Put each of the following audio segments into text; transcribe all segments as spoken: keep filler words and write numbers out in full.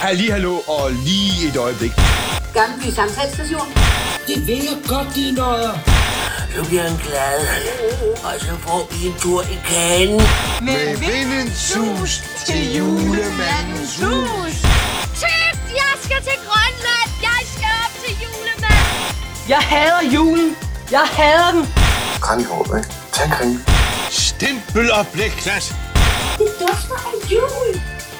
Halli, hallo og lige et øjeblik. Gammelby Samtalsstation. Det vil jeg godt, de nøjer. Så bliver han glad, og så får vi en tur i kagen. Med vindens sus til julemandens hus. Tygt, jeg skal til Grønland. Jeg skal op til julemanden. Jeg hader julen. Jeg hader den. Kranjehåb, ikke? Tag en kring. Stempel og blækglas. Det dufter af jul.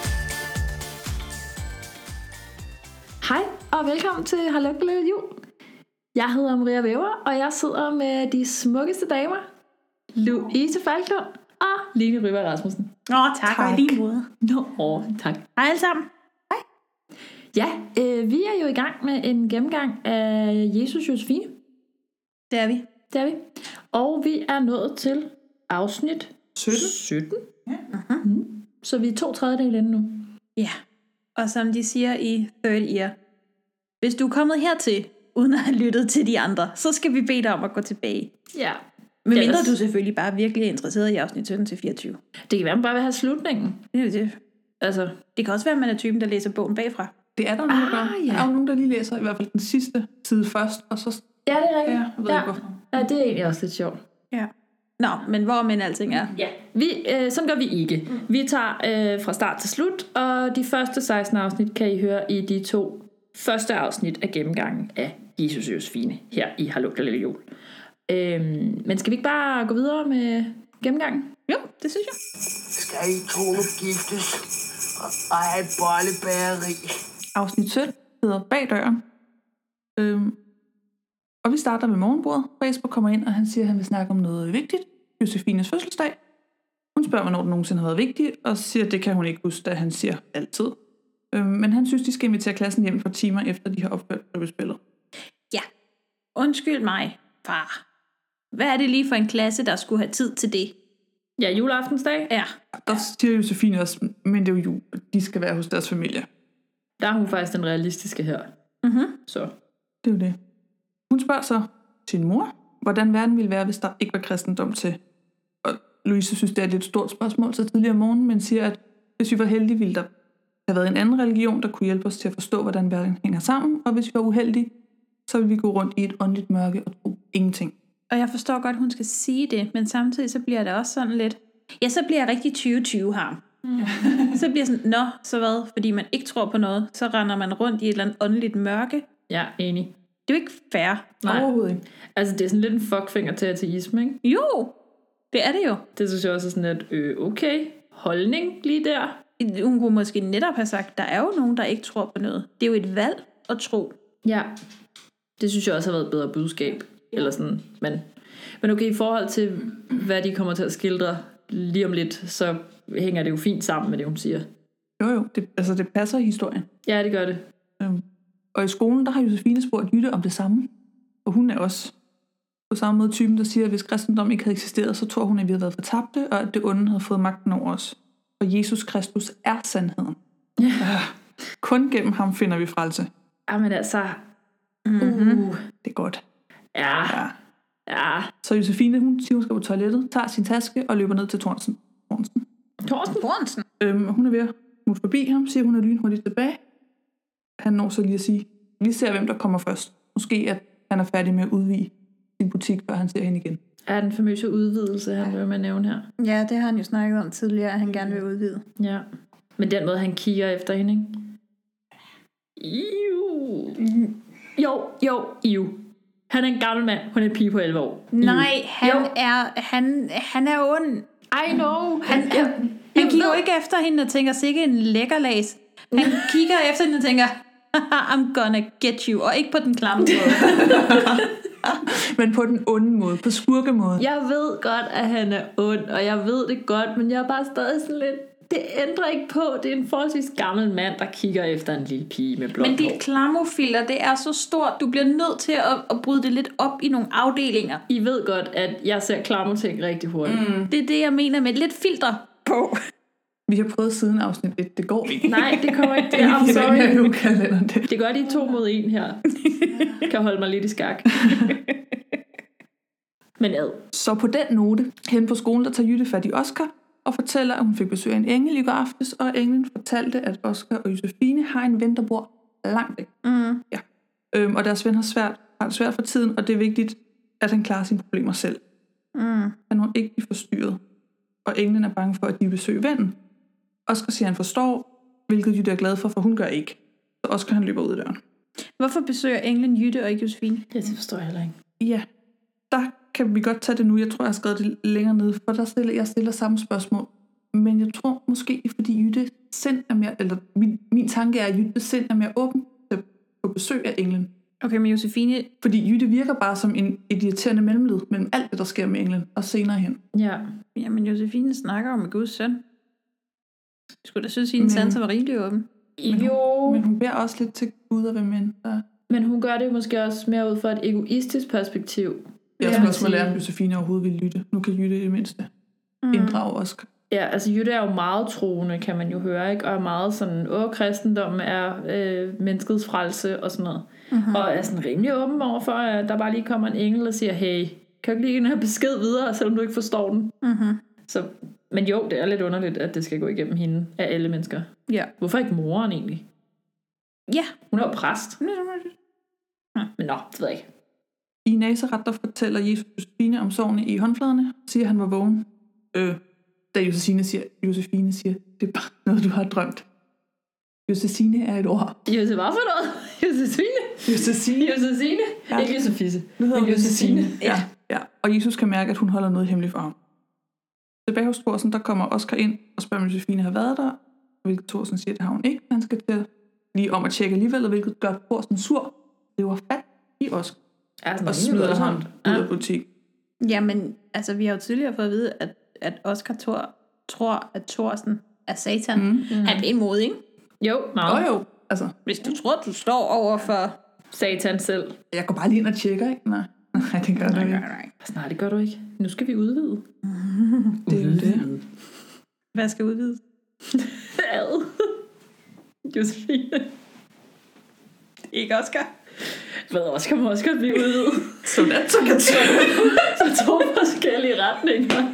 Hej og velkommen til Hallo Jul. Jeg hedder Maria Væver, og jeg sidder med de smukkeste damer, Louise Falklund og Line Ryberg Rasmussen. Åh, oh, tak, tak. Og i lige måde. Nå, oh, tak. Hej alle sammen. Hej. Ja, øh, vi er jo i gang med en gennemgang af Jesus Josefine. Det er vi. Det er vi. Og vi er nået til afsnit sytten. sytten. Ja. Uh-huh. Mm. Så vi er to tredjedel inde nu. Ja, og som de siger i Third Ear, hvis du er kommet hertil, uden at have lyttet til de andre, så skal vi bede dig om at gå tilbage. Ja. Men mindre du selvfølgelig bare virkelig er interesseret i afsnit sytten til fireogtyve. Det kan være, man bare vil have slutningen. Det er det. Altså, det kan også være, at man er typen, der læser bogen bagfra. Det er der nogen, der gør. Ja. Der er jo nogen, der lige læser i hvert fald den sidste side først, og så... Ja, det er rigtigt. Ja, jeg ved ja. ikke, hvorfor. Ja, det er egentlig også lidt sjovt. Ja. Nå, men hvor men alting er. Ja. Vi, øh, sådan gør vi ikke. Mm. Vi tager øh, fra start til slut, og de første seksten afsnit kan I høre i de to første afsnit af gennemgangen af Jesus Josefine her i Hallo Jul. Øhm, men skal vi ikke bare gå videre med gennemgangen? Jo, det synes jeg. Skal I to nu giftes og have et bollebæreri? Afsnit sytten hedder Bag døren. Øhm, og vi starter med morgenbordet. Jesper kommer ind, og han siger, at han vil snakke om noget vigtigt. Josefines fødselsdag. Hun spørger, hvornår det nogensinde har været vigtigt, og siger, at det kan hun ikke huske, da han siger altid. Øhm, men han synes, de skal invitere klassen hjem for timer, efter de har opført prøvespillet. Ja. Undskyld mig, far. Hvad er det lige for en klasse, der skulle have tid til det? Ja, juleaftensdag. Ja. Der siger Josefine også, men det er jo jul. De skal være hos deres familie. Der er hun faktisk den realistiske her. Mhm. Så. Det er jo det. Hun spørger så sin mor, hvordan verden ville være, hvis der ikke var kristendom til. Og Louise synes, det er et lidt stort spørgsmål så tidligere om morgenen, men siger, at hvis vi var heldige, ville der have været en anden religion, der kunne hjælpe os til at forstå, hvordan verden hænger sammen. Og hvis vi var uheldige, så ville vi gå rundt i et åndeligt mørke og tro ingenting. Og jeg forstår godt, hun skal sige det, men samtidig så bliver det også sådan lidt... Ja, så bliver jeg rigtig tyve tyve her. Mm. Så bliver sådan, nå, så hvad? Fordi man ikke tror på noget, så render man rundt i et eller andet åndeligt mørke. Ja, enig. Det er jo ikke fair. Nej. Overhovedet ikke. Altså, det er sådan lidt en fuckfinger til ateisme, ikke? Jo, det er det jo. Det synes jeg også er sådan et, øh, okay, holdning lige der. Hun kunne måske netop have sagt, der er jo nogen, der ikke tror på noget. Det er jo et valg at tro. Ja, det synes jeg også har været et bedre budskab. Eller sådan, men, men okay, i forhold til, hvad de kommer til at skildre lige om lidt, så hænger det jo fint sammen med det, hun siger. Jo jo, det, altså det passer i historien. Ja, det gør det. Øhm, og i skolen, der har Josefine spurgt Jytte om det samme. Og hun er også på samme måde typen, der siger, at hvis kristendom ikke havde eksisteret, så tror hun, at vi havde været fortabte, og at det onde havde fået magten over os. Og Jesus Kristus er sandheden. Ja. Øh, kun gennem ham finder vi frelse. Jamen altså, Mm-hmm. uh, det er godt. Ja. Ja. Ja. Så Josefine, hun siger, hun skal på toilettet, tager sin taske og løber ned til Thorsten. Thorsten. Thorsten? Thorsten. Øhm, hun er ved at smutte forbi ham, siger hun er lynhurtigt tilbage. Han når så lige at sige, vi ser hvem der kommer først. Måske at han er færdig med at udvide sin butik, før han ser hende igen. Er den famøse udvidelse, han vil med nævne her? Ja, det har han jo snakket om tidligere, at han gerne vil udvide. Ja. Men den måde, han kigger efter hende, ikke? Iu. Jo, jo, iu. Han er en gammel mand, hun er en pige på elleve år. Iu. Nej, han jo. er, han, han er ond. I know. Han, han, han, han kigger jo ikke efter hende og tænker, sikke en lækker læs. Han kigger efter hende og tænker, I'm gonna get you. Og ikke på den klamme måde. Men på den onde måde, på skurkemåden. Jeg ved godt, at han er ond, og jeg ved det godt, men jeg er bare stadig sådan lidt... Det ændrer ikke på, det er en forholdsvis gammel mand, der kigger efter en lille pige med blond hår. Men dit klamofilter, det er så stort, du bliver nødt til at, at bryde det lidt op i nogle afdelinger. I ved godt, at jeg ser klamoting rigtig hurtigt. Mm. Det er det, jeg mener med lidt filter på. Vi har prøvet siden afsnit et, det går ikke. Nej, det kommer ikke til. I'm sorry. Det. det gør de to mod en her. Kan holde mig lidt i skak. Men ad. Så på den note, hen på skolen, der tager Jytte fat i Oscar, og fortæller, at hun fik besøg af en engel i går aftes, og englen fortalte, at Oscar og Josefine har en ven, der bor langt væk. Mm. Ja. Øhm, og deres ven har, svært, har det svært for tiden, og det er vigtigt, at han klarer sine problemer selv. Mm. Han må ikke blive forstyrret, og englen er bange for, at de besøger vennen. Oscar siger, at han forstår, hvilket Jytte er glad for, for hun gør ikke. Så Oscar han løber ud af døren. Hvorfor besøger englen Jytte og ikke Josefine? Ja, det forstår jeg heller ikke. Ja, der kan vi godt tage det nu. Jeg tror, jeg har skrevet det længere ned, for der stiller, jeg stiller samme spørgsmål. Men jeg tror måske, fordi Jytte sind er mere, eller min, min tanke er, at Jytte sind er mere åben til på besøg af englen. Okay, men Josefine... Fordi Jytte virker bare som en irriterende mellemled mellem alt det, der sker med englen, og senere hen. Ja. Jamen, Josefine snakker om Guds søn. Jeg skulle da synes, at hendes sanser var rigtig åben. Men Jo. Hun, men hun beder også lidt til Gud og hvem end der... Men hun gør det måske også mere ud fra et egoistisk perspektiv. Jeg skal også lære, at Josefine overhovedet vil lytte. Nu kan Jytte i det mindste mm. inddrage Oscar. Ja, altså Jytte er jo meget troende, kan man jo høre, ikke? Og er meget sådan, åh, kristendommen er øh, menneskets frelse og sådan noget. Mm-hmm. Og er sådan rimelig åben over for, at der bare lige kommer en engel og siger, hey, kan du ikke lige give den her besked videre, selvom du ikke forstår den? Mm-hmm. Så, men jo, det er lidt underligt, at det skal gå igennem hende af alle mennesker. Ja. Hvorfor ikke moren egentlig? Ja. Hun er jo præst. Men nå, det ved jeg ikke. I Nazaret, der fortæller Jesus Josefine om sårene i håndfladerne, siger, at han var vågen. Øh, da Josefine siger, Josefine siger, det er bare noget, du har drømt. Josefine er et ord. Josef, hvad for noget? Josefine? Josefine. Josefine? Ja. Ikke Josefisse. Nu hedder men Josefine. Ja. ja. Og Jesus kan mærke, at hun holder noget hemmeligt for ham. Tilbage hos Thorsen, der kommer Oscar ind og spørger, om Josefine har været der. Hvilket Thorsen siger, det har hun ikke. Han skal til lige om at tjekke alligevel, hvilket gør Thorsen sur. Det var fat i Oscar. Ja, og smider ham ud af butik. Jamen, altså vi har jo tidligere fået at vide, at, at Oscar Thor, tror, at Thorsen er satan. Mm. Han er imod, ikke? Jo, meget. Jo, jo. Altså, hvis du tror, du står over for satan selv. Jeg går bare lige ind og tjekker, ikke? Nej, nej det gør du ikke. Nej, det gør du ikke. Nu skal vi udvide. Det er jo det. Hvad skal udvides? Ad. Josefine. Ikke Oscar. Hvad Oscar må også godt blive udvidet. Så that's okay. Så to forskellige retninger.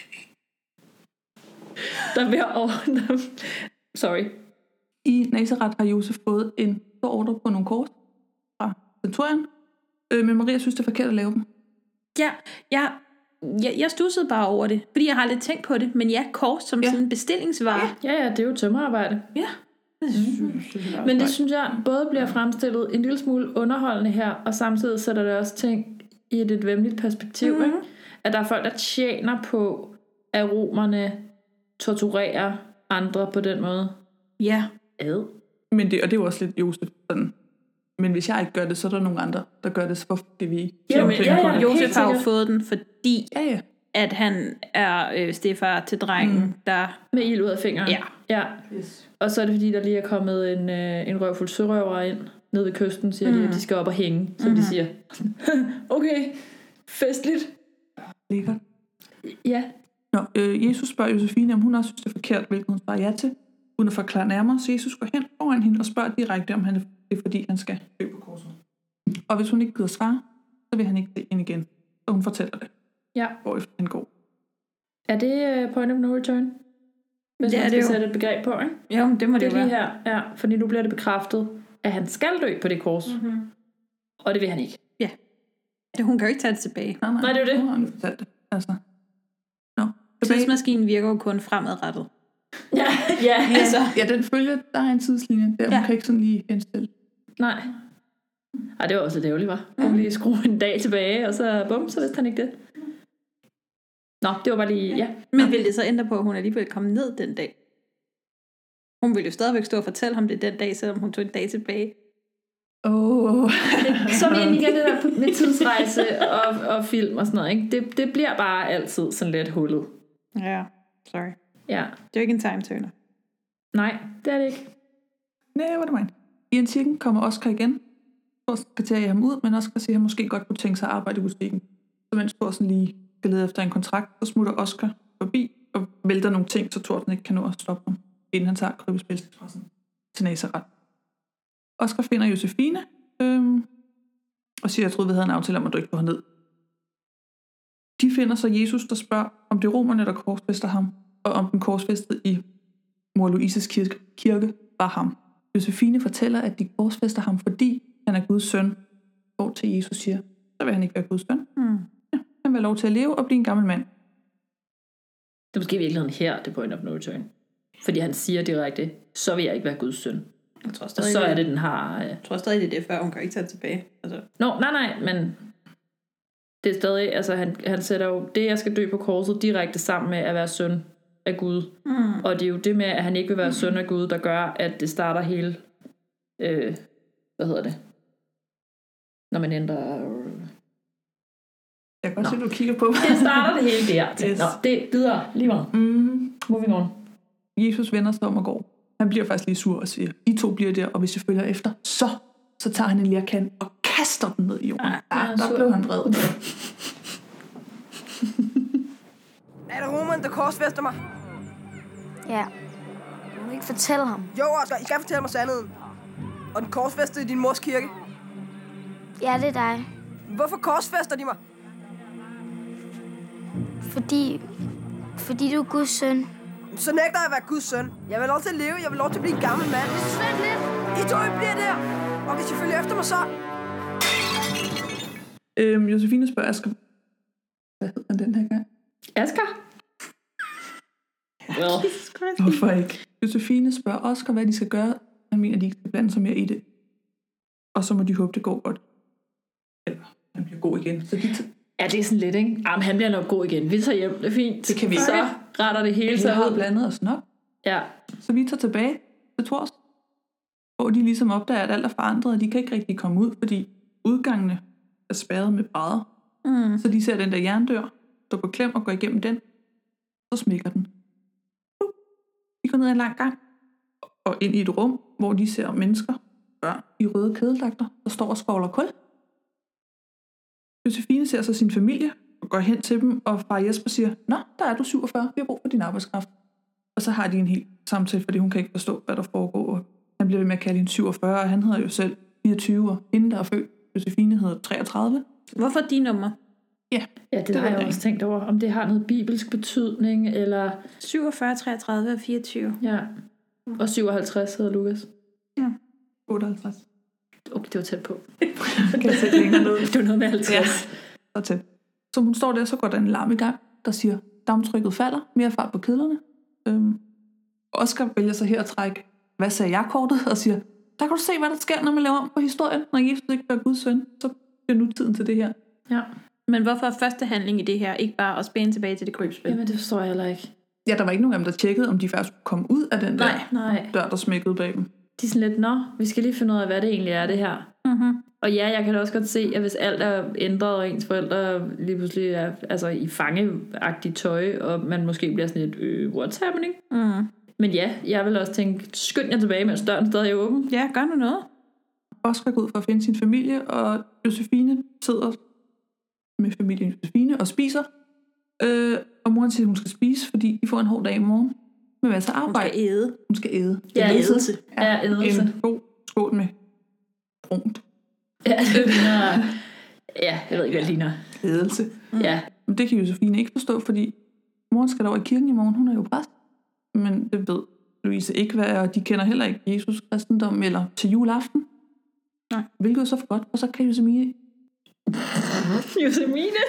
Der bliver over... Sorry. I Nazaret har Josef fået en stor ordre på nogle kors fra centurien, øh, men Maria synes, det er forkert at lave dem. Ja, jeg, jeg, jeg stussede bare over det, fordi jeg har lidt tænkt på det, men ja, kors som ja. sådan en bestillingsvare. Ja, ja, det er jo tømmerarbejde. Ja. Mm. Men det synes jeg både bliver fremstillet en lille smule underholdende her, og samtidig sætter det også ting i et, et væmmeligt perspektiv, mm-hmm. ikke? At der er folk, der tjener på, at romerne torturerer andre på den måde. Ja. Ad. Men det, og det er jo også lidt Josef sådan. Men hvis jeg ikke gør det, så er der nogle andre, der gør det, så hvorfor det vi ja, men, ja, ja, Josef har jo fået den, fordi ja, ja. at han er øh, stefar til drengen, mm. der... Med ild ud af fingeren. Ja. ja. Yes. Og så er det fordi, der lige er kommet en, øh, en røvfuld sørøver ind ned ved kysten, siger mm. de, at de skal op og hænge, som mm. de siger. Okay, festligt. Lækkert. Ja. Nå, øh, Jesus spørger Josefine, om hun også synes, det er forkert, hvilket hun svarer ja til. Uden at forklare nærmere, så Jesus går hen foran hende og spørger direkte, om han er, det er fordi, han skal dø på korset. Og hvis hun ikke gider svare, så vil han ikke det ind igen. Så hun fortæller det. Ja. Hvorefter han går. Er det uh, point of no return? Hvis det man er skal det jo. sætte et begreb på, ikke? Jo, det må det, det jo lige være. her, ja, fordi nu bliver det bekræftet, at han skal dø på det kors. Mm-hmm. Og det vil han ikke. Ja. Det, hun kan jo ikke tage det tilbage. Nej, nej, nej det er jo det. Hun har aldrig fortalt det. Altså. Nå. Tidsmaskinen virker jo kun fremadrettet. Ja, ja. Altså. Ja, den følger, der er en tidslinje der, ja. Hun kan ikke sådan lige henstille. Nej. Ej, det var også lidt ærgerligt, var. Hun lige skrue en dag tilbage, og så bum, så vidste han ikke det. Nå, det var bare lige, ja. Men vil det så ændre på, at hun alligevel kom ned den dag? Hun ville jo stadigvæk stå og fortælle ham det den dag, selvom hun tog en dag tilbage. Åh. Oh. Så er vi igen det der med tidsrejse og, og film og sådan noget, ikke? Det, det bliver bare altid sådan lidt hullet. Ja, sorry. Ja. Det er jo ikke en time turner. Nej, det er det ikke. Nej, hvor er det mig. I antikken kommer Oscar igen. Thorsen skal tage ham ud, men Oscar siger, at han måske godt kunne tænke sig at arbejde i butikken. Så mens Thorsen lige skal lede efter en kontrakt, så smutter Oscar forbi og vælter nogle ting, så Thorsen ikke kan nå at stoppe ham, inden han tager krybespilsexpressen til Nazaret. Oscar finder Josefine øhm, og siger, at jeg troede, vi havde en aftale om, at du ikke går herned. De finder så Jesus, der spørger, om det er romerne, der korsfæster ham, og om den korsfæstede i mor Louises kirke, kirke var ham. Josefine fortæller, at de korsfæster ham, fordi han er Guds søn, hvor til Jesus siger, så vil han ikke være Guds søn. Mm. Ja, han vil have lov til at leve og blive en gammel mand. Det er måske i virkeligheden her, det point of no return. Fordi han siger direkte, så vil jeg ikke være Guds søn. Jeg tror Og stadig, så er det, den har... Øh... Jeg tror stadig, det er det, før hun kan ikke tage det tilbage. Altså. Nå, nej, nej, men det er stadig, altså han, han sætter jo det, jeg skal dø på korset, direkte sammen med at være søn af Gud. Mm. Og det er jo det med, at han ikke vil være søn af Gud, der gør, at det starter hele, øh, hvad hedder det, når man ændrer... Øh... Jeg kan godt Nå. se, at du kigger på mig. Det starter det hele der. Yes. Nå, det videre, lige meget. Mm. Moving on. Jesus vender sig om og går. Han bliver faktisk lige sur og siger, I to bliver der, og hvis jeg følger efter, så, så tager han en lerkande og kaster den ned i jorden. Ja, ja, der sur. blev han vred. Er det Roman, der korsfæster mig? Ja. Du må ikke fortælle ham. Jo, Oscar, I skal fortælle mig sandheden. Og den korsfæstede i din mors kirke. Ja, det er dig. Hvorfor korsfæster de mig? Fordi... Fordi du er Guds søn. Så nægter jeg at være Guds søn. Jeg vil lov til at leve, jeg vil lov til at blive en gammel mand. Vent lidt. I to, I bliver der. Og hvis I følger efter mig, så... Øhm, Josefine spørger Asger, hvad hedder han den her gang? Asger? Well. Hvorfor ikke? Josefine spørger Oscar, hvad de skal gøre. Han mener, de ikke skal blande sig mere i det. Og så må de håbe, det går godt. Eller han bliver god igen. Så de t- Ja, det er sådan lidt, ikke? Jamen, han bliver nok god igen. Vi tager hjem, det er fint. Det kan vi Så ikke. retter det hele vi sig har ud. blandet os nok. Ja. Så vi tager tilbage til Tors, hvor de ligesom opdager, at alt er forandret, og de kan ikke rigtig komme ud, fordi udgangene er spærret med brædder. Mm. Så de ser den der jerndør, der på klem og går igennem den, så smækker den. De går ned ad en lang gang, og ind i et rum, hvor de ser mennesker, børn i røde kædeldragter, der står og skovler kul. Josefine ser så sin familie, og går hen til dem, og far Jesper siger, nå, der er du syvogfyrre, vi har brug for din arbejdskraft. Og så har de en helt samtale, fordi hun kan ikke forstå, hvad der foregår. Og han bliver ved med at kalde hende syvogfyrre, og han hedder jo selv fireogtyve, og hende, der er født, Josefine, hedder treogtredive. Hvorfor de nummer? Ja, Ja, det, Det det ved har jeg jeg også tænkt over, om det har noget bibelsk betydning, eller... syvogfyrre, treogtredive og fireogtyve. Ja. Og syvoghalvtreds hedder Lukas. Ja, otteoghalvtreds. Okay, det var tæt på. Så kan jeg sætte længere ned. Det var noget med halvtreds. Ja, så tæt. Så hun står der, så går der en larm i gang, der siger, damptrykket falder, mere fart på kedlerne. Øhm, Oscar vælger så her at trække, hvad sagde jeg kortet, og siger, der kan du se, hvad der sker, når man laver om på historien. Når Jesus ikke bliver Guds søn, så bliver nu tiden til det her. Ja. Men hvorfor er første handling i det her ikke bare at spænde tilbage til det krybspil? Jamen, det forstår jeg heller ikke. Ja, der var ikke nogen af dem, der tjekkede, om de faktisk kunne komme ud af den der Nej, nej. dør, der smækkede bag dem. De er sådan lidt, nå, vi skal lige finde ud af, hvad det egentlig er, det her. Mm-hmm. Og ja, jeg kan da også godt se, at hvis alt er ændret, og ens forældre lige pludselig er altså, i fangeagtigt tøj, og man måske bliver sådan lidt, øh, what's happening? Mm. Men ja, jeg vil også tænke, skynd jer tilbage, mens døren stadig er åben. Ja, gør nu noget. Oscar går ud for at finde sin familie, og Josefine sidder med familien Josefine og spiser. Øh, og moren siger, at hun skal spise, fordi de får en hård dag i morgen med masser af Hun arbejde. skal æde. Hun skal æde. Ja, ædelse. Ja, ædelse. En god skål med brunt. Ja, det ligner... Ja, jeg ved ikke, hvad det ligner. Ædelse. Mm. Ja. Men det kan Josefine ikke forstå, fordi moren skal over i kirken i morgen. Hun er jo præst. Men det ved Louise ikke, hvad er, og de kender heller ikke Jesus kristendom eller til juleaften. Nej. Hvilket er så for godt, og så kan Josefine... Josefine?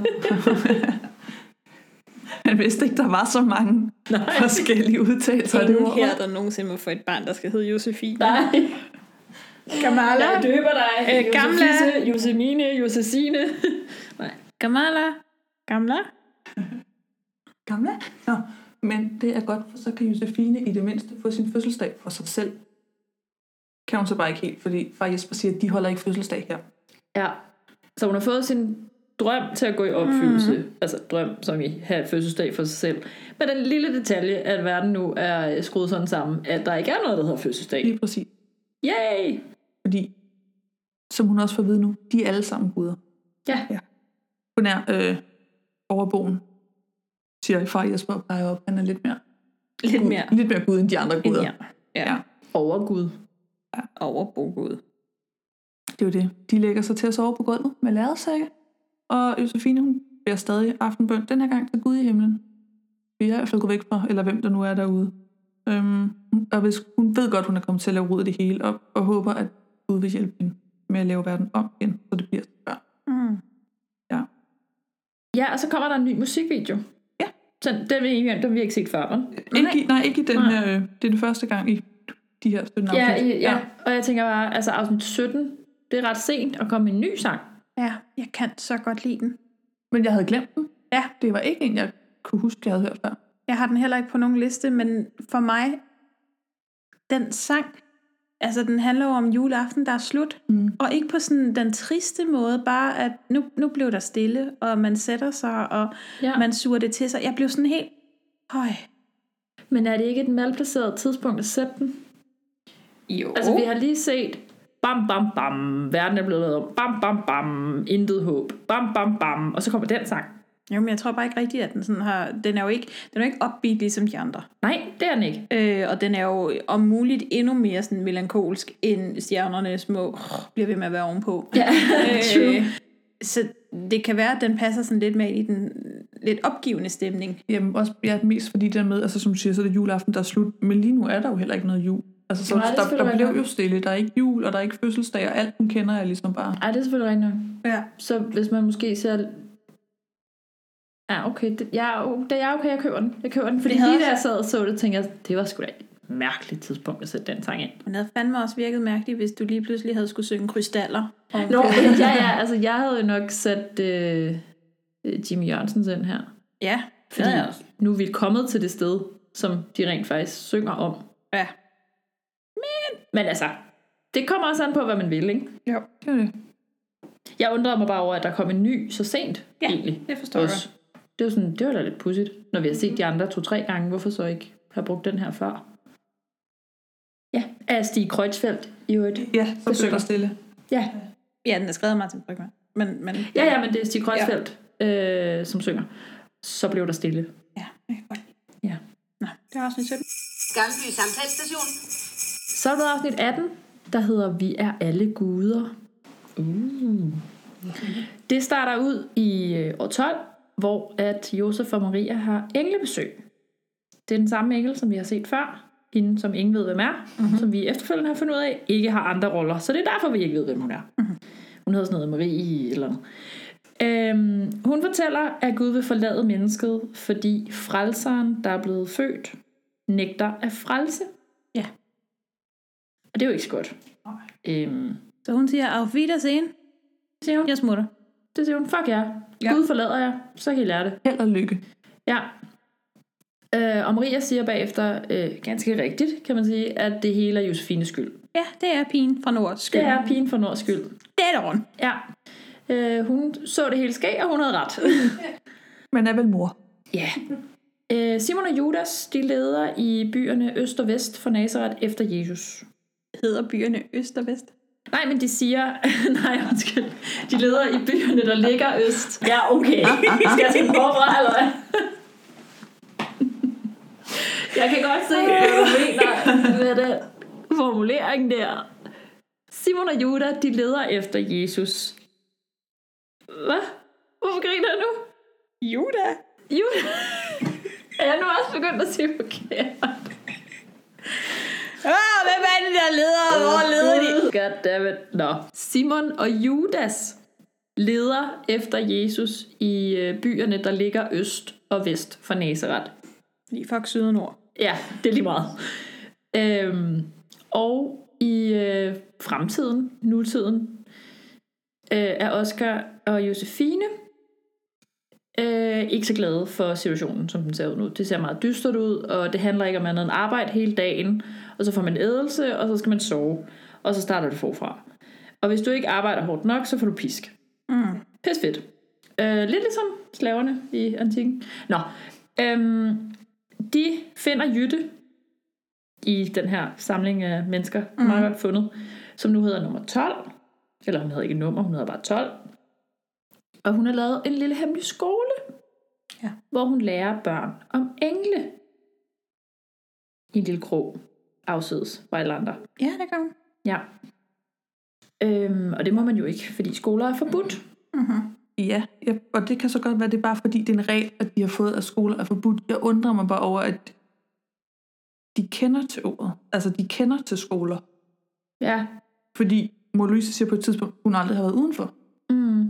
Han vidste ikke, der var så mange Nej. forskellige udtalelser. af det ord. her, der nogensinde må få et barn, der skal hedde Josefine. Nej. Kamala. Jeg døber dig. Øh, Gamla. Josefisse, Josemine, Josefine. Nej. Kamala. Gamla. Gamle? Nå, men det er godt, for så kan Josefine i det mindste få sin fødselsdag for sig selv. Kan hun så bare ikke helt, fordi far Jesper siger, at de holder ikke fødselsdag her. Ja. Så hun har fået sin drøm til at gå i opfyldelse. Mm. Altså drøm, som i have fødselsdag for sig selv. Men den lille detalje, at verden nu er skruet sådan sammen, at der ikke er noget, der hedder fødselsdag. Lige præcis. Yay! Fordi, som hun også får at vide nu, de er alle sammen guder. Ja. ja. Hun er øh, overboen, siger far Jesper og peger op. Han er lidt mere, Lidt gud, mere. lidt mere gud end de andre guder. Ja. Ja. Ja. Overgud. Ja. Overbogud. Det er jo det. De lægger sig til at sove på gulvet med lærredsække. Og Josefine, hun beder stadig aftenbøn, den her gang til Gud i himlen. vi er i hvert fald gået væk fra, eller hvem der nu er derude. Øhm, og hvis hun ved godt, hun er kommet til at lave rod i det hele op, og håber, at Gud vil hjælpe hende med at lave verden om igen, så det bliver så før. Mm. Ja. Ja, og så kommer der en ny musikvideo. Ja. Så den vil vi, den vil vi ikke set før, men. Ikke, nej, ikke i den her, øh, det er det første gang i de her sytten Ja, afsnit. ja, ja, og jeg tænker bare, altså afsnit sytten, det er ret sent at komme med en ny sang. Ja, jeg kan så godt lide den. Men jeg havde glemt den. Ja. Det var ikke en, jeg kunne huske, jeg havde hørt før. Jeg har den heller ikke på nogen liste, men for mig, den sang, altså den handler jo om juleaften, der er slut. Mm. Og ikke på sådan den triste måde, bare at nu, nu blev der stille, og man sætter sig, og Ja. man suger det til sig. Jeg blev sådan helt, høj. Men er det ikke et malplaceret tidspunkt at sætte den? Jo. Altså vi har lige set, bam bam bam, verden er blevet lavet om, bam bam bam, intet håb, bam bam bam, og så kommer den sang. Jo, men jeg tror bare ikke rigtigt, at den sådan har, den er jo ikke, den er jo ikke upbeat ligesom de andre. Nej, det er den ikke. Øh, og den er jo om muligt endnu mere sådan melankolsk, end stjernerne små oh, bliver ved med at være ovenpå. Ja, true. Så det kan være, at den passer sådan lidt med i den lidt opgivende stemning. Jamen også ja, mest fordi der med, altså som du siger, så er det juleaften, der er slut. Men lige nu er der jo heller ikke noget jul. Altså så Nej, der, der blev jo stille. Der er ikke jul, og der er ikke fødselsdag, og alt hun kender jeg ligesom bare. Ej, det er selvfølgelig rigtigt nok. Ja. Så hvis man måske ser... Ja, okay. Det, ja, det er okay, jeg køber den. Jeg køber den, fordi Det havde lige da også- jeg sad og så det, tænkte jeg, det var sgu da et mærkeligt tidspunkt at sætte den sang ind. Men det havde fandme også virket mærkeligt, hvis du lige pludselig havde skulle synge krystaller. Nå, ja, ja, altså jeg havde jo nok sat øh, Jimmy Jørgensens ind her. Ja, Fordi det havde jeg også. nu er vi kommet til det sted, som de rent faktisk synger om. Ja. Men, men altså, det kommer også an på, hvad man vil, ikke? Jo. Det er det. Jeg undrede mig bare over, at der kom en ny så sent, Ja, egentlig. det forstår jeg Også. Det var, sådan, det var da lidt pudsigt. Når vi har set de andre to-tre gange, hvorfor så ikke have brugt den her før? Ja, af Stig Kreutzfeldt i øvrigt. Ja, så blev synger. der stille. Ja. Ja, den er skrevet af Martin Brygmann. Men, men, ja, ja, men det er Stig Kreutzfeldt, ja. øh, som synger. Så blev der stille. Ja, det kan godt. Ja. Nå, det er også lidt sødt. Gammelby Samtalsstation. Så er der afsnit atten, der hedder Vi er alle guder. Uh. Det starter ud i øh, år tolv, hvor at Josef og Maria har englebesøg. Det er den samme engel, som vi har set før. Hende, som ingen ved, hvem er. Mm-hmm. Som vi efterfølgende har fundet ud af, ikke har andre roller. Så det er derfor, vi ikke ved, hvem hun er. Mm-hmm. Hun hedder sådan noget Marie eller noget. Øhm, hun fortæller, at Gud vil forlade mennesket, fordi frelseren, der er blevet født, nægter at frelse. Ja. Og det er jo ikke så godt. Øhm, Så hun siger, auf Wiedersehen. siger hun. Jeg smutter. Det siger hun, fuck jer. Ja. Gud forlader jer, så kan I lære det. Held og lykke. Ja. Øh, og Maria siger bagefter, øh, ganske rigtigt, kan man sige, at det hele er Josefines skyld. Ja, det er pigen fra Nords skyld. Det er pigen fra Nords skyld. Det er det rundt. Ja. Øh, hun så det hele ske, og hun havde ret. Man er vel mor. Ja. Øh, Simon og Judas, de leder i byerne øst og vest for Nazaret efter Jesus. Hedder byerne øst og vest? Nej, men de siger... nej, undskyld. De leder i byerne, der ligger øst. Ja, okay. Skal jeg tænke forfra, eller hvad? Jeg kan godt se, hvad du mener med den formulering der. Simon og Judas, de leder efter Jesus. Hvad? Hvorfor griner jeg nu? Judas? Judas? Er jeg nu også begyndt at sige forkert? Ah, hvem er det, der leder? Hvor leder de? Goddammit. Nå. Simon og Judas leder efter Jesus i øh, byerne, der ligger øst og vest for Nazaret. Fordi fuck syd og nord. Ja, det er lige meget. Øhm, og i øh, fremtiden, nutiden, øh, er Oscar og Josefine øh, ikke så glade for situationen, som den ser ud nu. Det ser meget dystert ud, og det handler ikke om andet end arbejde hele dagen, og så får man ædelse, og så skal man sove, og så starter det forfra. Og hvis du ikke arbejder hårdt nok, så får du pisk. Mm. Pisse fedt. Øh, lidt ligesom slaverne i antikken. Nå, øhm, de finder Jytte i den her samling af mennesker, mm. meget godt fundet, som nu hedder nummer tolv. Eller hun hedder ikke nummer, hun hedder bare tolv. Og hun har lavet en lille hemmelig skole, ja. hvor hun lærer børn om engle. I en lille krog, afsides Vejlander. Ja, det gør hun. Ja. Øhm, og det må man jo ikke, fordi skoler er forbudt. Mm-hmm. Ja, ja, og det kan så godt være, det er bare fordi, det er en regel, at de har fået, at skoler er forbudt. Jeg undrer mig bare over, at de kender til ordet. Altså, de kender til skoler. Ja. Fordi mor Louise siger på et tidspunkt, hun aldrig har været udenfor. Mm.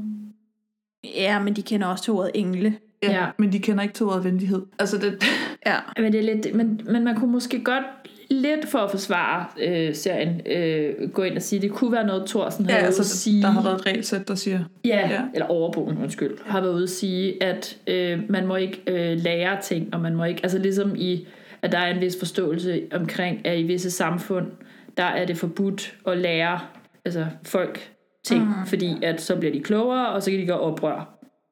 Ja, men de kender også til ordet engle. Ja, Ja. men de kender ikke til ordet venlighed. Altså, det... Ja. Men, det er lidt, men, men man kunne måske godt lidt for at forsvare øh, serien øh, gå ind og sige, det kunne være noget, Thorsen Ja, havde altså, ude at sige. der har været et regelsæt, der siger... Ja, Ja. eller overbogen, undskyld, har været ude at sige, at øh, man må ikke øh, lære ting, og man må ikke, altså ligesom i, at der er en vis forståelse omkring, at i visse samfund, der er det forbudt at lære altså folk ting, mm. fordi at så bliver de klogere, og så kan de gøre oprør.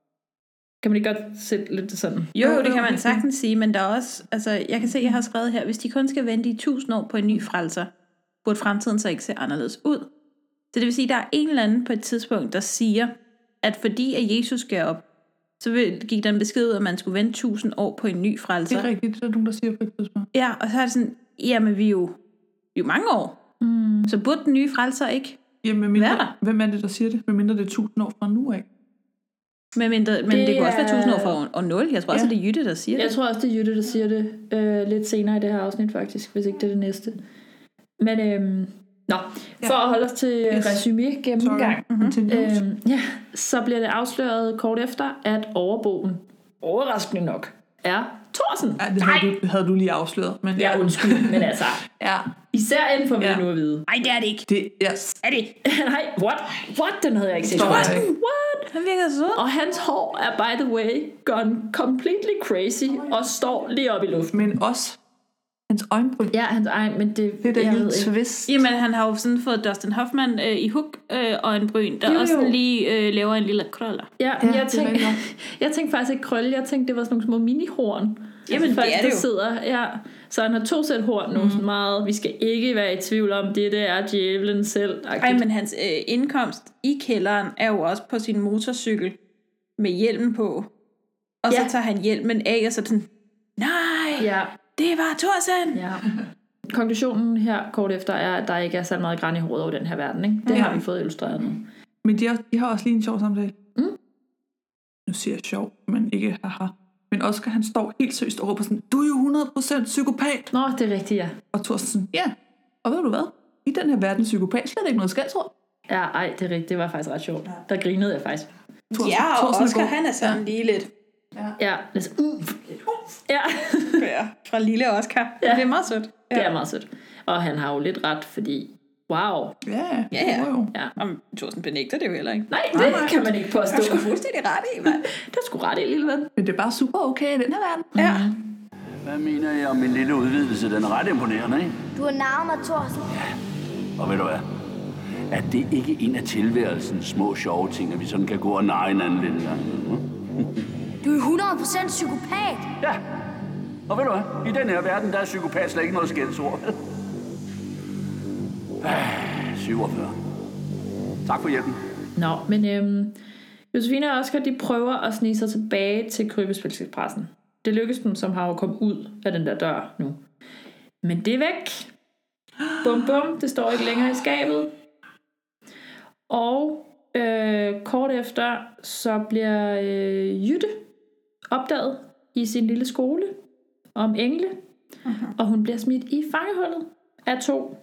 Kan man ikke godt sætte lidt sådan? Jo, jo, det kan man sagtens sige, men der er også, altså, jeg kan se, jeg har skrevet her, hvis de kun skal vente i tusind år på en ny frelser, burde fremtiden så ikke se anderledes ud. Så det vil sige, der er en eller anden på et tidspunkt, der siger, at fordi at Jesus gør op, så vil give den besked ud, at man skulle vente tusind år på en ny frelser. Det er rigtigt, det er nogen, der siger på et tidspunkt. Ja, og så er det sådan, jamen vi er jo, vi er jo mange år, Mm. så burde den nye frelser ikke Jamen, mindre, være der. hvem er det, der siger det? Hvem mindre det er tusind år fra nu af? Men, mindre, men det, Det det kunne også være tusind år er- fra år, år nul. Jeg tror Ja. også, at det er Jytte, der siger Jeg det. tror også, det er Jytte, der siger det øh, lidt senere i det her afsnit faktisk, hvis ikke det er det næste. Men øhm, nå, for Ja. at holde os til Yes. resumé gennemgang, Mm-hmm. øhm, ja, så bliver det afsløret kort efter, at overbogen, overraskende nok, er Thorsen. Ja, det havde du, havde du lige afsløret. Men Ja, undskyld, men altså, Ja, især inden for Ja. ja. nu at vide. Nej, det er det ikke. det, yes. Er det? Nej, what? What? Den havde jeg ikke set. Tror jeg What? ikke. What? Han virker så sød. Og hans hår er, by the way, gone completely crazy, og står lige op i luften. Men også hans øjenbryn. Ja, hans egen, men det, Det er da jeg ved lille ikke. twist. Jamen, han har jo sådan fået Dustin Hoffman øh, i hook øh, og en bryn, der Jo, også jo. sådan lige øh, laver en lille krøller. Ja, Ja, ja det er jeg, tænkte, rigtigt. jeg tænkte faktisk ikke krølle, jeg tænkte, det var sådan nogle små minihorn. Jamen, folk, det er der det jo. sidder, ja. Så han har to sæt horn nu, mm. sådan meget, vi skal ikke være i tvivl om, det, det er djævlen selv. Ej, men hans øh, indkomst i kælderen er jo også på sin motorcykel med hjelmen på. Og Ja. så tager han hjelmen af, og så er det sådan, nej, Ja, det var Thorsen. ja. Konklusionen her kort efter er, at der ikke er så meget græn i hovedet over den her verden. Ikke? Det Ja. har vi fået illustreret nu. Men de har, de har også lige en sjov samtale. Mm. Nu siger jeg sjov, men ikke haha. Men Oscar, han står helt seriøst og råber sådan, du er jo hundrede procent psykopat. Nå, det er rigtigt, ja. Og Thorsten sådan, ja. Og ved du hvad? I den her verden psykopat slet ikke noget skældsord. Ja, ej, det er rigtigt. Det var faktisk ret sjovt. Der grinede jeg faktisk. Thorsten, Ja, og Thorsten Oscar, god. han er sådan lige lidt Ja, altså, uh, ja. ja, fra lille Oscar. Ja. Det er meget sødt. Det er meget sødt. Og han har jo lidt ret, fordi, wow. Ja, Ja, ja. jo, jo. Ja. Om Thorsten benægter det jo heller ikke. Nej, det nej, kan man ikke påstå. Jeg skulle fuldstændig ret i, mand. Det er sgu ret i, lille ven. Men det er bare super okay i den her verden. Ja. Hvad mener jeg om min lille udvidelse? Den er ret imponerende, ikke? Du har navnet mig, Thorsen. Og ved du hvad? Er det ikke en af tilværelsens små sjove ting, at vi sådan kan gå og narre hinanden lidt gang? Du er hundrede procent psykopat. Ja. Og ved du hvad? I den her verden, der er psykopat slet ikke noget skældsord. Ah, syvogfyrre. Tak for hjælpen. Nå, men øhm, Josefine og Oscar, de prøver at snige sig tilbage til Krybespilspressen. Det lykkes dem, som har jo kommet ud af den der dør nu. Men det er væk. Bum bum, det står ikke længere i skabet. Og øh, kort efter, så bliver øh, Jytte opdaget i sin lille skole om engle. Uh-huh. Og hun bliver smidt i fangehullet af to,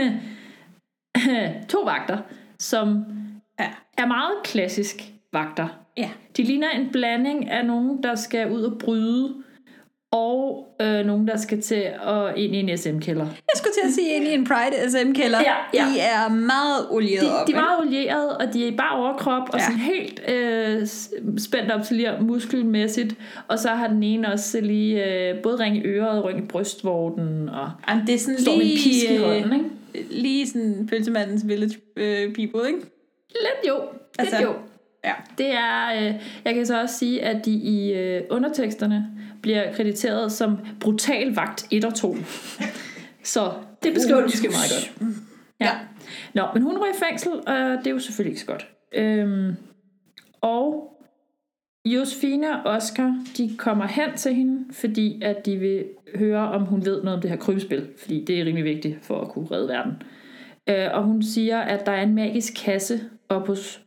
to vagter, som Ja. er meget klassisk vagter. Ja. De ligner en blanding af nogen, der skal ud og bryde, og øh, nogen, der skal til at ind i en S M-kælder. Jeg skulle til at sige, ind i en Pride S M-kælder. Ja, ja. De er meget olieret De, op. de er meget olierede, og de er bare overkrop, og Ja. sådan helt øh, spændt op til lige muskelmæssigt. Og så har den ene også lige øh, både ring i øret og ring i brystvorten, og Jamen, det er sådan står med en lige, pisk i hånden, ikke? øh, lige sådan Pølsemandens Village øh, people, ikke? Lidt jo. Lidt Altså, jo. Ja. Det er, øh, jeg kan så også sige, at de i øh, underteksterne bliver krediteret som brutal vagt et og to. Så det beskriver det måske meget godt. Ja. Nå, men hun var i fængsel, og det er jo selvfølgelig ikke så godt. Øhm, og Josefine og Oscar, de kommer hen til hende, fordi at de vil høre, om hun ved noget om det her krybespil, fordi det er rimelig vigtigt for at kunne redde verden. Øh, og hun siger, at der er en magisk kasse op hos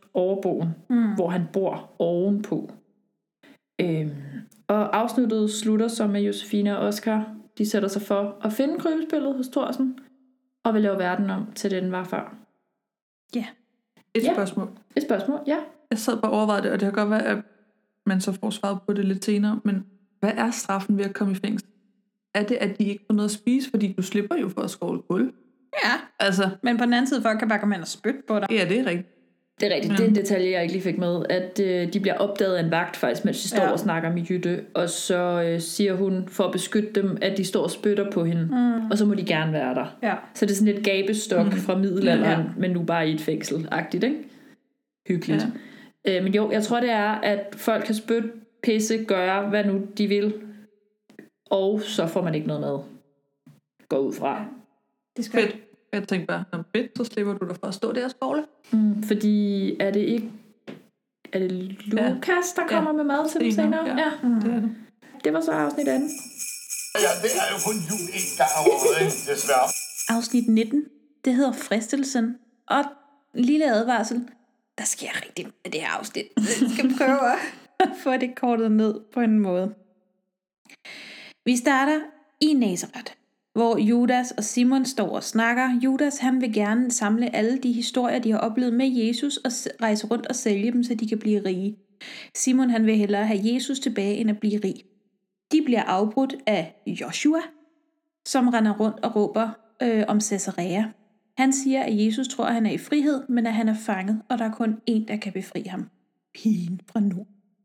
overboen, mm. hvor han bor ovenpå. Øhm, og afsnittet slutter så med Josefine og Oscar. De sætter sig for at finde krybespillet hos Thorsen, og vil lave verden om til det, den var før. Ja. Et Ja. spørgsmål. Et spørgsmål, ja. Jeg sad bare og overvejede det, og det kan godt være, at man så får svaret på det lidt senere, men hvad er straffen ved at komme i fængsel? Er det, at de ikke får noget at spise, fordi du slipper jo for at skåle gulv? Ja, altså. Men på den anden side, folk kan bare komme hen og spytte på dig. Ja, det er rigtigt. Det er rigtigt. Det er en detalje, jeg ikke lige fik med, at øh, de bliver opdaget af en vagt faktisk, mens de står ja. og snakker med Jytte, og så øh, siger hun, for at beskytte dem, at de står og spytter på hende, mm. og så må de gerne være der. Ja. Så det er sådan et gabestok mm. fra middelalderen, ja. men nu bare i et fængsel-agtigt, ikke? Hyggeligt. Ja. Øh, men jo, jeg tror det er, at folk kan spytte, pisse, gøre, hvad nu de vil, og så får man ikke noget mad. Gå ud fra. Det skal fedt. Jeg tænkte bare, når fedt, så slipper du dig for at stå der og skåle. Mm, fordi er det ikke er det Lukas, der kommer ja. med mad til dem senere? Ja, ja. Mm. det er det. Det var så afsnit andet. Ja, det er jo kun jul en gang om året, ikke? Desværre. Afsnit nitten, det hedder Fristelsen. Og en lille advarsel, der sker rigtig med det her afsnit. Jeg skal prøve at få det kortet ned på en måde. Vi starter i Nazaret, hvor Judas og Simon står og snakker. Judas han vil gerne samle alle de historier, de har oplevet med Jesus, og rejse rundt og sælge dem, så de kan blive rige. Simon han vil hellere have Jesus tilbage, end at blive rig. De bliver afbrudt af Joshua, som render rundt og råber øh, om Caesarea. Han siger, at Jesus tror, at han er i frihed, men at han er fanget, og der er kun én, der kan befri ham. Pigen fra nord.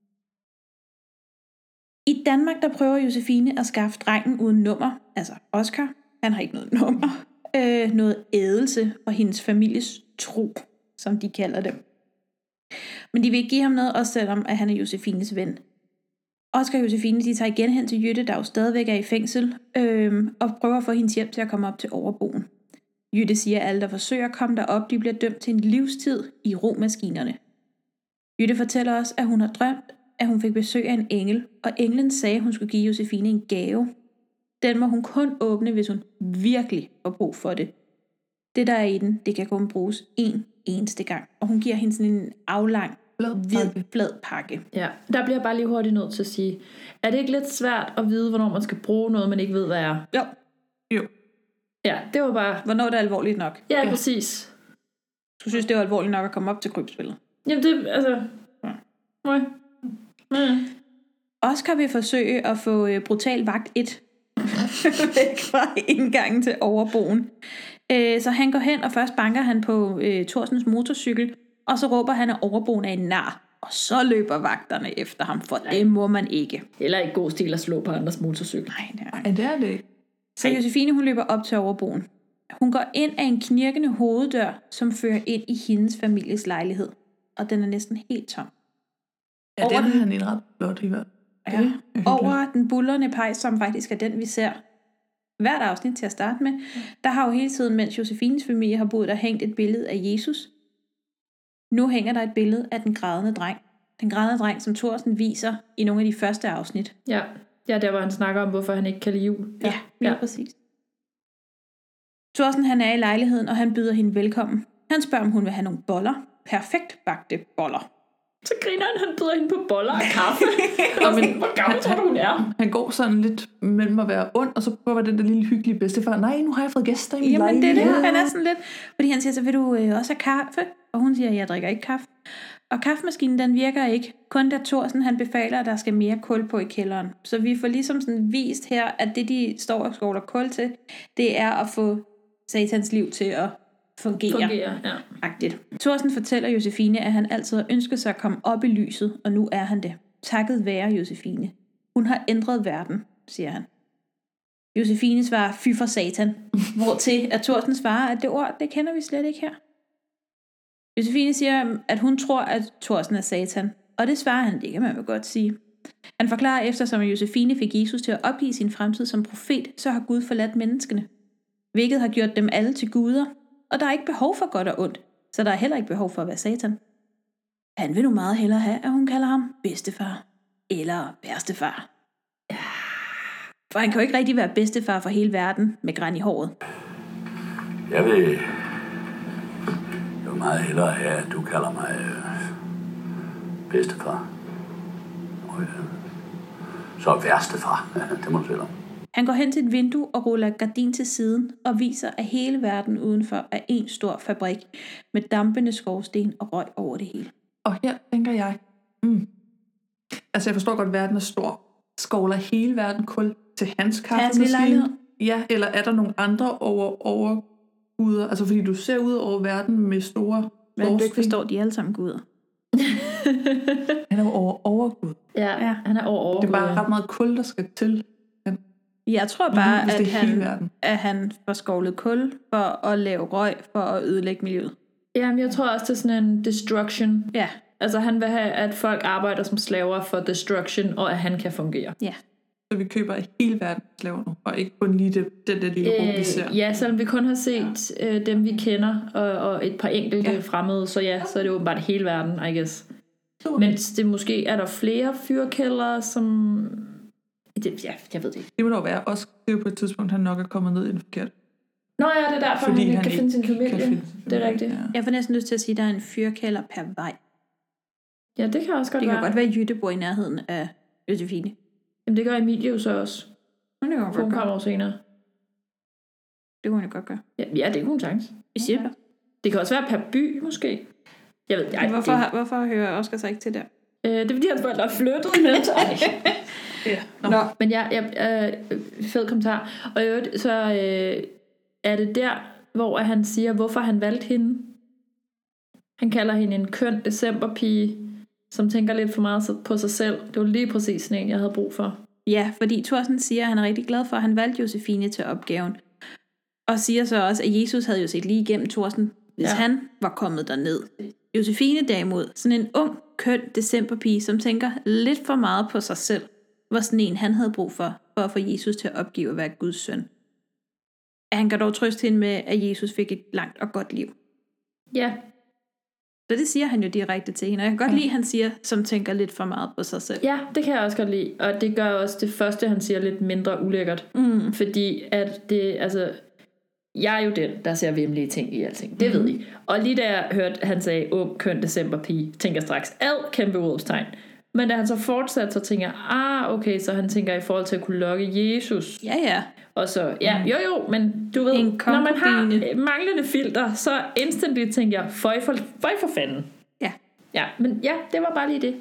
I Danmark, der prøver Josefine at skaffe drengen uden nummer, altså Oscar. Han har ikke noget nummer. Øh, noget ædelse fra hendes families tro, som de kalder det. Men de vil ikke give ham noget, også selvom at han er Josefines ven. Oscar og Josefine, de tager igen hen til Jytte, der jo stadigvæk er i fængsel, øh, og prøver at få hendes hjem til at komme op til overboen. Jytte siger, at alle, der forsøger at komme derop, de bliver dømt til en livstid i romaskinerne. Jytte fortæller os, at hun har drømt, at hun fik besøg af en engel, og englen sagde, at hun skulle give Josefine en gave. Den må hun kun åbne, hvis hun virkelig har brug for det. Det, der er i den, det kan kun bruges en eneste gang. Og hun giver hende sådan en aflang, hvid, flad pakke. Ja, der bliver jeg bare lige hurtigt nødt til at sige, er det ikke lidt svært at vide, hvornår man skal bruge noget, man ikke ved, hvad er? Jo. Jo. Ja, det var bare... Hvornår det er alvorligt nok. Ja, ja. Præcis. Du synes, det var alvorligt nok at komme op til krybspillet? Jamen det, altså... Nej. Mm. Oscar vil forsøge at få uh, brutal vagt et væk fra indgangen til overboen. Uh, så han går hen, og først banker han på uh, Thorsens motorcykel, og så råber han, at overboen er en nar. Og så løber vagterne efter ham, for det må man ikke. Heller ikke god stil at slå på andres motorcykel. Nej, det er Ej, det er det ikke. Så Josefine, hun løber op til overboen. Hun går ind af en knirkende hoveddør, som fører ind i hendes families lejlighed. Og den er næsten helt tom. Ja, det er han i ret blot i hvert fald. Ja. Over den bullerne pejs, som faktisk er den, vi ser hvert afsnit til at starte med, der har jo hele tiden, mens Josefines familie har boet der, hængt et billede af Jesus. Nu hænger der et billede af den grædende dreng. Den grædende dreng, som Thorsen viser i nogle af de første afsnit. Ja, ja, der hvor han snakker om, hvorfor han ikke kan lide jul. Ja, ja, ja. Præcis. Thorsen, han er i lejligheden, og han byder hende velkommen. Han spørger, om hun vil have nogle boller. Perfekt bagte boller. Så griner han, han byder hende på boller og kaffe. Og men, hvor gammel tror du, hun er? Han går sådan lidt mellem at være ond, og så prøver den der lille hyggelige bedstefar. Nej, nu har jeg fået gæster i min Jamen det er det, ja. Han er sådan lidt. Fordi han siger så, vil du øh, også have kaffe? Og hun siger, jeg drikker ikke kaffe. Og kaffemaskinen, den virker ikke. Kun da Thorsen, han befaler, at der skal mere kul på i kælderen. Så vi får ligesom sådan vist her, at det de står og skåler kul til, det er at få satans liv til at fungere. Fungerer, ja. Agtigt. Thorsen fortæller Josefine, at han altid har ønsket sig at komme op i lyset, og nu er han det. Takket være Josefine. Hun har ændret verden, siger han. Josefine svarer, fy for satan. Hvortil at Thorsen svarer, at det ord, det kender vi slet ikke her. Josefine siger, at hun tror, at Thorsen er satan. Og det svarer han, det kan man jo godt sige. Han forklarer, eftersom Josefine fik Jesus til at opgive sin fremtid som profet, så har Gud forladt menneskene. Hvilket har gjort dem alle til guder. Og der er ikke behov for godt og ondt, så der er heller ikke behov for at være satan. Han vil nu meget hellere have, at hun kalder ham bedstefar eller værstefar. Ja. For han kan jo ikke rigtig være bedstefar for hele verden med græn i håret. Jeg vil jo meget hellere have, at du kalder mig bedstefar. Og ja, så værstefar. Det må du selv om. Han går hen til et vindue og ruller et gardin til siden og viser, at hele verden udenfor er en stor fabrik med dampende skorsten og røg over det hele. Og her tænker jeg, mm, altså jeg forstår godt, at verden er stor. Skovler hele verden kul til hans kaffemaskine? Ja, eller er der nogle andre over, over guder? Altså fordi du ser ud over verden med store... Men du ikke forstår, de er alle sammen guder. Han er jo over overgud. Ja, ja, han er over overgud. Det er bare ret meget kul, der skal til. Jeg tror bare, mm, at han, at han får skovlet kul for at lave røg, for at ødelægge miljøet. Jamen, jeg tror også, det er sådan en destruction. Ja. Altså, han vil have, at folk arbejder som slaver for destruction, og at han kan fungere. Ja. Så vi køber hele verden slaver nu, og ikke kun lige det, den der lille rum, øh, vi ser. Ja, selvom vi kun har set ja. øh, dem, vi kender, og, og et par enkelte ja. fremmede, så ja, så er det åbenbart hele verden, I guess. Mens det måske er der flere fyrkældere, som... Det, ja, jeg ved det ikke. Det må dog være også det på et tidspunkt, han nok er kommet ned i den forkerte. Nå ja, det er derfor, Fordi han ikke kan finde sin familie. Finde sin familie. Det er rigtigt. Ja. Jeg får næsten lyst til at sige, at der er en fyrkælder per vej. Ja, det kan også godt det være. Det kan godt være, at Jytte bor i nærheden af Josefine. Jamen, det gør Emilie jo så også. Men det kan hun godt gøre. År senere. Det kunne hun godt gøre. Ja, ja, det kunne hun sagtens. I siger det. Det kan også være per by, måske. Jeg ved, ej, hvorfor, det... hvorfor hører Oscar så ikke til der? Øh, det er fordi, hans forældre er flyttet med sig. Ja. Nå. Nå, men ja, ja øh, fed kommentar. Og i øvrigt, så øh, er det der, hvor han siger, hvorfor han valgte hende. Han kalder hende en køn decemberpige, som tænker lidt for meget på sig selv. Det var lige præcis sådan en, jeg havde brug for. Ja, fordi Thorsten siger, at han er rigtig glad for, at han valgte Josefine til opgaven. Og siger så også, at Jesus havde jo set lige igennem Thorsten, hvis ja. han var kommet derned. Josefine derimod, sådan en ung, køn decemberpige, som tænker lidt for meget på sig selv, var sådan en, han havde brug for, for at få Jesus til at opgive at være Guds søn. Han kan dog trøste hende med, at Jesus fik et langt og godt liv. Ja. Så det siger han jo direkte til hende, og jeg kan godt ja. lide, at han siger, som tænker lidt for meget på sig selv. Ja, det kan jeg også godt lide, og det gør også det første, han siger, lidt mindre ulækkert. Mm. Fordi at det, altså... Jeg er jo den, der ser vemmelige ting i alting. Det mm-hmm. ved I. Og lige da jeg hørte, han sagde, ung, køn, decemberpige, tænker jeg straks, ad, kæmpe udråbstegn. Men da han så fortsatte, så tænker jeg, ah, okay, så han tænker i forhold til at kunne lokke Jesus. Ja, ja. Og så, ja, jo jo, men du ved, når man har manglende filter, så instantly tænker jeg, føj for, føj for fanden. Ja. Ja, men ja, det var bare lige det.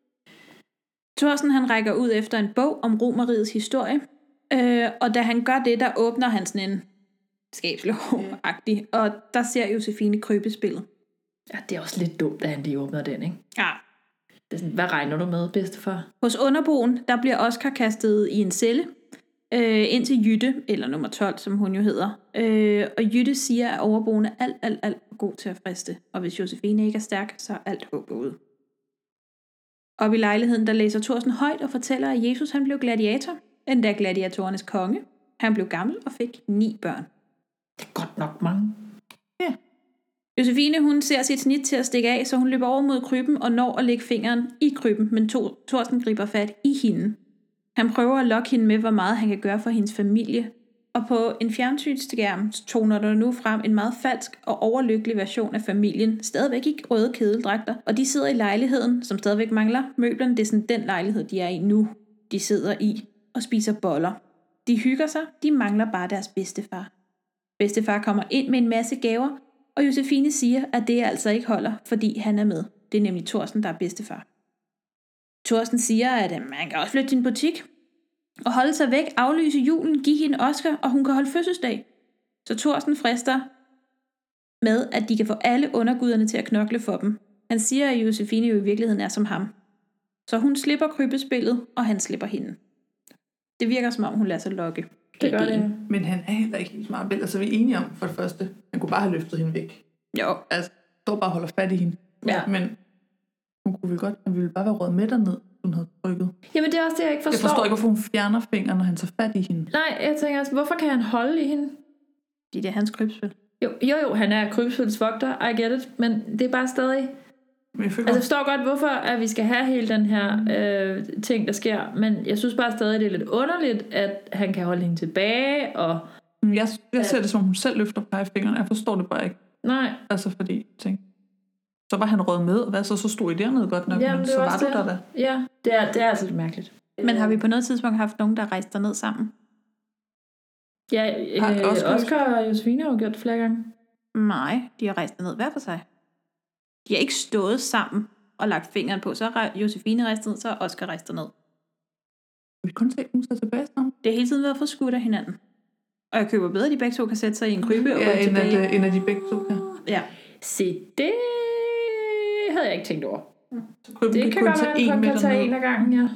Thorsten, han rækker ud efter en bog om Romerrigets historie. Øh, og da han gør det, der åbner han sådan en skabslov-agtig, og der ser Josefine krybespillet. Ja, det er også lidt dumt, at han lige åbner den, ikke? Ja. Det er sådan, hvad regner du med, bedstefar? Hos underboen, der bliver Oscar kastet i en celle, øh, ind til Jytte, eller nummer tolv, som hun jo hedder. Øh, og Jytte siger, at overboen er alt, alt, alt god til at friste, og hvis Josefine ikke er stærk, så er alt håb ude. Oppe i lejligheden, der læser Thorsten højt og fortæller, at Jesus han blev gladiator, endda gladiatorernes konge. Han blev gammel og fik ni børn. Det er godt nok mange. Ja. Josefine, hun ser sit snit til at stikke af, så hun løber over mod krybben og når at lægge fingeren i krybben, men Thorsten griber fat i hende. Han prøver at lokke hende med, hvor meget han kan gøre for hendes familie, og på en fjernsynsskærm toner der nu frem en meget falsk og overlykkelig version af familien, stadigvæk i røde kedeldragter, og de sidder i lejligheden, som stadigvæk mangler møblerne. Det er sådan den lejlighed, de er i nu. De sidder i og spiser boller. De hygger sig, de mangler bare deres bedstefar. Bedstefar kommer ind med en masse gaver, og Josefine siger, at det altså ikke holder, fordi han er med. Det er nemlig Thorsten, der er bedstefar. Thorsten siger, at man kan også flytte sin butik, og holde sig væk, aflyse julen, give hende Oscar, og hun kan holde fødselsdag. Så Thorsten frister med, at de kan få alle underguderne til at knokle for dem. Han siger, at Josefine jo i virkeligheden er som ham. Så hun slipper krybespillet, og han slipper hende. Det virker som om, hun lader sig lokke. Det gør det. Men han er heller ikke helt smart. Vel, altså vi er enige om, for det første, han kunne bare have løftet hende væk. Jo. Altså, står bare og holder fat i hende. Ja. Men hun kunne vel godt, han ville bare være røget med derned, hun havde trykket. Jamen det er også det, jeg ikke forstår. Jeg forstår ikke, hvorfor hun fjerner fingeren, når han tager fat i hende. Nej, jeg tænker også, hvorfor kan han holde i hende? Fordi det er hans krybspil. Jo, jo, jo, han er krybspilsvogter, I get it, men det er bare stadig... Jeg altså jeg forstår godt, hvorfor at vi skal have hele den her øh, ting, der sker, men jeg synes bare stadig, det er lidt underligt, at han kan holde hende tilbage, og... Jeg, jeg ser det som, hun selv løfter pegefingeren, jeg forstår det bare ikke. Nej. Altså fordi, tænk, så var han røget med, og hvad så, så stod I dernede godt nok, Jamen, men det så var var også du det. der da. Ja, det er, det er altså lidt mærkeligt. Men har vi på noget tidspunkt haft nogen, der rejste derned sammen? Ja, øh, Har Oscar- Oscar og Josefine har jo gjort det flere gange. Nej, de har rejst derned hver for sig. De har ikke stået sammen og lagt fingeren på. Så har Josefine rejst ned, så har Oscar rejst derned. Vi kunne se dem så tilbage sammen. Det har hele tiden været for skudt af hinanden. Og jeg køber bedre, at de begge to kan sætte sig i en krybe og Ja, gå end at, tilbage. øh, end at de begge to kan. Ja. Se, det havde jeg ikke tænkt over. Så kunne Det vi kan kun godt tage være, at en man med kan tage derned. en af gangen, ja.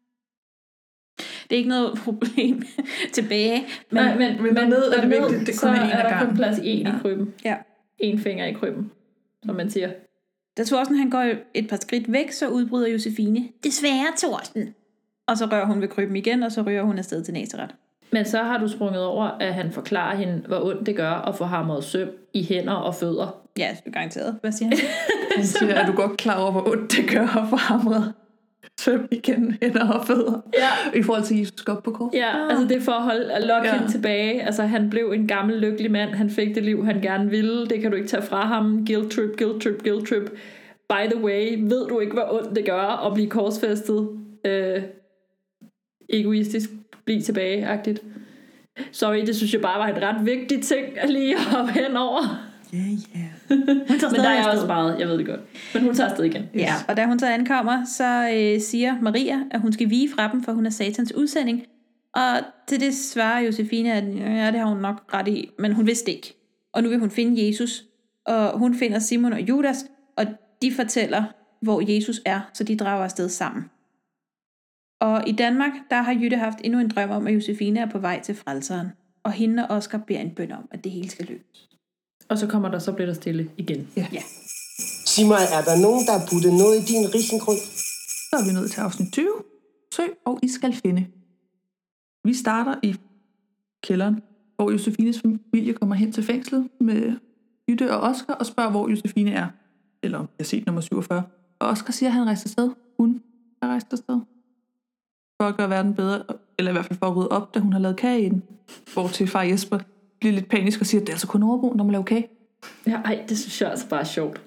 Det er ikke noget problem tilbage. Men, Nej, men, men dernede er det derned, vigtigt, det så kun er er, er der gangen. kun plads i en ja. i krybben. Ja. En finger i krybben, som man siger. Da Thorsten han går et par skridt væk, så udbryder Josefine, desværre Thorsten. Og så rører hun ved krybben igen, og så rører hun afsted til Nazaret. Men så har du sprunget over, at han forklarer hende, hvor ondt det gør at få hamret søm i hænder og fødder. Ja, det er garanteret. Hvad siger han? Han siger, er du godt klar over, hvor ondt det gør at få hamret svøm igen, hænder og fødder. Ja. I forhold til Jesus går op på kors. Ja, altså det for at holde, at lokke Ja. hende tilbage. Altså han blev en gammel lykkelig mand. Han fik det liv, han gerne ville. Det kan du ikke tage fra ham. Guilt trip, guilt trip, guilt trip. By the way, ved du ikke, hvor ondt det gør at blive korsfæstet? Øh, egoistisk, blive tilbage-agtigt. Sorry, det synes jeg bare var en ret vigtig ting at lige hoppe hen over. Ja, ja. Men der er også meget, jeg ved det godt. Men hun tager afsted igen. Ja, og da hun så ankommer, så øh, siger Maria, at hun skal vige fra dem, for hun er satans udsending. Og til det svarer Josefine, at ja, det har hun nok ret i, men hun vidste ikke. Og nu vil hun finde Jesus, og hun finder Simon og Judas, og de fortæller, hvor Jesus er, så de drager afsted sammen. Og i Danmark, der har Jytte haft endnu en drøm om, at Josefine er på vej til frelseren. Og hende og Oscar beder en bøn om, at det hele skal lykkes. Og så kommer der, så bliver der stille igen. Ja. Ja. Sig mig, er der nogen, der har puttet noget i din risengrød? Så er vi nået til afsnit tyve. Søg, og I skal finde. Vi starter i kælderen, hvor Josefines familie kommer hen til fængslet med Jytte og Oscar og spørger, hvor Josefine er. Eller jeg har set nummer syvogfyrre. Og Oscar siger, at han rejser afsted. Hun har rejst afsted. For at gøre verden bedre, eller i hvert fald for at rydde op, da hun har lavet kage i den. Hvor til far Jesper bliver lidt panisk og siger, at det er altså kun overboen, der må lave kage. Ja, ej, det synes jeg altså bare er sjovt.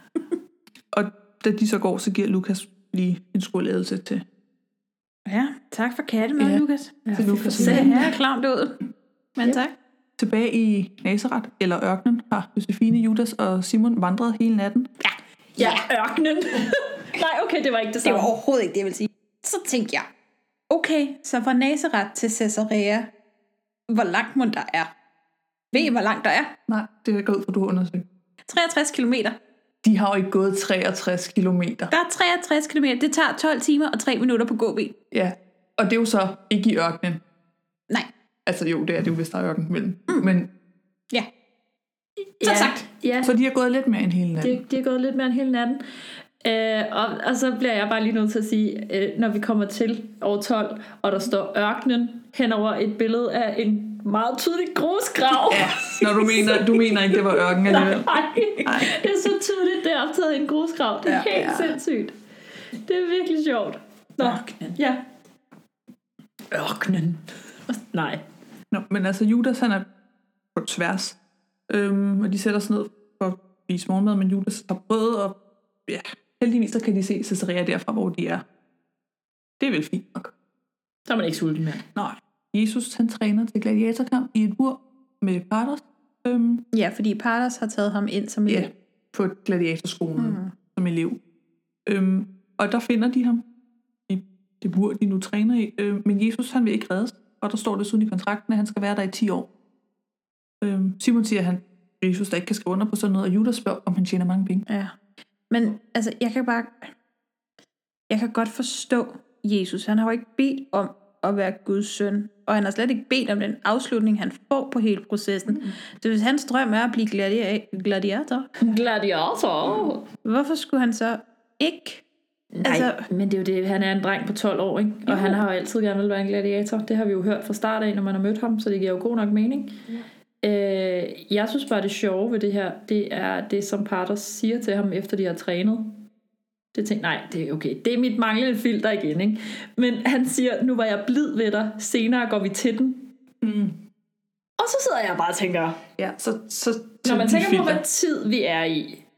Og da de så går, så giver Lukas lige en skoleledelse til. Ja, tak for kattemad, Ja, Lukas. Ja, til Lukas. Så her klamt ud. Men tak. Tilbage i Nazaret, eller ørkenen, har Josefine, Judas og Simon vandret hele natten. Ja. Ja, ørkenen. Nej, okay, det var ikke det Det samme. var overhovedet ikke det, jeg ville sige. Så tænkte jeg, okay, så fra Nazaret til Caesarea, hvor langt må der er? Ved I, hvor langt der er? Nej, det er gået, for du har undersøgt. treogtres kilometer. De har jo ikke gået treogtres kilometer. Der er treogtres kilometer. Det tager tolv timer og tre minutter på gåben. Ja, og det er jo så ikke i ørkenen. Nej. Altså jo, det er det jo, hvis der er ørken mellem. Mm. Men Ja. Så Ja, sagt. ja. så de har gået lidt mere end hele natten. De, de er gået lidt mere end hele natten. Øh, og, og så bliver jeg bare lige nødt til at sige, øh, når vi kommer til år tolv, og der står ørkenen hen over et billede af en meget tydelig grusgrav. Ja, når du mener, du mener ikke, det var ørken alligevel. Nej, det er så tydeligt, det er optaget i en grusgrav. Det er Ja, helt ja. sindssygt. Det er virkelig sjovt. Nå, Ørkenen. ja. Ørkenen. Nej. Nå, men altså Judas, han er på tværs. Øhm, og de sætter sig ned for at spise morgenmad, men Judas har brød, og ja, heldigvis så kan de se Caesarea derfra, hvor de er. Det er vel fint nok. Så er man ikke sulten mere. Nej. Jesus, han træner til gladiatorkamp i et bur med Pardos. Øhm, Ja, fordi Pardos har taget ham ind som ja, elev. på gladiatorskolen Mm. som elev. Øhm, og der finder de ham i det bur, de nu træner i. Øhm, men Jesus, han vil ikke reddes, og der står desuden i kontrakten, at han skal være der i ti år. Øhm, Simon siger, at han, Jesus der ikke kan skrive under på sådan noget, og Judas spørger, om han tjener mange penge. Ja. Men altså, jeg kan bare... Jeg kan godt forstå Jesus. Han har jo ikke bedt om at være Guds søn. Og han har slet ikke bedt om den afslutning, han får på hele processen. Mm. Så hvis hans drøm er at blive gladia- gladiator, Gladiator. hvorfor skulle han så ikke? Nej, altså, men det er jo det, han er en dreng på tolv år, ikke? Og Jo. han har jo altid gerne vil være en gladiator. Det har vi jo hørt fra start af, når man har mødt ham, så det giver jo god nok mening. Ja. Øh, jeg synes bare, det sjove ved det her, det er det, som Pardos siger til ham, efter de har trænet. Det tænkte nej, det er okay. Det er mit manglende filter igen, ikke? Men han siger, nu var jeg blid ved dig, senere går vi til den. Mm. Og så sidder jeg bare og tænker, Ja, så, så når man de tænker på, filter. hvad tid vi er i,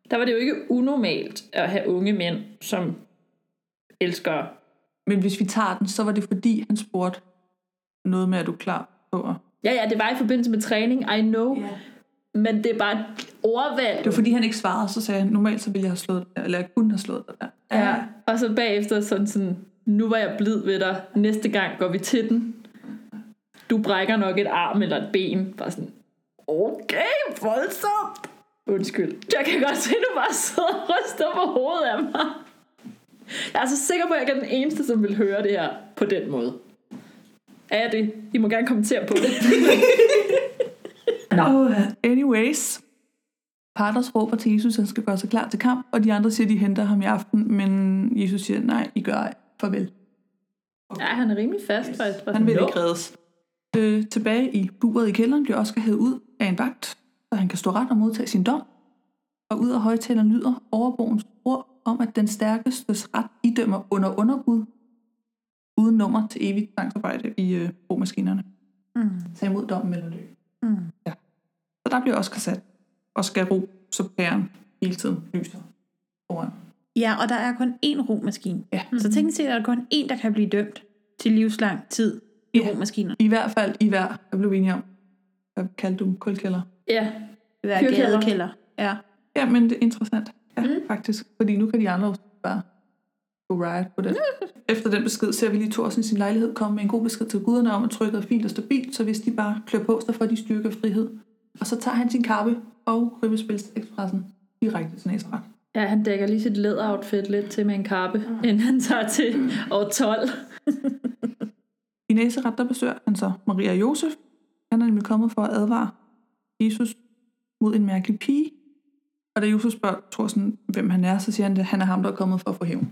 Der var det jo ikke unormalt at have unge mænd, som elsker. Men hvis vi tager den, så var det fordi, han spurgte noget med, at du er klar på at... Ja, ja, det var i forbindelse med træning, I know. Yeah. Men det er bare et ordvalg. Det var fordi, han ikke svarede, så sagde han, normalt så ville jeg have slået dig, eller jeg kunne have slået dig der. Ja, og så bagefter sådan sådan, nu var jeg blid ved dig, næste gang går vi til den. Du brækker nok et arm eller et ben. Bare sådan, okay, voldsomt. Undskyld. Jeg kan godt se, at du bare sidder og ryster på hovedet af mig. Jeg er så sikker på, at jeg er den eneste, som vil høre det her på den måde. Er jeg det? I må gerne kommentere på det. No. Anyways. Parters råber til Jesus, at han skal gøre sig klar til kamp, og de andre siger, at de henter ham i aften, men Jesus siger, nej, I gør ej. Farvel. Okay. Ja, han er rimelig fast. Yes. Faktisk. Han vil ikke reddes. Øh, tilbage i buret i kælderen bliver Oscar hævet ud af en vagt, så han kan stå ret og modtage sin dom. Og ud af højtaleren lyder overboens ord om, at den stærkestes ret idømmer under underbud, uden nummer til evigt tvangsarbejde i øh, bomaskinerne. Mm. Tag imod dommen eller løb. Mm. Ja. Så der bliver Oscar sat. Oscar ro, så pæren hele tiden lyser foran. Ja, og der er kun én romaskine. Ja. Mm. Så teknisk set er der kun én, der kan blive dømt til livslang tid i ja. romaskiner. I hvert fald i hver, jeg blev enige om. Hvad kaldte du kulkælder? Ja. Hver gadekælder. Ja. Ja, men det er interessant. Ja, mm. faktisk. Fordi nu kan de andre også bare gå riot på det. Mm. Efter den besked ser vi lige Thorsen i sin lejlighed komme med en god besked til guderne om, at trykket er fint og stabilt, så hvis de bare klør på, så får de styrke og frihed. Og så tager han sin kappe og Krybespilsekspressen direkte til Nazaret. Ja, han dækker lige sit læderoutfit lidt til med en kappe, mm. inden han tager til mm. år tolv. I Nazaret, der besøger han så Maria og Josef. Han er nemlig kommet for at advare Jesus mod en mærkelig pige. Og da Josef spørger Thorsen, hvem han er, så siger han, at han er ham, der er kommet for at få hævn.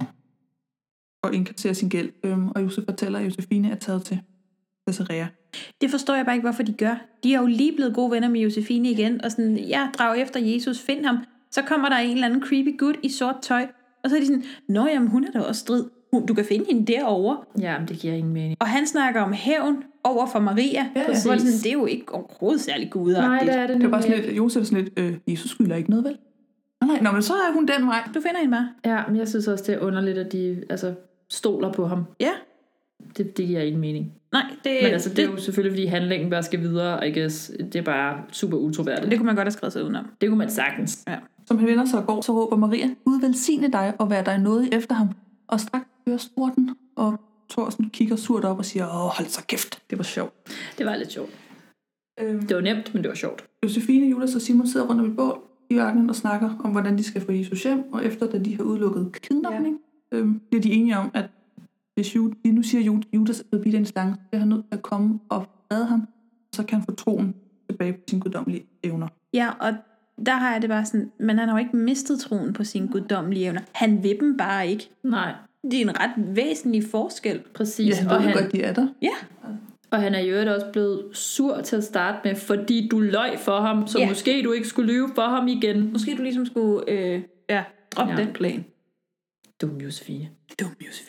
Og indkasserer sin gæld. Øhm, og Josef fortæller, at Josefine er taget til Caesarea. Det forstår jeg bare ikke, hvorfor de gør. De er jo lige blevet gode venner med Josefine igen, og sådan, ja, drag efter Jesus, find ham. Så kommer der en eller anden creepy gut i sort tøj, og så er de sådan, nå jamen, hun er da også strid. Du kan finde hende derovre. Ja, men det giver ingen mening. Og han snakker om hævn over for Maria. Ja, ja. Sådan, det er jo ikke overhovedet særlig gudagtigt. Nej, det er det. Det er bare sådan lidt, Josef er sådan lidt, øh, Jesus skylder ikke noget, vel? Nej, nå, men så er hun den vej. Du finder hende bare. Ja, men jeg synes også, det er underligt, at de altså, stoler på ham. Ja. Det, det giver ingen mening. Nej, det, men altså, det, det er jo det, selvfølgelig, fordi handlingen bare skal videre, I guess. Det er bare super utroværdigt. Det kunne man godt have skrevet sig udenom. Det kunne man sagtens. Ja. Som han vender sig og går, så råber Maria, Gud velsigne dig og vær dig noget efter ham. Og straks hører storten, og Thorsen kigger surt op og siger, åh, hold så kæft. Det var sjovt. Det var lidt sjovt. Øhm, det var nemt, men det var sjovt. Josefine, Judas og Simon sidder rundt om et bål i ørkenen og snakker om, hvordan de skal få Jesus hjem, og efter da de har udelukket kidnapning, ja. øhm, bliver de enige om, at hvis Judas, nu siger Judas er blevet bidt af en slange, så er han nødt til at komme og redde ham, så kan han få troen tilbage på sine guddommelige evner. Ja, og der har jeg det bare sådan, men han har jo ikke mistet troen på sine guddommelige evner. Han vil dem bare ikke. Nej. Det er en ret væsentlig forskel. Præcis. Ja, og han ved godt, de er der. Ja. Og han er jo også blevet sur til at starte med, fordi du løj for ham, så ja. Måske du ikke skulle lyve for ham igen. Måske du ligesom skulle øh, ja, droppe ja. den plan. Dum Josefine. Dum Josefine.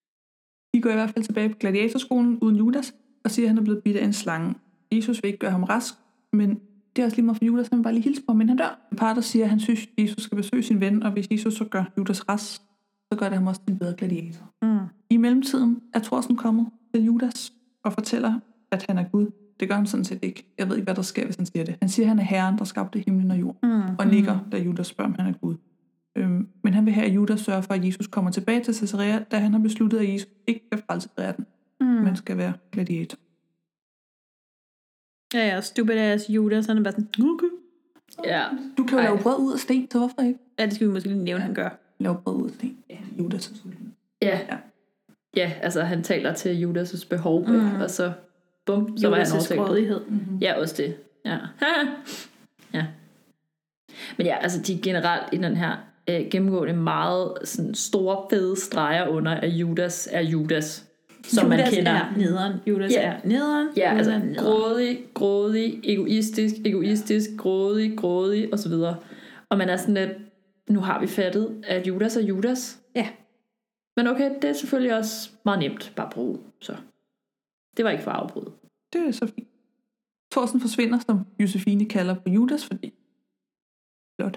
De går i hvert fald tilbage på gladiatorskolen uden Judas, og siger, at han er blevet bidt af en slange. Jesus vil ikke gøre ham rask, men det er også lige meget for Judas, han vil bare lige hilse på ham, men han dør. Parter siger, at han synes, at Jesus skal besøge sin ven, og hvis Jesus så gør Judas rask, så gør det ham også en bedre gladiator. Mm. I mellemtiden er Thorsen kommet til Judas og fortæller, at han er Gud. Det gør han sådan set ikke. Jeg ved ikke, hvad der sker, hvis han siger det. Han siger, at han er Herren, der skabte himlen og jorden, mm. og nikker, da Judas spørger, om han er Gud. Øhm, men han vil have, at Judas sørger for, at Jesus kommer tilbage til Caesarea, da han har besluttet, at Jesus ikke skal frelse verden, mm. men skal være gladiator. Ja, ja, stupid ass Judas, han er bare sådan, okay. Ja. Du kan jo lave brød ud af sten, så hvorfor ikke? Ja, det skal vi måske lige nævne, han gør. Lave brød ud af sten. Ja, Judas er sådan. Ja. ja. Ja, altså han taler til Judas' behov, mm. og så bum, så var han overtænkt. Grådighed. Mm-hmm. Ja, også det. Ja. ja. Men ja, altså de er generelt i den her øh, gennemgående meget sådan store, fede streger under, at Judas er Judas. Som Judas man kender. er nederen. Judas ja. er nederen. Ja, altså nederen. grådig, grådig, egoistisk, egoistisk, grådig, grådig, og så videre. Og man er sådan lidt, nu har vi fattet, at Judas er Judas. Ja. Men okay, det er selvfølgelig også meget nemt bare at bruge. Så det var ikke for afbrud. Det er så fint. Thorsen forsvinder, som Josefine kalder på Judas, fordi flot.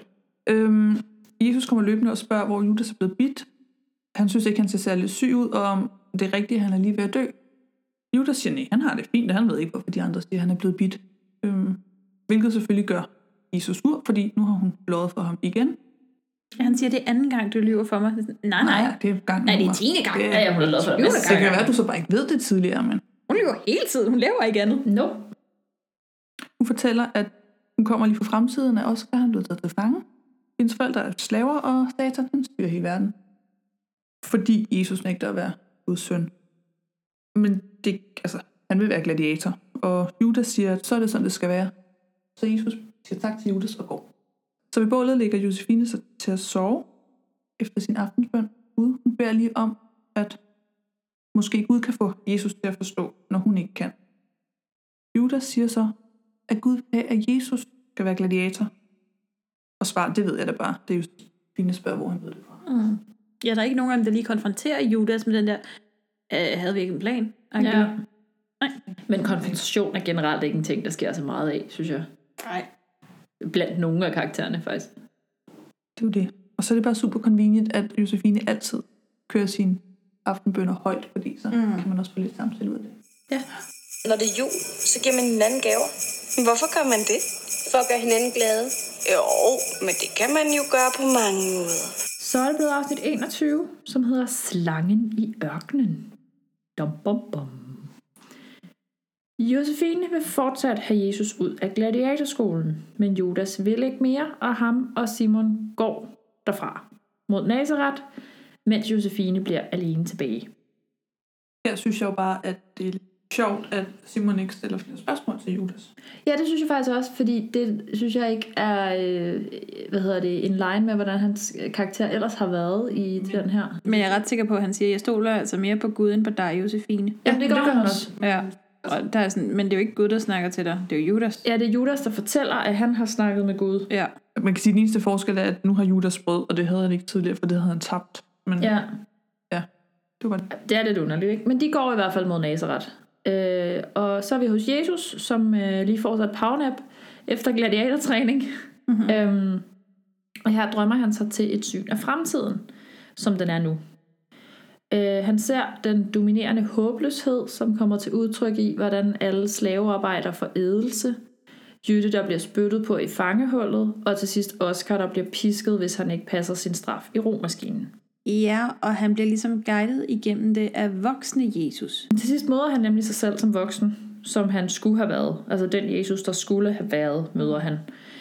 Øhm, Jesus kommer løbende og spørger, hvor Judas er blevet bidt. Han synes ikke, han ser særlig syg ud, og om det er rigtigt, at han er lige ved at dø. Judas siger, nej, han har det fint, og han ved ikke, hvorfor de andre siger, at han er blevet bidt. Øhm, hvilket selvfølgelig gør Jesus sur, fordi nu har hun løjet for ham igen. Han siger, det er anden gang, du lyver for mig. Nej, nej. Nej, det er gang Nej, det er tiende gang. Det er, Ja, ja, hun har løjet for ham. det kan være, at du så bare ikke ved det tidligere, men Hun lyver hele tiden. Hun laver ikke andet. No. hun fortæller, at hun kommer lige fra fremtiden, at Oscar han er blevet taget til fange. Hendes forældre er slaver, og Satan han styrer hele verden. Fordi Jesus nægter at være Guds søn. Men det, altså, han vil være gladiator. Og Judas siger, at så er det sådan, det skal være. Så Jesus siger tak til Judas og går. Så ved bålet ligger Josefine sig til at sove efter sin aftensbøn. Gud, hun beder lige om, at måske Gud kan få Jesus til at forstå, når hun ikke kan. Judas siger så, at Gud vil have, at Jesus skal være gladiator. Og svar, det ved jeg da bare. Det er jo Josefine spørger, hvor han ved det fra. Mm. Ja, der er ikke nogen af dem, der lige konfronterer Judas med den der, øh, havde vi ikke en plan? Okay. Ja. Nej. Men konfrontation er generelt ikke en ting, der sker så meget af, synes jeg. Nej. Blandt nogle af karaktererne, faktisk. Det er jo det. Og så er det bare super convenient, at Josefine altid kører sine aftenbønner højt, fordi så mm. kan man også få lidt samtale ud af det. Ja. Når det er jul, så giver man hinanden gaver. Men hvorfor gør man det? For at gøre hinanden glade. Jo, men det kan man jo gøre på mange måder. Så er det blevet afsnit enogtyve, som hedder Slangen i ørkenen. Dum, bum, bum. Josefine vil fortsat have Jesus ud af gladiatorskolen, men Judas vil ikke mere, og ham og Simon går derfra mod Nazaret, mens Josefine bliver alene tilbage. Her synes jeg jo bare, at det er sjovt, at Simon ikke stiller flere spørgsmål til Judas. Ja, det synes jeg faktisk også, fordi det synes jeg ikke er øh, hvad hedder det, in line med, hvordan hans karakter ellers har været i men, den her. Men jeg er ret sikker på, at han siger, at jeg stoler altså mere på Gud end på dig, Josefine. Ja, det gør, det gør han også. Ja. Og der er sådan, men det er jo ikke Gud, der snakker til dig. Det er jo Judas. Ja, det er Judas, der fortæller, at han har snakket med Gud. Ja. Man kan sige, at den eneste forskel er, at nu har Judas brød, og det havde han ikke tidligere, for det havde han tabt. Men ja. Ja, det var godt. Det er lidt underligt, ikke? Men de går i hvert fald mod Nazaret. Øh, og så er vi hos Jesus, som øh, lige får sig et powernap efter gladiatortræning. Mm-hmm. øhm, og her drømmer han sig til et syn af fremtiden, som den er nu. Øh, han ser den dominerende håbløshed, som kommer til udtryk i, hvordan alle slavearbejder får ædelse, Jytte, der bliver spyttet på i fangehullet, og til sidst Oscar, der bliver pisket, hvis han ikke passer sin straf i romaskinen. Ja, og han bliver ligesom guidet igennem det af voksne Jesus. Til sidst møder han nemlig sig selv som voksen, som han skulle have været. Altså den Jesus, der skulle have været, møder han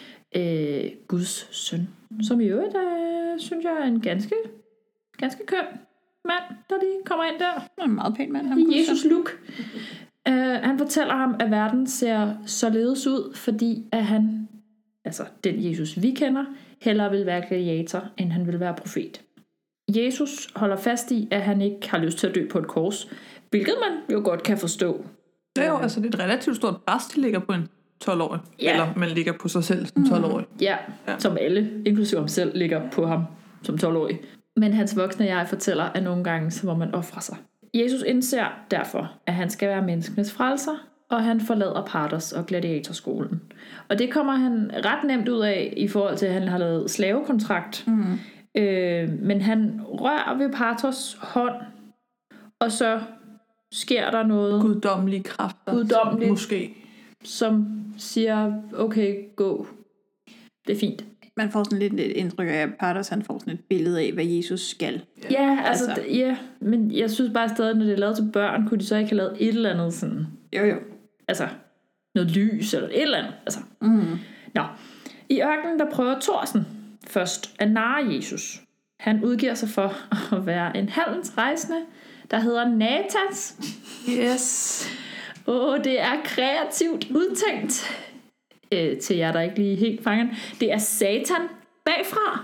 øh, Guds søn. Som i øvrigt, øh, synes jeg, er en ganske, ganske køn mand, der lige kommer ind der. Det er en meget pæn mand. Han I Jesus look. Uh, han fortæller ham, at verden ser således ud, fordi at han, altså den Jesus vi kender, hellere vil være gladiator, end han vil være profet. Jesus holder fast i, at han ikke har lyst til at dø på et kors, hvilket man jo godt kan forstå. Det er jo altså det er et relativt stort pres, de ligger på en tolv-årig. Ja. Eller man ligger på sig selv som tolv-årig. Mm. Ja, ja, som alle, inklusive ham selv, ligger på ham som tolv-årig. Men hans voksne jeg fortæller, at nogle gange så må man ofre sig. Jesus indser derfor, at han skal være menneskenes frelser, og han forlader Partos og gladiatorskolen. Og det kommer han ret nemt ud af, i forhold til, at han har lavet slavekontrakt. Mm. Øh, men han rører ved Partos hånd, og så sker der noget guddommelige kræfter, guddommeligt, måske, som siger, okay, gå. Det er fint. Man får sådan lidt et indtryk af, at Partos han får sådan et billede af, hvad Jesus skal. Ja, altså, altså. ja, men jeg synes bare stadig, når det er lavet til børn, kunne de så ikke have lavet et eller andet sådan. Jo, jo. Altså, noget lys eller et eller andet. Altså. Mm. Nå, i ørkenen, der prøver Thorsen først at narre Jesus. Han udgiver sig for at være en handelsrejsende, der hedder Natas. Yes. Åh, det er kreativt udtænkt. Øh, til jer, der ikke lige helt fanger. Det er Satan bagfra.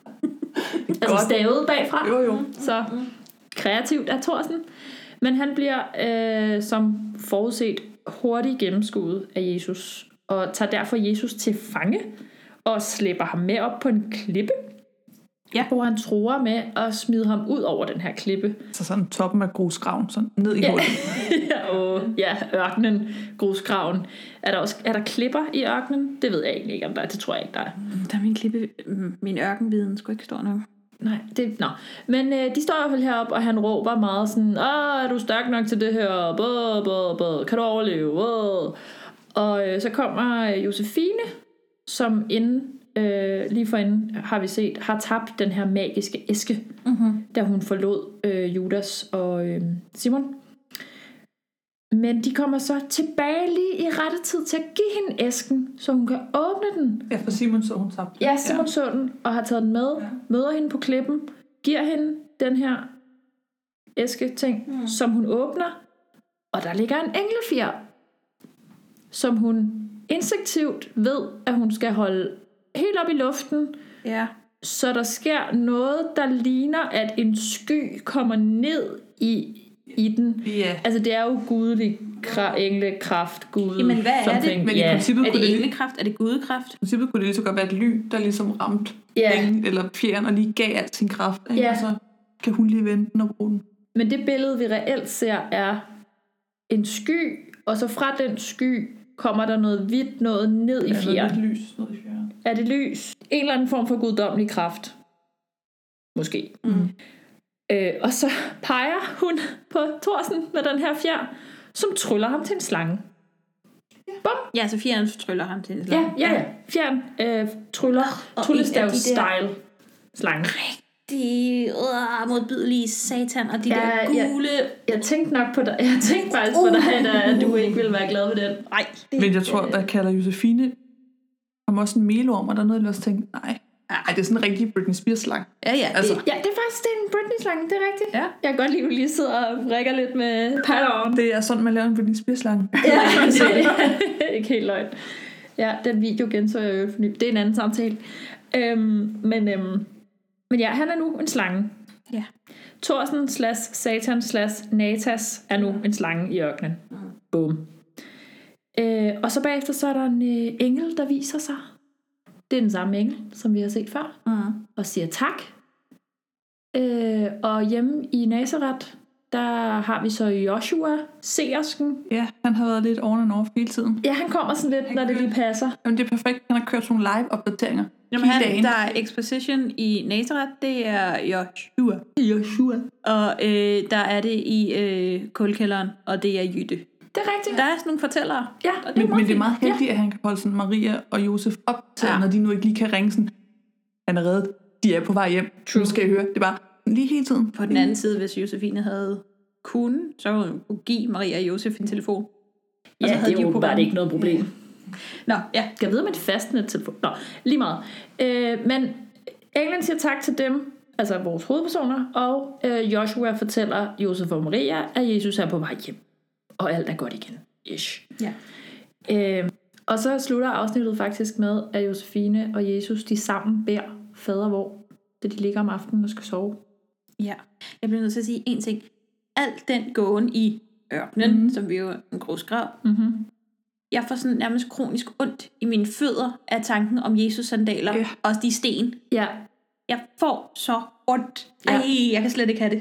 Altså stavet bagfra. Jo, jo. Så kreativt er Thorsen. Men han bliver øh, som forudset hurtigt gennemskuet af Jesus, og tager derfor Jesus til fange, og slæber ham med op på en klippe. ja. Hvor han truer med at smide ham ud over den her klippe. Så sådan toppen af grusgraven, sådan ned i ja. hullet. ja, og, ja, ørkenen, grusgraven. Er der, også, er der klipper i ørkenen? Det ved jeg egentlig ikke, om der er. Det tror jeg ikke, der er. Der er min klippe, min ørkenviden skulle ikke stå nok. Nej, det, nå. Men øh, de står i hvert fald heroppe, og han råber meget sådan, åh, er du stærk nok til det her? Bå, bå, bå. Kan du overleve? Bå. Og øh, så kommer Josefine, som inden, øh, lige forinden har vi set, har tabt den her magiske æske, mm-hmm. da hun forlod øh, Judas og øh, Simon. Men de kommer så tilbage lige i rette tid til at give hende æsken, så hun kan åbne den. Ja, for Simon så hun tabt. Ja, Simon ja. så den, og har taget den med, ja. møder hende på klippen, giver hende den her æske-ting, mm. som hun åbner, og der ligger en englefjer, som hun instinktivt ved, at hun skal holde helt op i luften, ja. så der sker noget, der ligner, at en sky kommer ned i i den. Yeah. Altså det er jo gudelig kra- englekraft, gud. Jamen hvad er something. det? Men yeah. i princippet er det kunne englekraft? Er det gudekraft? I princippet kunne det lige så godt være et lyn, der ligesom ramte yeah. engen eller fjeren og lige gav al sin kraft. Yeah. Og så kan hun lige vente den og bruge den. Men det billede vi reelt ser er en sky, og så fra den sky kommer der noget hvidt, noget ned i fjeren. Er det lys? Noget i fjeren. Er det lys? En eller anden form for guddommelig kraft. Måske. Mm. Øh, og så peger hun på Thorsen med den her fjer, som tryller ham til en slange. Bum. Ja, så fjeren tryller ham til en slange. Ja, ja, ja. Fjeren øh, tryller, oh, tryllestav-style slange. De øh, modbydelige satan og de ja, der gule... Jeg, jeg tænkte nok på dig. Jeg tænkte faktisk uh, på dig, at du ikke ville være glad ved den. Nej. Men jeg tror, der kalder Josefine om også en melorm, og der er noget, jeg også tænkte, nej. Ej, det er sådan en rigtig Britney Spears-slang. Ja, ja. Altså. Det, ja, det er faktisk det er en Britney-slang, det er rigtigt. Ja. Jeg kan godt lide, at du lige sidder og vrikker lidt med pattern. Det er sådan, man laver en Britney Spears-slang. Ja, det er ikke helt løgn. Ja, den video genså jeg jo for ny. Det er en anden samtale. Øhm, men, øhm, men ja, han er nu en slange. Ja. Thorsen slash Satan slash Natas er nu en slange i ørkenen. Mm. Boom. Øh, og så bagefter så er der en øh, engel, der viser sig. Det er den samme engel, som vi har set før. Mm. Og siger tak. Øh, og hjemme i Nazareth, der har vi så Joshua, seersken. Ja, han har været lidt on and off hele tiden. Ja, han kommer sådan lidt, han når det lige passer. Jamen, det er perfekt. Han har kørt sådan nogle live-opdateringer. Jamen, han, der er exposition i Nazareth, det er Joshua. Joshua. Og øh, der er det i øh, kulkælderen, og det er Jytte. Det er rigtigt. Der er sådan nogle fortællere. Ja, og det men, men det er meget heldigt, ja. At han kan holde sådan Maria og Josef op til, ja. Når de nu ikke lige kan ringe sådan, han er reddet, de er på vej hjem. True. Nu skal jeg høre. Det er bare lige hele tiden. På den anden side, hvis Josefine havde kunnet, så kunne hun give Maria og Josef en telefon. Ja, så havde det er jo bare ikke noget problem. Ja. Nå, ja. Skal jeg vide med et fastnet-telefon? Nå, lige meget. Øh, men englen siger tak til dem, altså vores hovedpersoner, og øh, Joshua fortæller Josef og Maria, at Jesus er på vej hjem. Og alt er godt igen. Ish. Ja. Øh, og så slutter afsnittet faktisk med, at Josefine og Jesus, de sammen beder fader vor, da de ligger om aftenen og skal sove. Ja, jeg bliver nødt til at sige en ting. Alt den gåen i ørkenen, mm-hmm. som vi jo er en grusgrav, mm-hmm. jeg får sådan nærmest kronisk ondt i mine fødder af tanken om Jesus sandaler, yeah. og de sten. Ja. Jeg får så ondt. Ej, jeg kan slet ikke have det.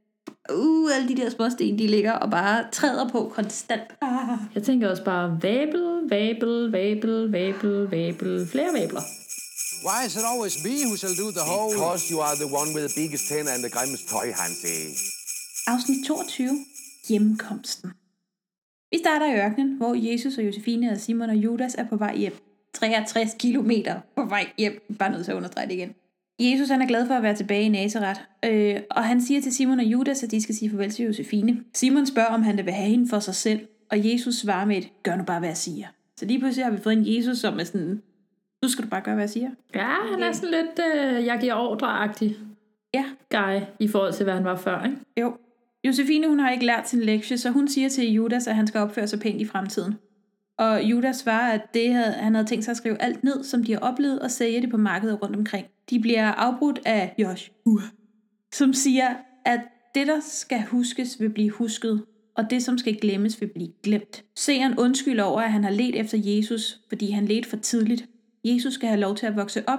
Uh, alle de der små sten, de ligger og bare træder på konstant. Ah. Jeg tænker også bare, vabel, vabel, vabel, vabel, vabel, flere vabler. Why is it always me who shall do the whole... Because you are the one with the biggest tenor and the grimmest toy, Hansi. Afsnit toogtyve. Hjemkomsten. Vi starter i ørkenen, hvor Jesus og Josefine og Simon og Judas er på vej hjem. treogtres kilometer på vej hjem. Bare nødt til at understrege det igen. Jesus han er glad for at være tilbage i Nazareth, øh, og han siger til Simon og Judas, at de skal sige farvel til Josefine. Simon spørger, om han vil have hende for sig selv, og Jesus svarer med et, gør nu bare, hvad jeg siger. Så lige pludselig har vi fået en Jesus, som er sådan, nu skal du bare gøre, hvad jeg siger. Ja, han er sådan lidt, øh, jeg giver ordre-agtig ja. guy, i forhold til, hvad han var før, ikke? Jo. Josefine, hun har ikke lært sin lektie, så hun siger til Judas, at han skal opføre sig pænt i fremtiden. Og Judas svarer, at det havde, han havde tænkt sig at skrive alt ned, som de har oplevet, og sælge det på markedet rundt omkring. De bliver afbrudt af Joshua, som siger, at det, der skal huskes, vil blive husket, og det, som skal glemmes, vil blive glemt. Seeren undskylder over, at han har ledt efter Jesus, fordi han ledte for tidligt. Jesus skal have lov til at vokse op,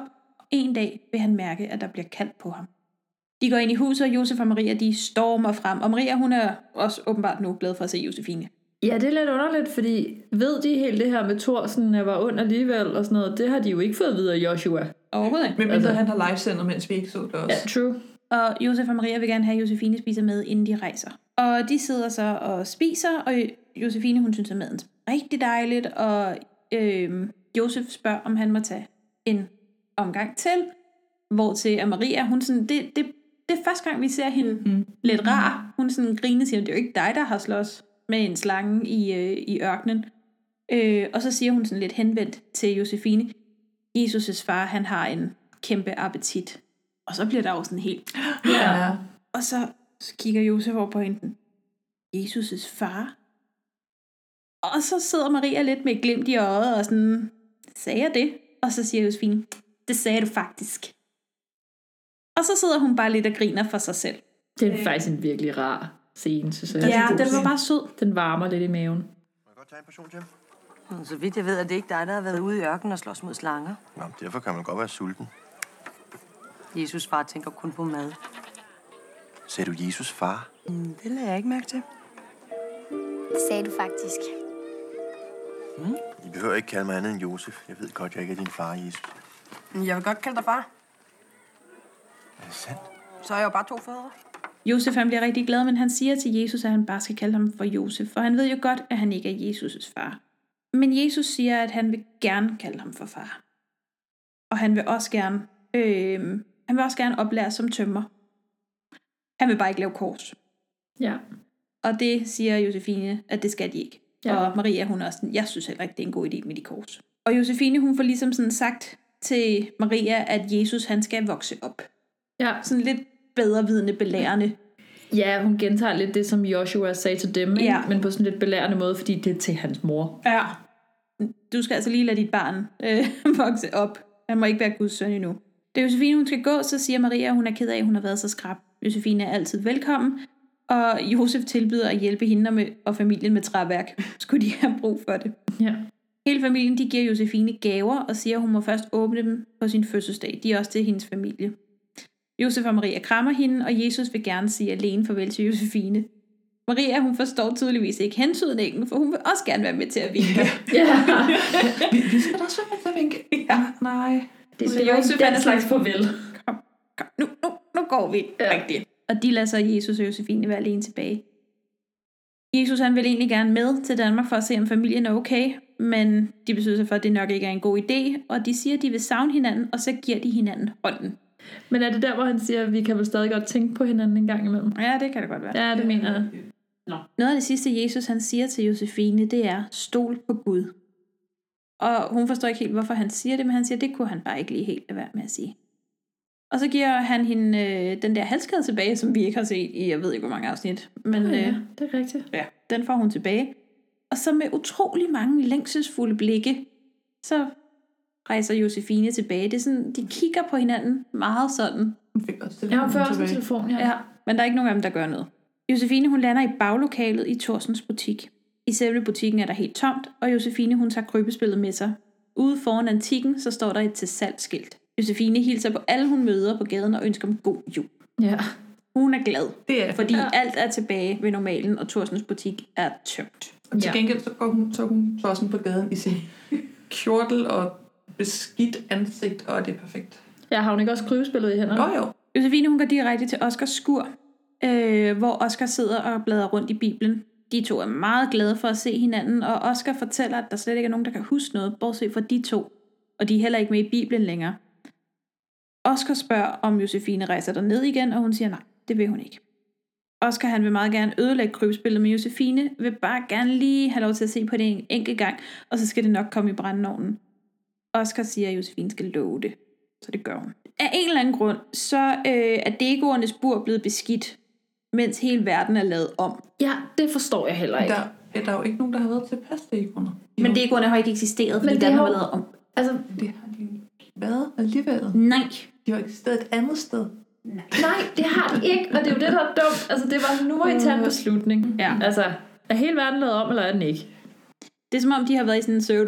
en dag vil han mærke, at der bliver kaldt på ham. De går ind i huset, og Josef og Maria, de stormer frem. Og Maria, hun er også åbenbart nu glad for at se Josefine. Ja, det er lidt underligt, fordi ved de helt det her med Thorsen, jeg var ond alligevel og sådan noget, det har de jo ikke fået videre af Joshua. Overhovedet ikke. Men mindre altså, han har livesendet, mens vi ikke så det også. Ja, true. Og Josef og Maria vil gerne have, at Josefine spiser med, inden de rejser. Og de sidder så og spiser, og Josefine, hun synes, at maden er rigtig dejligt, og øh, Josef spørger, om han må tage en omgang til, hvor til at Maria, hun sådan, det, det, det er første gang, vi ser hende mm. lidt rar. Hun sådan griner og siger, det er jo ikke dig, der har slås med en slange i, øh, i ørkenen. Øh, og så siger hun sådan lidt henvendt til Josefine, Jesus' far, han har en kæmpe appetit. Og så bliver der jo sådan helt... Ja. Og så, så kigger Josef over på hende. Jesus' far? Og så sidder Maria lidt med et glimt i øjet og sådan, sagde jeg det? Og så siger Josefine, det sagde du faktisk. Og så sidder hun bare lidt og griner for sig selv. Det er faktisk en virkelig rar scene, synes jeg. Ja, den var bare sød. Den varmer lidt i maven. Må jeg godt tage en portion til? Så vidt jeg ved, at det ikke dig, der har været ude i ørkenen og slås mod slanger. Nå, derfor kan man godt være sulten. Jesus far tænker kun på mad. Sagde du Jesus far? Mm, det lader jeg ikke mærke til. Det sagde du faktisk. Mm. I behøver ikke kalde mig andet end Josef. Jeg ved godt, jeg ikke er din far, Jesus. Jeg vil godt kalde dig far. Er det sandt? Så er jeg jo bare to fædre. Josef han bliver rigtig glad, men han siger til Jesus, at han bare skal kalde ham for Josef, for han ved jo godt, at han ikke er Jesus' far. Men Jesus siger, at han vil gerne kalde ham for far. Og han vil også gerne, øh, han vil også gerne oplære som tømrer. Han vil bare ikke lave kors. Ja. Og det siger Josefine, at det skal de ikke. Ja. Og Maria, hun er også sådan, jeg synes heller ikke, det er en god idé med de kors. Og Josefine, hun får ligesom sådan sagt til Maria, at Jesus, han skal vokse op. Ja. Sådan lidt bedre vidende, belærende. Ja, hun gentager lidt det, som Joshua sagde til dem, ja. Men på sådan lidt belærende måde, fordi det er til hans mor. Ja. Du skal altså lige lade dit barn øh, vokse op. Han må ikke være Guds søn endnu. Da Josefine, hun skal gå, så siger Maria, at hun er ked af, at hun har været så skrab. Josefine er altid velkommen, og Josef tilbyder at hjælpe hende med, og familien med træværk. Skulle de have brug for det? Ja. Hele familien, de giver Josefine gaver, og siger, at hun må først åbne dem på sin fødselsdag. De er også til hendes familie. Josef og Maria krammer hende, og Jesus vil gerne sige alene farvel til Josefine. Maria, hun forstår tydeligvis ikke hensydningen, for hun vil også gerne være med til at vinke. Ja. vi, vi skal da også være med til at vinke. Ja. Nej. Det, det er Josef, han er slags farvel. Kom, kom, nu, nu, nu går vi. Ja. Rigtigt. Og de lader så Jesus og Josefine være alene tilbage. Jesus, han vil egentlig gerne med til Danmark for at se, om familien er okay, men de beslutter sig for, at det nok ikke er en god idé, og de siger, at de vil savne hinanden, og så giver de hinanden hånden. Men er det der, hvor han siger, at vi kan vel stadig godt tænke på hinanden en gang imellem? Ja, det kan det godt være. Ja, det mener jeg. Nå. Noget af det sidste, Jesus han siger til Josefine, det er, stol på Gud. Og hun forstår ikke helt, hvorfor han siger det, men han siger, det kunne han bare ikke lige helt lade være med at sige. Og så giver han hende øh, den der halskæde tilbage, som vi ikke har set i, jeg ved ikke hvor mange afsnit. Men oh, ja, øh, det er rigtigt. Ja, den får hun tilbage. Og så med utrolig mange længselsfulde blikke, så rejser Josefine tilbage. Det er sådan, de kigger på hinanden meget sådan. Hun fik også ja, hun får også en telefon, ja. ja. Men der er ikke nogen af dem, der gør noget. Josefine, hun lander i baglokalet i Thorsens butik. I selve butikken er der helt tomt, og Josefine, hun tager krybespillet med sig. Ude foran antikken, så står der et til salgsskilt. Josefine hilser på alle, hun møder på gaden og ønsker dem god jul. Ja. Hun er glad, det er, fordi ja. alt er tilbage ved normalen, og Thorsens butik er tømt. Og til gengæld så går hun, så hun Thorsen på gaden i sin kjortel og beskidt ansigt, og det er perfekt. Ja, har hun ikke også krybespillet i hænderne? Jo, jo. Josefine, hun går direkte til Oscars skur, øh, hvor Oscar sidder og bladrer rundt i Bibelen. De to er meget glade for at se hinanden, og Oscar fortæller, at der slet ikke er nogen, der kan huske noget, bortset fra de to. Og de er heller ikke med i Bibelen længere. Oscar spørger, om Josefine rejser der ned igen, og hun siger nej, det vil hun ikke. Oscar, han vil meget gerne ødelægge krybspillet, men Josefine vil bare gerne lige have lov til at se på det en enkelt gang, og så skal det nok komme i brændeovnen. Oscar siger, at Josefine skal love det, så det gør hun. Af en eller anden grund, så øh, er dekoernes bur blevet beskidt, mens hele verden er lavet om. Ja, det forstår jeg heller ikke. Der er der jo ikke nogen, der har været til pas dekoerne. Men dekoerne har ikke eksisteret, fordi men den har har lavet om. Altså, det har de været alligevel. Nej. De har eksisteret et andet sted. Nej, det har de ikke, og det er jo det, der er dumt. Altså, det var, nu må I tage en beslutning. Ja. Altså, er hele verden lavet om, eller er den ikke? Det er som om, de har været i sådan en pseudo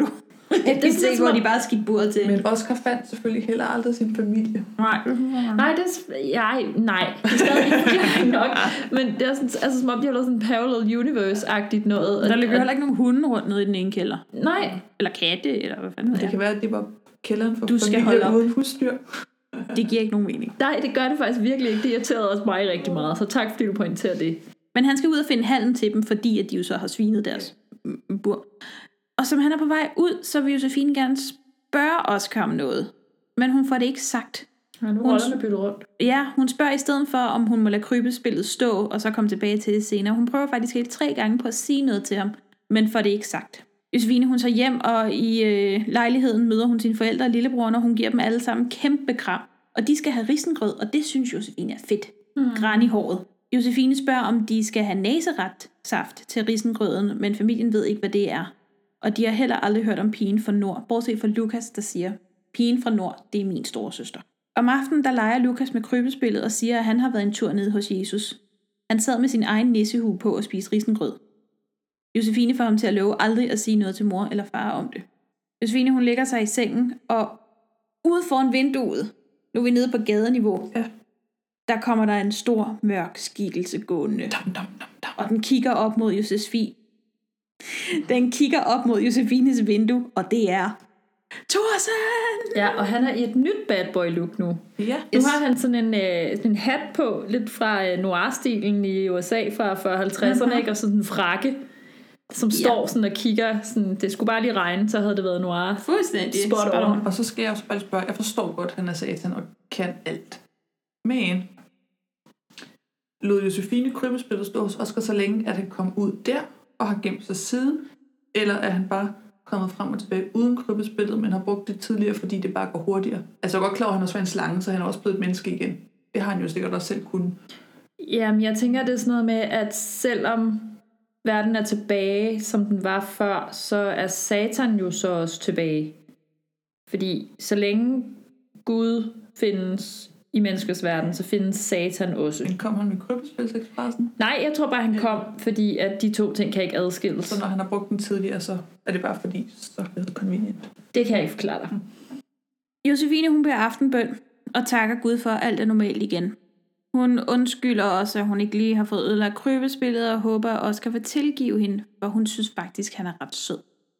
Det er se, hvor de bare skidt bordet til. Men Oscar fandt selvfølgelig heller aldrig sin familie. Nej, nej, det er, nej, nej, det er stadig ikke forklaring nok. Men det er sådan, altså, som om de har lavet sådan en parallel universe-agtigt noget. Der ligger heller ikke nogen hunde rundt nede i den ene kælder. Nej. Eller katte, eller hvad fanden det, det kan være, at det var kælderen for du skal familier holde uden husdyr. Det giver ikke nogen mening. Nej, det gør det faktisk virkelig ikke. Det irriterede også mig rigtig meget, så tak fordi du pointerer det. Men han skal ud og finde halm til dem, fordi at de jo så har svinet deres bur. Og som han er på vej ud, så vil Josefine gerne spørge Oscar om noget. Men hun får det ikke sagt. Ja, nu rollerne bytter rundt. Ja, hun spørger i stedet for, om hun må lade krybespillet stå, og så komme tilbage til det senere. Hun prøver faktisk helt tre gange på at sige noget til ham, men får det ikke sagt. Josefine, hun tager hjem, og i øh, lejligheden møder hun sine forældre og lillebror, og hun giver dem alle sammen kæmpe kram. Og de skal have risengrød, og det synes Josefine er fedt. Mm. Græn i håret. Josefine spørger, om de skal have næseret saft til risengrøden, men familien ved ikke, hvad det er. Og de har heller aldrig hørt om pigen fra Nord, bortset fra Lukas, der siger, pigen fra Nord, det er min store søster. Om aftenen, der leger Lukas med krybespillet og siger, at han har været en tur ned hos Jesus. Han sad med sin egen nissehue på og spiste risengrød. Josefine får ham til at love aldrig at sige noget til mor eller far om det. Josefine, hun lægger sig i sengen, og ude foran vinduet, nu er vi nede på gadeniveau, ja. Der kommer der en stor, mørk skikkelse gående. Dum, dum, dum, dum. Og den kigger op mod Josefine. Den kigger op mod Josefines vindue, og det er Thorsen! Ja, og han er i et nyt bad boy look nu. Ja. Nu har han sådan en, øh, sådan en hat på, lidt fra øh, noir-stilen i U S A fra fyrre halvtredserne, mm-hmm. ikke? Og sådan en frakke, som ja. står sådan og kigger. Sådan, det skulle bare lige regne, så havde det været noir. Fuldstændig. Spot on. Og så skal jeg også bare spørge, jeg forstår godt, at han er satan og kan alt. Men lod Josefine krybespillet stå hos Oscar så længe, at han kom ud der og har gemt sig siden, eller er han bare kommet frem og tilbage uden krybespillet, men har brugt det tidligere, fordi det bare går hurtigere? Altså jeg er godt klar, at han også var en slange, så han er også blevet et menneske igen. Det har han jo sikkert også selv kunnet. Jamen jeg tænker, det er sådan noget med, at selvom verden er tilbage, som den var før, så er Satan jo så også tilbage. Fordi så længe Gud findes i menneskers verden, så findes Satan også. Men kom han med krybespilsekspressen? Nej, jeg tror bare, han kom, fordi at de to ting kan ikke adskilles. Så når han har brugt den tidligere, så er det bare fordi, så er det convenient. Det kan jeg ikke forklare dig. Josefine, hun beder aftenbøn og takker Gud for, at alt er normalt igen. Hun undskylder også, at hun ikke lige har fået ødelagt krybespillet, og håber, at Oscar vil tilgive hende, for hun synes faktisk, han er ret sød.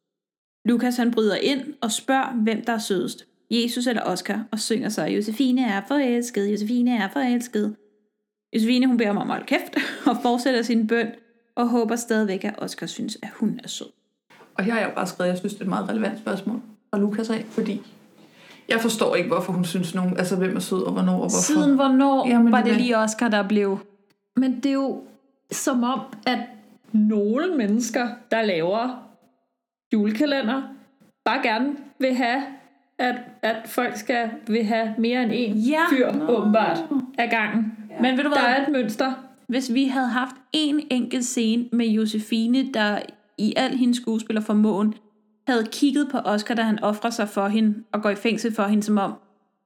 Lukas, han bryder ind og spørger, hvem der er sødest. Jesus eller Oscar, og synger så, Josefine er forelsket, Josefine er forelsket. Josefine, hun beder om at holde kæft, og fortsætter sin bøn, og håber stadigvæk, at Oscar synes, at hun er sød. Og her har jeg jo bare skrevet, jeg synes, det er et meget relevant spørgsmål fra Lukas af, fordi jeg forstår ikke, hvorfor hun synes nogen, altså hvem er sød, og hvornår, og hvorfor. Siden hvornår Jamen, var det hvad? lige Oscar, der blev... Men det er jo som om, at nogle mennesker, der laver julekalender, bare gerne vil have, at, at folk skal vil have mere end en ja. fyr, åbenbart, af gangen. Ja. Men ved du der hvad? er et mønster. Hvis vi havde haft en enkelt scene med Josefine, der i al hendes skuespillerformåen havde kigget på Oscar, da han offrer sig for hende, og går i fængsel for hende, som om,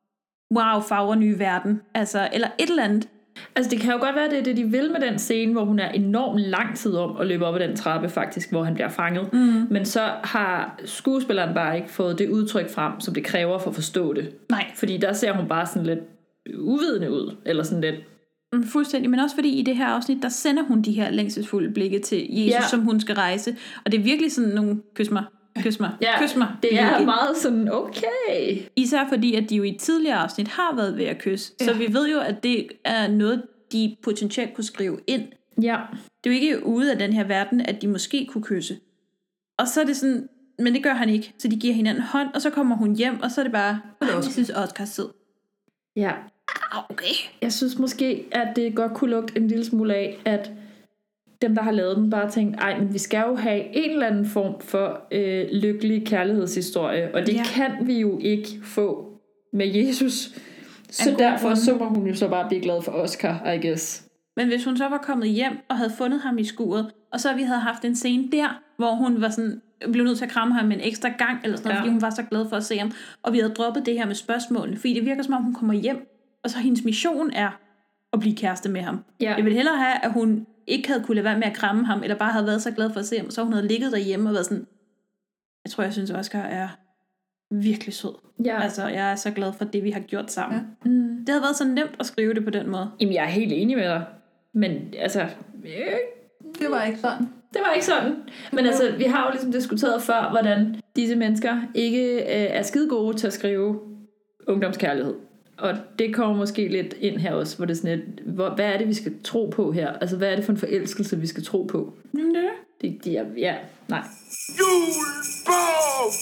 wow, farver ny verden. Altså, eller et eller andet. Altså det kan jo godt være, det er det, de vil med den scene, hvor hun er enormt lang tid om at løbe op ad den trappe faktisk, hvor han bliver fanget. Mm. Men så har skuespilleren bare ikke fået det udtryk frem, som det kræver for at forstå det. Nej. Fordi der ser hun bare sådan lidt uvidende ud, eller sådan lidt. Mm, fuldstændig, men også fordi i det her afsnit, der sender hun de her længselsfulde blikke til Jesus, ja. Som hun skal rejse. Og det er virkelig sådan nogle, kys mig, kys mig, ja, kys mig. Det er meget sådan, okay. Især fordi, at de jo i et tidligere afsnit har været ved at kysse. Ja. Så vi ved jo, at det er noget, de potentielt kunne skrive ind. Ja. Det er jo ikke ude af den her verden, at de måske kunne kysse. Og så er det sådan, men det gør han ikke. Så de giver hinanden hånd, og så kommer hun hjem, og så er det bare, jeg synes Oscar er sød. Ja. Okay. Jeg synes måske, at det godt kunne lugte en lille smule af, at dem, der har lavet den, bare tænkt, ej, men vi skal jo have en eller anden form for øh, lykkelig kærlighedshistorie, og det ja. Kan vi jo ikke få med Jesus. Så derfor så må hun jo så bare blive glad for Oscar, I guess. Men hvis hun så var kommet hjem og havde fundet ham i skuret, og så vi havde haft en scene der, hvor hun var sådan, blev nødt til at kramme ham en ekstra gang, eller sådan noget, ja. Fordi hun var så glad for at se ham, og vi havde droppet det her med spørgsmålene, fordi det virker som om, hun kommer hjem, og så hendes mission er at blive kæreste med ham. Ja. Jeg vil hellere have, at hun ikke havde kunne lade være med at kramme ham, eller bare havde været så glad for at se ham, så hun havde ligget derhjemme og været sådan, Jeg tror, jeg synes, Oscar er virkelig sød. Ja. Altså, jeg er så glad for det, vi har gjort sammen. Ja. Mm. Det havde været så nemt at skrive det på den måde. Jamen, jeg er helt enig med dig. Men altså... Øh, det var ikke sådan. Det var ikke sådan. Men altså, vi har jo ligesom diskuteret før, hvordan disse mennesker ikke øh, er skide gode til at skrive ungdomskærlighed. Og det kommer måske lidt ind her også, hvor det er sådan et, hvor, hvad er det, vi skal tro på her? Altså, hvad er det for en forelskelse, vi skal tro på? Mm, det det. det er, ja, nej. Julebog!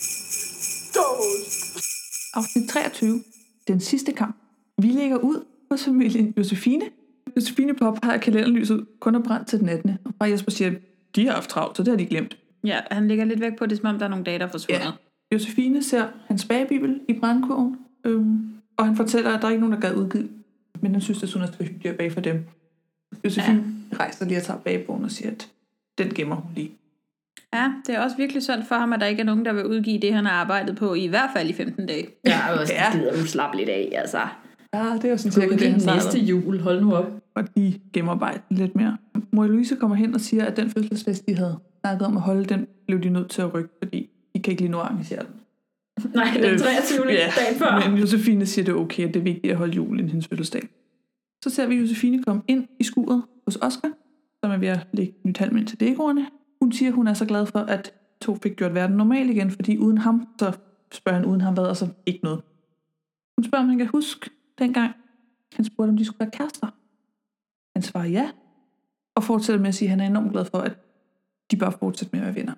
Afsnit treogtyve. Den sidste kamp. Vi lægger ud hos familien Josefine. Josefine påpeger kalenderlyset kun er brændt til den attende. Og far Jesper siger, de har haft travlt, så det har de glemt. Ja, han ligger lidt væk på det, som om der er nogle dage, der er forsvundet. Ja. Josefine ser hans bagebibel i brandkurven, øhm, og han fortæller, at der er ikke nogen, der gad udgive, men han synes, det er sådan, at det er bag for dem. Josefine ja. rejser lige og tager bagebogen og siger, at den gemmer hun lige. Ja, det er også virkelig synd for ham, at der ikke er nogen, der vil udgive det, han har arbejdet på, i hvert fald i femten dage. Ja, og også ja. gider du slappe lidt af, altså. Ja, det er jo sådan cirka det, han næste jul, hold nu op. Og de gemmer arbejdet lidt mere. Mor Louise kommer hen og siger, at den fødselsfest, de havde snakket om at holde, den blev de nødt til at rykke, fordi de kan ikke lige nå at arrangere den. Nej, den treogtyvende Øh, ja, dagen før. Men Josefine siger, det er okay, at det er vigtigt at holde jul inden hendes fødselsdag. Så ser vi Josefine komme ind i skuret hos Oscar, som er ved at lægge nyt halm ind til dekoerne. Hun siger, hun er så glad for, at to fik gjort verden normal igen, fordi uden ham, så spørger han uden ham hvad, og så ikke noget. Hun spørger, om han kan huske dengang, han spurgte, om de skulle være kærester. Han svarer ja, og fortsætter med at sige, at han er enormt glad for, at de bare fortsætter med at være venner.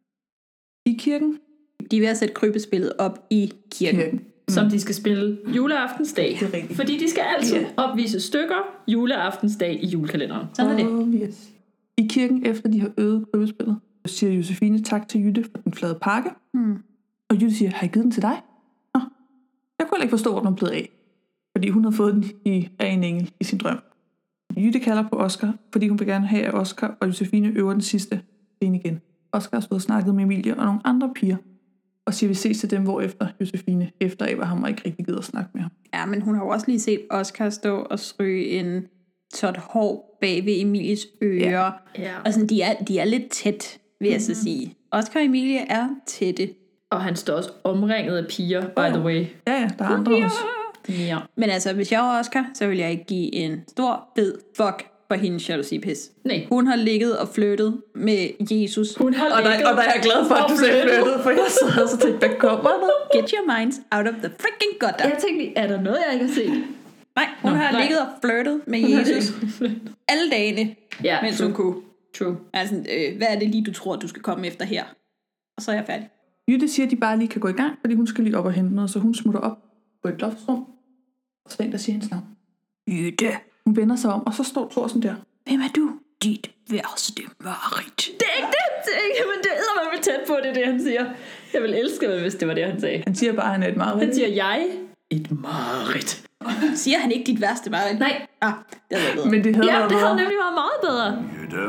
I kirken. De er ved at sætte krybespillet op i kirken. kirken. Mm. Som de skal spille juleaftensdag. Fordi de skal altid yeah. opvise stykker juleaftensdag i julekalenderen. Sådan er det. Oh, yes. I kirken, efter de har øvet krybespillet, siger Josefine tak til Jytte for den flade pakke. Mm. Og Jytte siger, har jeg givet den til dig? Nå, jeg kunne ikke forstå, hvor den er blevet af. Fordi hun havde fået den i, af en engel i sin drøm. Jytte kalder på Oscar, fordi hun vil gerne have, at Oscar og Josefine øver den sidste scene igen. Oscar har stået og snakket med Emilie og nogle andre piger, og siger, vi ses til dem, hvorefter Josefine efter Abraham og ikke rigtig gider at snakke med ham. Ja, men hun har jo også lige set Oscar stå og stryge en tot hår bag ved Emilies ører. Ja. Ja. Og sådan, de er, de er lidt tæt, vil jeg mm-hmm. så sige. Oscar og Emilie er tætte. Og han står også omringet af piger, by the way. Ja, ja, der er andre ja. også. Ja. Men altså, hvis jeg var Oscar, så ville jeg ikke give en stor, fed fuck for hendes jalousi-pis. Nej. Hun har ligget og flyttet med Jesus. Hun har og, der, og der er jeg glad for, at du sagde flyttet, for jeg sad og så tænkte, hvad kommer der? Get your minds out of the freaking gutter. Jeg tænkte, er der noget, jeg ikke har set? Nej, hun Nå, har nej. ligget og flirtet med Jesus alle dagene, ja, mens true. hun kunne. True. Altså, øh, hvad er det lige, du tror, du skal komme efter her? Og så er jeg færdig. Jytte siger, at de bare lige kan gå i gang, fordi hun skal lige op og hente noget, så hun smutter op på et loftsrum, og så der siger hendes navn. Jytte. Hun vender sig om, og så står Thorsen der. Hvem er du? Dit værste Marit. Det er ikke det, han siger, men det er man tæt på, det er det, han siger. Jeg ville elske det, hvis det var det, han sagde. Han siger bare, at han er et Marit. Han siger, jeg et Marit. Siger han ikke dit værste Marit? Nej. Ah, det havde været Men det havde ja, været det havde nemlig været meget bedre. Jytte.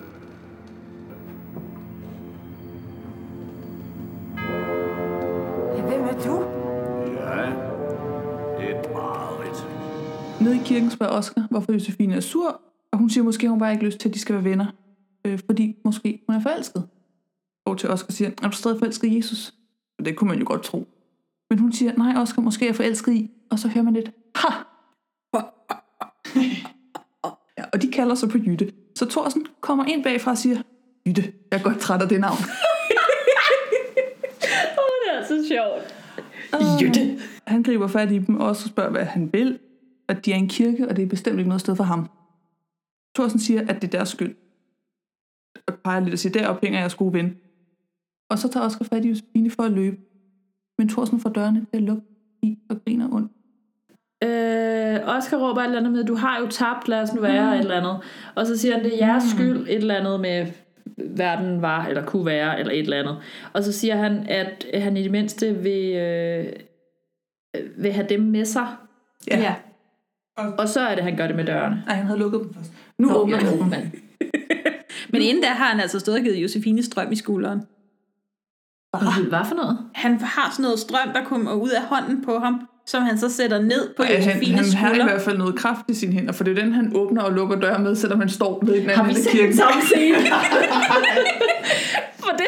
Hvem er du? Ja, et Marit. Nede i kirken spørger Oscar, hvorfor Josefine er sur, og hun siger måske, at hun bare ikke lyst til, at de skal være venner, øh, fordi måske hun er forelsket. Og til Oscar siger, er du stadig forelsket i Jesus? Og det kunne man jo godt tro. Men hun siger, nej Oscar, måske er jeg forelsket i, og så hører man lidt, ha! Ja, og de kalder sig på Jytte. Så Thorsen kommer ind bagfra og siger, Jytte, jeg er godt træt af det navn. Åh, oh, det er så sjovt. Uh, Jytte. Han griber fat i dem og også spørger, hvad han vil. At de er en kirke, og det er bestemt ikke noget sted for ham. Thorsen siger, at det er deres skyld. Og peger lidt og siger, deroppe hænger jeres gode ven. Og så tager Oscar fat i Josefine for at løbe. Men Thorsen får dørene til at lukke i og griner ondt. Øh, Oscar råber et eller andet med, du har jo tabt, lad os nu være, mm. et eller andet. Og så siger han, det er jeres skyld, et eller andet med, verden var, eller kunne være, eller et eller andet. Og så siger han, at han i det mindste vil, øh, vil have dem med sig. Ja. ja. Og, og så er det, han gør det med dørene. Nej, han havde lukket dem først. Nu Nå, åbner han dem. Men inden da har han altså stået og givet Josefine strøm i skulderen. Hvad? Hvad for noget? Han har sådan noget strøm, der kommer ud af hånden på ham, som han så sætter ned på ja, Josefines han, skulder. Han har i hvert fald noget kraft i sine hænder, for det er den, han åbner og lukker døren med, selvom han står med i den anden kirke. Har vi set den samme scene? For det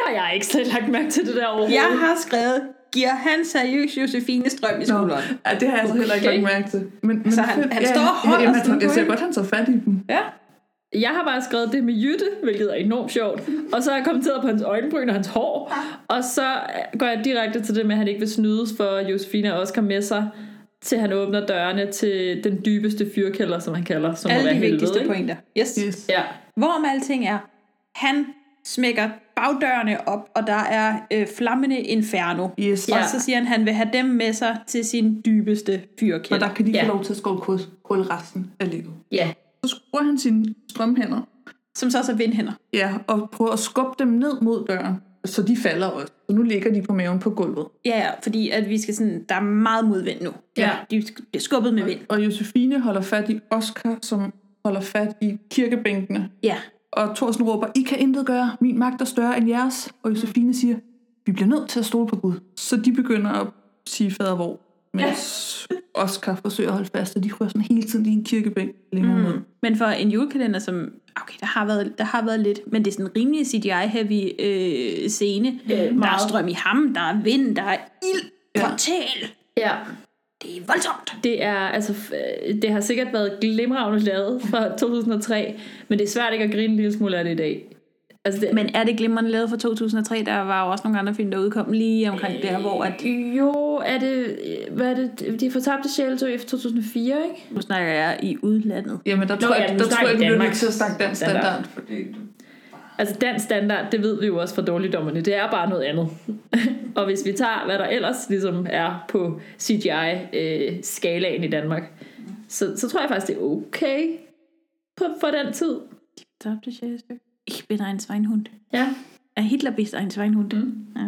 har jeg ikke slet lagt mærke til det der overhovedet. Jeg har skrevet, giver han seriøst Josefine strøm i skulderen? Ja, det har jeg altså heller ikke lagt mærke til. Men, men så han, han står og holder ja, sådan jeg, jeg ser godt, han tager fat i dem. Ja. Jeg har bare skrevet det med Jytte, hvilket er enormt sjovt. Og så har jeg kommenteret på hans øjenbryn og hans hår. Og så går jeg direkte til det med, at han ikke vil snydes for Josefine og Oscar med sig, til han åbner dørene til den dybeste fyrkælder, som han kalder. Som alle de helvede, vigtigste ikke? pointer. Yes. yes. Ja. Hvorom alting er, han smækker bagdørene op, og der er øh, flammende inferno. Yes. Og Ja. så siger han, at han vil have dem med sig til sin dybeste fyrkælder. Og der kan de ja. få lov til at skåle kul, kul resten af livet. Ja. Så skruer han sine strømhænder. Som så også er vindhænder. Ja, og prøver at skubbe dem ned mod døren, så de falder også. Så nu ligger de på maven på gulvet. Ja, ja, fordi at vi skal sådan, der er meget modvind nu. Ja. De bliver skubbet med vind. Og Josefine holder fat i Oscar, som holder fat i kirkebænkene. Ja. Og Thorsen råber, I kan intet gøre, min magt er større end jeres. Og Josefine siger, vi bliver nødt til at stole på Gud. Så de begynder at sige fader hvor, mens ja. Oscar forsøger at holde fast, og de rører sådan hele tiden i en kirkebænk længere mm. ned. Men for en julekalender, som, okay, der har været, der har været lidt, men det er sådan en rimelig C G I-heavy øh, scene. Mm. Der er strøm i ham, der er vind, der er ild, ja. portal. Ja. Det er voldsomt. Det er, altså, det har sikkert været glimragende lavet fra to tusind og tre, men det er svært ikke at grine en lille smule af det i dag. Altså det, men er det glimrende lavet fra to tusind og tre? Der var jo også nogle andre film, der udkom lige omkring øh, det her, hvor at... Jo, er det... Hvad er det? De fortabte sjæletøj efter to tusind og fire, ikke? Nu snakker jeg i udlandet. Jamen, der Nå, tror ja, jeg, der tror jeg, du bliver nødt til at Danmarks snakke dansk standard. standard. Fordi... Altså, dansk standard, det ved vi jo også fra dårligdommerne. Det er bare noget andet. Og hvis vi tager, hvad der ellers ligesom er på C G I-skalaen i Danmark, så, så tror jeg faktisk, det er okay på, for den tid. De fortabte sjæletøj. Ich bin ein Schweinhund. Ja. Er Hitler bist ein Schweinhund? Mm. Ja.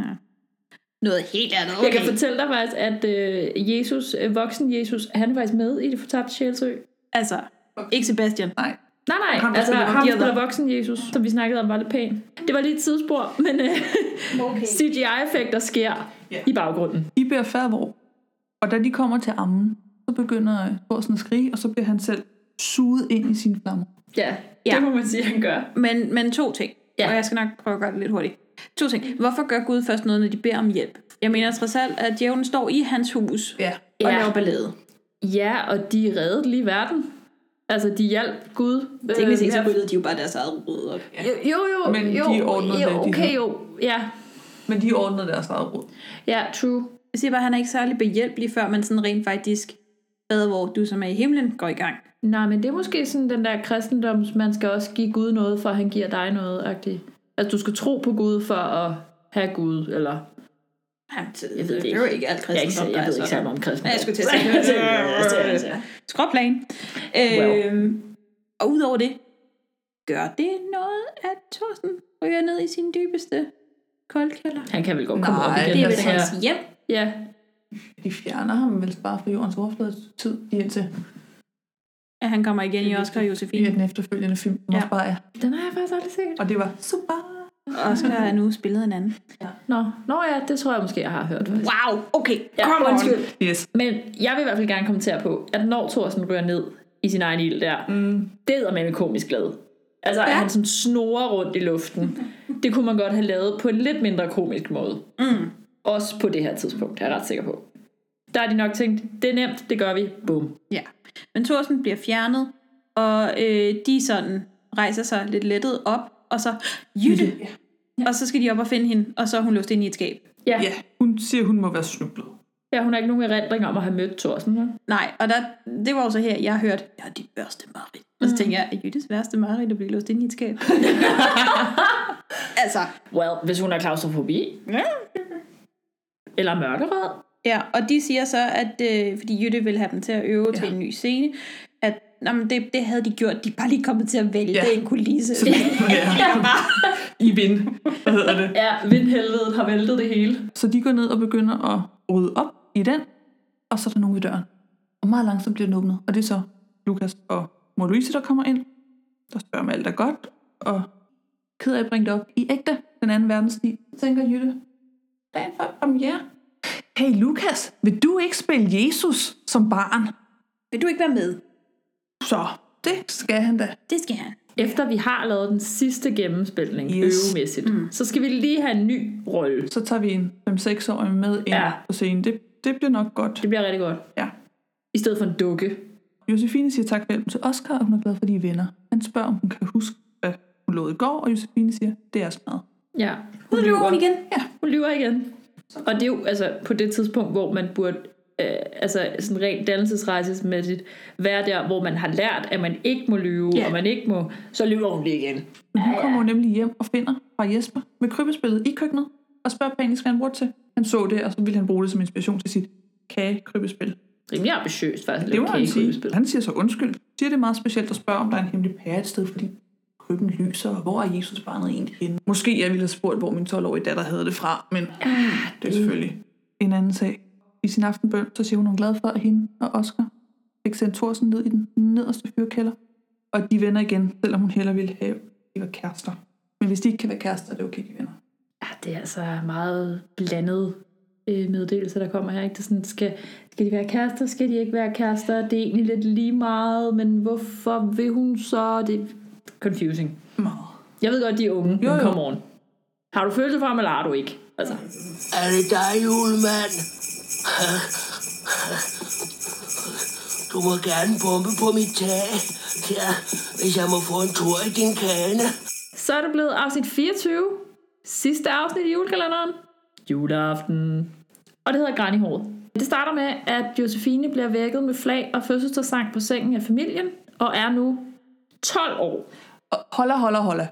Noget helt andet. Okay. Jeg kan fortælle dig faktisk, at øh, Jesus, øh, voksen Jesus, han er faktisk med i det fortabte sjælsø. Altså, ikke Sebastian. Nej. Nej, nej, ham, altså ham de spiller voksen Jesus, som vi snakkede om, var lidt pæn. Det var lige et tidsspor, men øh, okay. C G I-effekter sker yeah. i baggrunden. De bliver fadervor, og da de kommer til ammen, så begynder Thorsen at skrige, og så bliver han selv suget ind i sine flammer. Ja, ja. Det må man sige, han gør. Men, men to ting, ja. Og jeg skal nok prøve at gøre det lidt hurtigt. To ting. Hvorfor gør Gud først noget, når de beder om hjælp? Jeg mener trods alt, at djævlen står i hans hus ja. og ja. laver ballade. Ja, og de reddede lige verden. Altså, de hjalp Gud. Teknisk set, så ryddede de jo bare deres eget rod op. Jo, jo, jo. Men jo, de ordnede jo, det, okay, de jo, ja. Men de ordnede deres eget rod. Ja, true. Jeg siger bare, at han er ikke særlig behjælpelig, før man sådan rent faktisk beder, hvor du som er i himlen går i gang. Nej, men det er måske sådan den der kristendom, man skal også give Gud noget, for at han giver dig noget-agtigt. Altså, du skal tro på Gud, for at have Gud, eller... Jamen, jeg ved det ikke. Det er jo ikke alt kristendom. Jeg, jeg, jeg ved ikke særlig meget om kristendom. Jeg skulle til at sige det. Skråplan. Øhm, og udover det, gør det noget, at Thorsen ryger ned i sin dybeste koldkælder? Han kan vel godt komme Nej, op igen. Det er vel hans hjem. Ja. De fjerner ham vel bare fra jordens overflade tid indtil... At han kommer igen i Oscar og Josefine. I den efterfølgende film, som ja. også bare er. Den har jeg faktisk aldrig set. Og det var super. Oscar er nu spillet en anden. Ja. Nå, Nå ja, det tror jeg måske, jeg har hørt. Faktisk. Wow, okay. Ja, Come on. Yes. Men jeg vil i hvert fald gerne kommentere på, at når Thorsen ryger ned i sin egen ild der, mm. det er med en komisk glad. Altså, ja. At han sådan snorer rundt i luften. Det kunne man godt have lavet på en lidt mindre komisk måde. Mm. Også på det her tidspunkt, er jeg ret sikker på. Der er de nok tænkt, det er nemt, det gør vi. Boom. Ja. Men Thorsen bliver fjernet, og øh, de sådan rejser sig lidt lettet op, og så Jytte. Ja. Ja. Og så skal de op og finde hende, og så er hun låst ind i et skab. Ja. Ja, hun siger, hun må være snublet. Ja, hun har ikke nogen erindring om at have mødt Thorsen. Ja? Nej, og der, det var også her, jeg hørte, ja, de værste mareridt. Og så tænkte jeg, er Jyttes værste mareridt at blive låst ind i et skab? Altså. Well, hvis hun har klaustrofobi. Ja. Eller mørkerød. Ja, og de siger så, at øh, fordi Jytte vil have dem til at øve ja. til en ny scene, at jamen, det, det havde de gjort, de er bare lige kommet til at vælte ja. en kulisse. Ja. Ja. I vind, hvad hedder det? Ja, vindhelvedet har væltet det hele. Så de går ned og begynder at rydde op i den, og så er der nogen ved døren. Og meget langsomt bliver den åbnet, og det er så Lukas og mor Louise, der kommer ind. Der spørger om alt er godt, og ked af at bringe det op i ægte, den anden verdenskrig. Så tænker Jytte, dagen før premiere. Hey Lukas, vil du ikke spille Jesus som barn? Vil du ikke være med? Så, det skal han da. Det skal han. efter vi har lavet den sidste gennemspilning yes. øvemæssigt, mm. så skal vi lige have en ny rolle. Så tager vi en fem seks årig med ind ja. på scenen. Det, det bliver nok godt. Det bliver rigtig godt. Ja. I stedet for en dukke. Josefine siger tak for hjælpen til Oscar, og hun er glad for, de er venner. Han spørger, om hun kan huske, hvad hun lovede i går, og Josefine siger, det er smadret. Ja. Hun, hun lyver igen. Ja, hun lyver igen. Og det er jo altså på det tidspunkt, hvor man burde øh, altså sådan rent dannelsesrejsesmæssigt være der, hvor man har lært, at man ikke må lyve, ja. og man ikke må, så lyver hun det igen. Men hun kommer jo nemlig hjem og finder fra Jesper med krybespillet i køkkenet, og spørger panisk, hvad han bruger til. Han så det, og så ville han bruge det som inspiration til sit kage-krybespil. Rimelig ambitiøst faktisk. Det må han sige. Han siger så undskyld. Siger det er meget specielt at spørge, om der er en hemmelig pære et sted, fordi krybben lyser, og hvor er Jesus barnet egentlig henne? Måske jeg ville have spurgt, hvor min tolv-årige datter havde det fra, men ja, det er selvfølgelig en anden sag. I sin aftenbøn, så siger hun, hun er glad for, at hende og Oscar fik sendt Thorsen ned i den nederste fyrkælder, og de venner igen, selvom hun hellere ville have, de var kærester. Men hvis de ikke kan være kærester, er det okay, de venner. Ja, det er altså meget blandet øh, meddelelse, der kommer her. Ikke? Det sådan, skal, skal de være kærester, skal de ikke være kærester? Det er egentlig lidt lige meget, men hvorfor vil hun så? Det er confusing. Meget. Jeg ved godt, de er unge, jo, men come on. Har du følelse for ham, eller har du ikke? Altså. Er det dig, julemand? Du må gerne bombe på mit tag, ja, hvis jeg må få en tur i din kane. Så er det blevet afsnit fireogtyve. Sidste afsnit i julekalenderen. Juleaften. Og det hedder Græn i håret. Det starter med, at Josefine bliver vækket med flag og fødselsdagssang på sengen af familien, og er nu tolv år. Holder, holder, holder.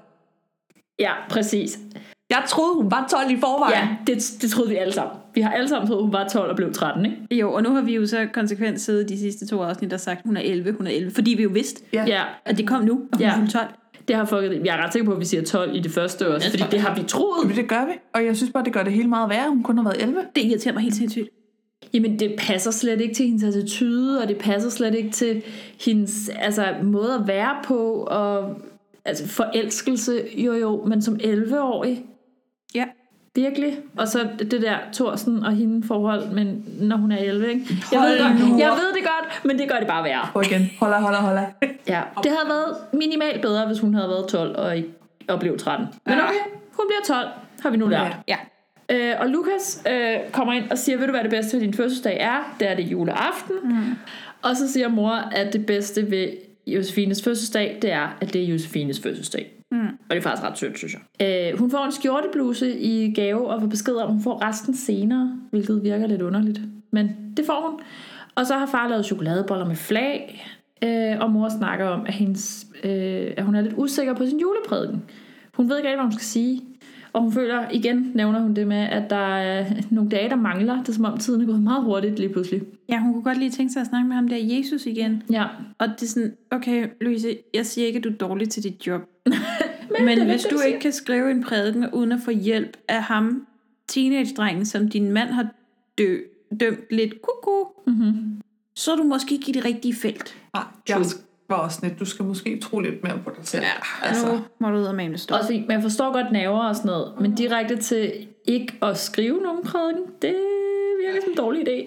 Ja, præcis. Jeg troede, hun var tolv i forvejen. Ja, det, det troede vi alle sammen. Vi har alle sammen troet, hun var tolv og blev tretten, ikke? Jo, og nu har vi jo så konsekvent siddet de sidste to afsnit og sagt, hun er elleve, hun er elleve. Fordi vi jo vidste, ja. Ja. at det kom nu, og hun ja. er tolv. Det har folk, jeg er ret sikker på, at vi siger tolv i det første også, fordi det har vi troet. Det gør vi, og jeg synes bare, det gør det helt meget værre. Hun kun har været elleve. Det irriterer mig helt sindssygt. Jamen, det passer slet ikke til hendes attitude, og det passer slet ikke til hendes altså, måde at være på, og altså, forelskelse, jo jo, men som elleve-årig. Ja. Virkelig. Og så det der Thorsen og hende forhold, men når hun er elleve, ikke? Jeg ved, godt, jeg ved det godt, men det gør det bare værre. Og igen, holder, holder, holder. Ja, det havde været minimalt bedre, hvis hun havde været tolv og, og blev tretten. Men okay, hun bliver tolv, har vi nu lært. Ja. Øh, og Lukas øh, kommer ind og siger, ved du hvad det bedste ved din fødselsdag er? Det er det juleaften. Mm. Og så siger mor, at det bedste ved Josefines fødselsdag, det er, at det er Josefines fødselsdag. Mm. Og det er faktisk ret sødt, synes jeg. Øh, hun får en skjortebluse i gave, og får besked om, at hun får resten senere, hvilket virker lidt underligt. Men det får hun. Og så har far lavet chokoladeboller med flag, øh, og mor snakker om, at, hendes, øh, at hun er lidt usikker på sin juleprædiken. Hun ved ikke rigtig, hvad hun skal sige. Og hun føler, igen nævner hun det med, at der er nogle dage, der mangler. Det er som om tiden er gået meget hurtigt lige pludselig. Ja, hun kunne godt lige tænke sig at snakke med ham der Jesus igen. Ja. Og det er sådan, okay Louise, jeg siger ikke, at du er dårlig til dit job. Men, Men hvis du ikke kan skrive en prædiken uden at få hjælp af ham, teenage-drengen, som din mand har dø, dømt lidt kuku, mm-hmm. så er du måske ikke i det rigtige felt. Ah, jeg var også net. Du skal måske tro lidt mere på dig selv. Ja, altså. Nu må du ud af med det stå. Også fint, men jeg forstår godt nerver og sådan noget, men direkte til ikke at skrive nogen prædiken, det virker som en dårlig idé.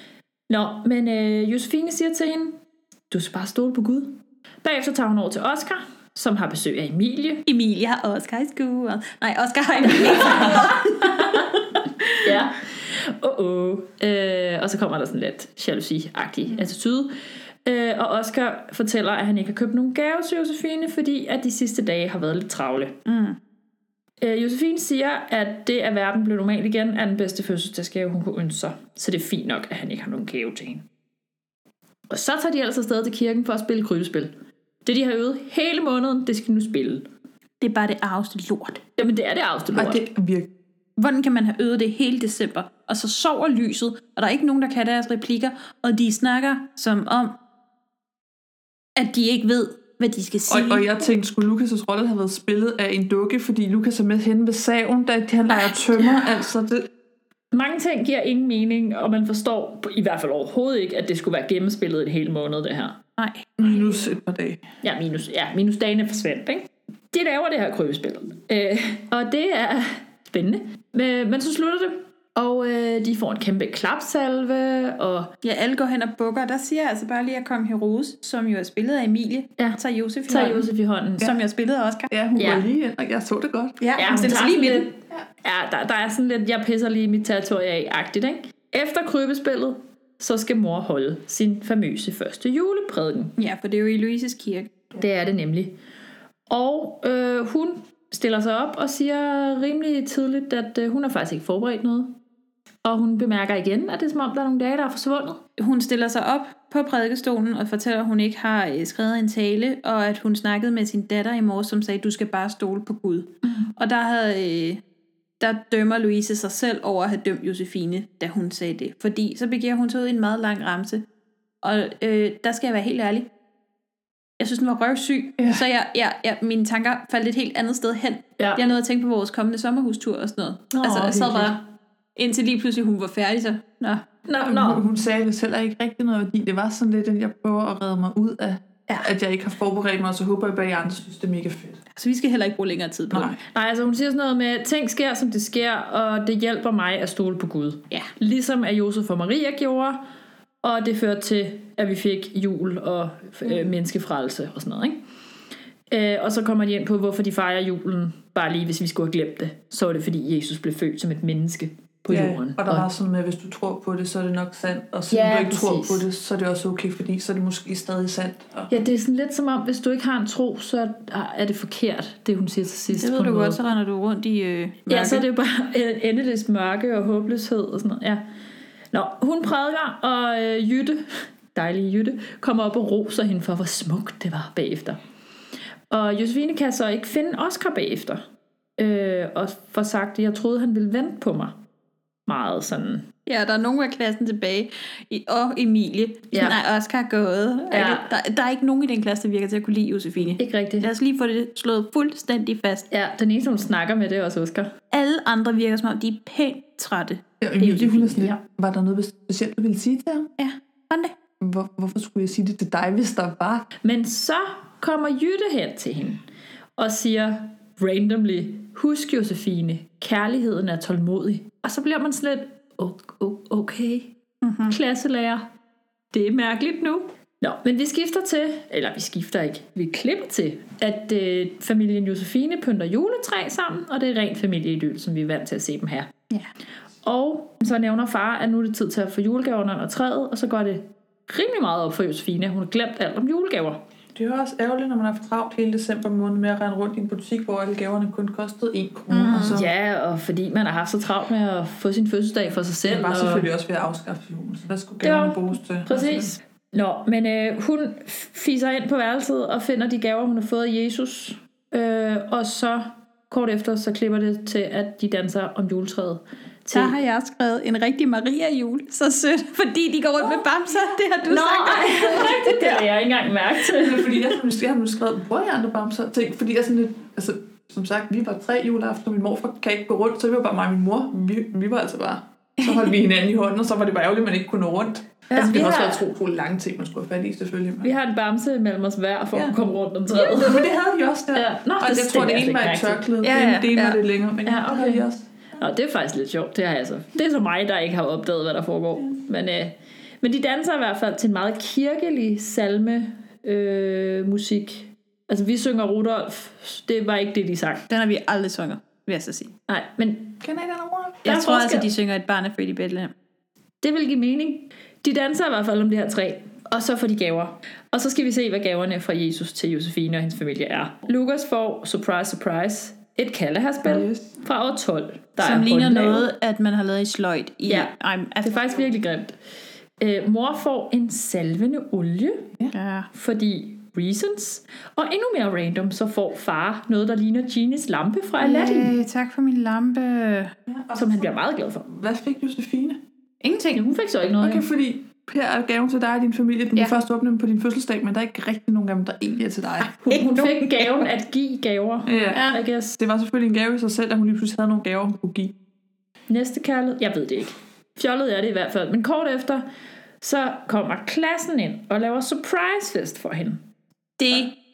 Nå, men øh, Josefine siger til hende, du skal bare stole på Gud. Bagefter tager hun over til Oscar, som har besøg af Emilie. Emilie har Oscar i skue. Nej, Oscar har Emilie. Ja. Oh, oh. Øh, og så kommer der sådan lidt jalousi-agtig attitude. Øh, og Oscar fortæller, at han ikke har købt nogen gave til Josefine, fordi at de sidste dage har været lidt travle. Mm. Øh, Josefine siger, at det, at verden blev normal igen, er den bedste fødselsdagsgave, hun kunne ønske sig. Så det er fint nok, at han ikke har nogen gave til hende. Og så tager de altså afsted til kirken for at spille krybespil. Det, de har øvet hele måneden, det skal nu spille. Det er bare det arveste lort. Jamen, det er det arveste lort. Og det virkelig. Hvordan kan man have øvet det hele december, og så sover lyset, og der er ikke nogen, der kan deres replikker, og de snakker som om, at de ikke ved, hvad de skal sige. Og, og jeg tænkte, skulle Lukas' rolle have været spillet af en dukke, fordi Lukas er med henne ved saven, da han leger tømmer, altså det... Mange ting giver ingen mening, og man forstår i hvert fald overhovedet ikke, at det skulle være gennemspillet en hel måned, det her. Nej. Minus et par dage. Ja, minus, ja, minus dagene forsvandt, ikke? De laver det her krybespil. Øh, og det er spændende. Men, men så slutter det, Og øh, de får en kæmpe klapsalve, og... Ja, alle går hen og bukker. Der siger jeg altså bare lige, at kong Herodes, som jo er spillet af Emilie, ja. tager Josef i tager hånden. Josef i hånden. Som jeg spillede af Oscar. Ja, hun ja. går lige ind, og jeg så det godt. Ja, ja hun stiller sig lige midten. Ja, der, der er sådan lidt, jeg pisser lige mit territorie af-agtigt, ikke? Efter krybespillet, så skal mor holde sin famøse første juleprædiken. Ja, for det er jo i Louises kirke. Det er det nemlig. Og øh, hun stiller sig op og siger rimelig tidligt, at øh, hun har faktisk ikke forberedt noget. Og hun bemærker igen, at det er som om, der er nogle dage, der er forsvundet. Hun stiller sig op på prædikestolen og fortæller, at hun ikke har øh, skrevet en tale, og at hun snakkede med sin datter i morges, som sagde, du skal bare stole på Gud. Mm. Og der havde... Øh, der dømmer Louise sig selv over at have dømt Josefine, da hun sagde det. Fordi så begiver hun sig ud i en meget lang ramse. Og øh, der skal jeg være helt ærlig. Jeg synes, den var røvsyg. Ja. Så jeg, jeg, jeg, mine tanker faldt et helt andet sted hen. Ja. Jeg nåede at tænke på vores kommende sommerhustur og sådan noget. Oh, altså, jeg sad bare, indtil lige pludselig hun var færdig, så... Nå. Nå, nå. Hun, hun sagde det selv ikke rigtig noget værdi. Det var sådan lidt, at jeg prøver at redde mig ud af, ja. at jeg ikke har forberedt mig, og så håber jeg bare, at I andre synes, det er mega fedt. Så vi skal heller ikke bruge længere tid på Nej. det. Nej, altså hun siger sådan noget med, ting sker, som det sker, og det hjælper mig at stole på Gud. Ja. Ligesom at Josef og Maria gjorde, og det førte til, at vi fik jul og øh, menneskefrelse og sådan noget, ikke? Øh, og så kommer de ind på, hvorfor de fejrer julen, bare lige hvis vi skulle have glemt det. Så var det, fordi Jesus blev født som et menneske på ja, jorden. Og der var sådan med, at hvis du tror på det, så er det nok sandt, og så ja, du ikke præcis. tror på det, så er det også okay, fordi så er det måske stadig sandt. Og... Ja, det er sådan lidt som om, hvis du ikke har en tro, så er det forkert, det hun siger til sidst. Det ved du godt, så render du rundt i øh, mørke. Ja, så er det jo bare endeløst mørke og håbløshed og sådan noget, ja. Nå, hun prædiker, og øh, Jytte, dejlige Jytte, kommer op og roser hende for, hvor smukt det var bagefter. Og Josefine kan så ikke finde Oscar bagefter. Øh, og får sagt, at jeg troede, han ville vente på mig. Meget sådan... Ja, der er nogen af klassen tilbage. I, og Emilie. Ja. Nej, Oscar er gået. Ja. Der, der er ikke nogen i den klasse, der virker til at kunne lide Josefine. Ikke rigtigt. Lad os lige få det slået fuldstændig fast. Ja, den eneste, hun snakker med, det er også Oscar. Alle andre virker som om, de er pænt trætte. Ja, Emilie, hun er sådan lidt, var der noget specielt, du ville sige til ham? Ja, hvordan det? Hvor, hvorfor skulle jeg sige det til dig, hvis der var? Men så kommer Jytte hen til hende og siger randomly, husk Josefine, kærligheden er tålmodig. Og så bliver man sådan lidt, okay, mm-hmm. klasselærer, det er mærkeligt nu. Nå, men vi skifter til, eller vi skifter ikke, vi klipper til, at øh, familien Josefine pynter juletræ sammen, og det er ren familieidyl, som vi er vant til at se dem her. Ja. Og så nævner far, at nu er det tid til at få julegaverne under træet, og så går det rimelig meget op for Josefine. Hun har glemt alt om julegaver. Det er jo også ærgerligt, når man har haft travlt hele december måned med at rende rundt i en butik, hvor alle gaverne kun kostede en krone. Mm. Og så... Ja, og fordi man har haft så travlt med at få sin fødselsdag for sig selv. Det var og... selvfølgelig også ved at afskaffe julen, så hvad skulle gaverne bruges til? Præcis. Nå, men øh, hun fiser ind på værelset og finder de gaver, hun har fået af Jesus. Øh, og så kort efter, så klipper det til, at de danser om juletræet. Der har jeg skrevet en rigtig Maria-jul. Så sødt, fordi de går rundt med bamser. Det har du Nå, sagt. Nå, rigtigt. Det har jeg ikke engang mærket til. Det er fordi, jeg, jeg har nu skrevet, bruger jeg andre bamser? Tænk, fordi jeg sådan lidt, altså, som sagt, vi var tre juleaften, og min morfar kan ikke gå rundt, så vi var bare mig og min mor. Vi, vi var altså bare, så holdt vi hinanden i hånden, og så var det bare ærgerligt, at man ikke kunne nå rundt. Ja, altså, det har også været tro på lange ting, man skulle have fat i, selvfølgelig. Men... Vi har en bamse mellem os hver, for ja. at komme rundt om træet. Ja, men det havde de også der. Ja. Nå, og det, jeg tror, det ene var et tørklæde, ja, ja, det ene var ja. det længere, men ja, okay. Det havde de også. Nå, det er faktisk lidt sjovt, det er altså. Det er så mig, der ikke har opdaget, hvad der foregår. Men, øh, men de danser i hvert fald til en meget kirkelig salme øh, musik. Altså, vi synger Rudolf. Det var ikke det, de sang. Den har vi aldrig sunget, vil jeg så sige. Nej, men... Kender I den Rudolf? Jeg tror også, at de synger et barn er født i Bethlehem. Det vil give mening. De danser i hvert fald om det her træ. Og så får de gaver. Og så skal vi se, hvad gaverne fra Jesus til Josefine og hendes familie er. Lukas får, surprise, surprise, et kaldeherspil yes. fra år tolv. Der Som er ligner noget, at man har lavet i sløjt. I, ja, I'm, det er faktisk virkelig grimt. Øh, mor får en salvende olie, ja. fordi reasons. Og endnu mere random, så får far noget, der ligner Genies lampe fra Aladdin. Hey, tak for min lampe. Ja, som han bliver meget glad for. Hvad fik Josefine? Ingenting. Ja, hun fik så ikke noget. Okay, fordi her er gaven til dig og din familie. Du må ja. først åbne dem på din fødselsdag, men der er ikke rigtig nogen af dem, der egentlig er til dig. Hun, hun fik gaven at give gaver, ja. I guess. Det var selvfølgelig en gave i sig selv, at hun lige pludselig havde nogle gaver, hun kunne give. Næste kærlighed? Jeg ved det ikke. Fjollet er det i hvert fald. Men kort efter, så kommer klassen ind og laver surprise fest for hende. Det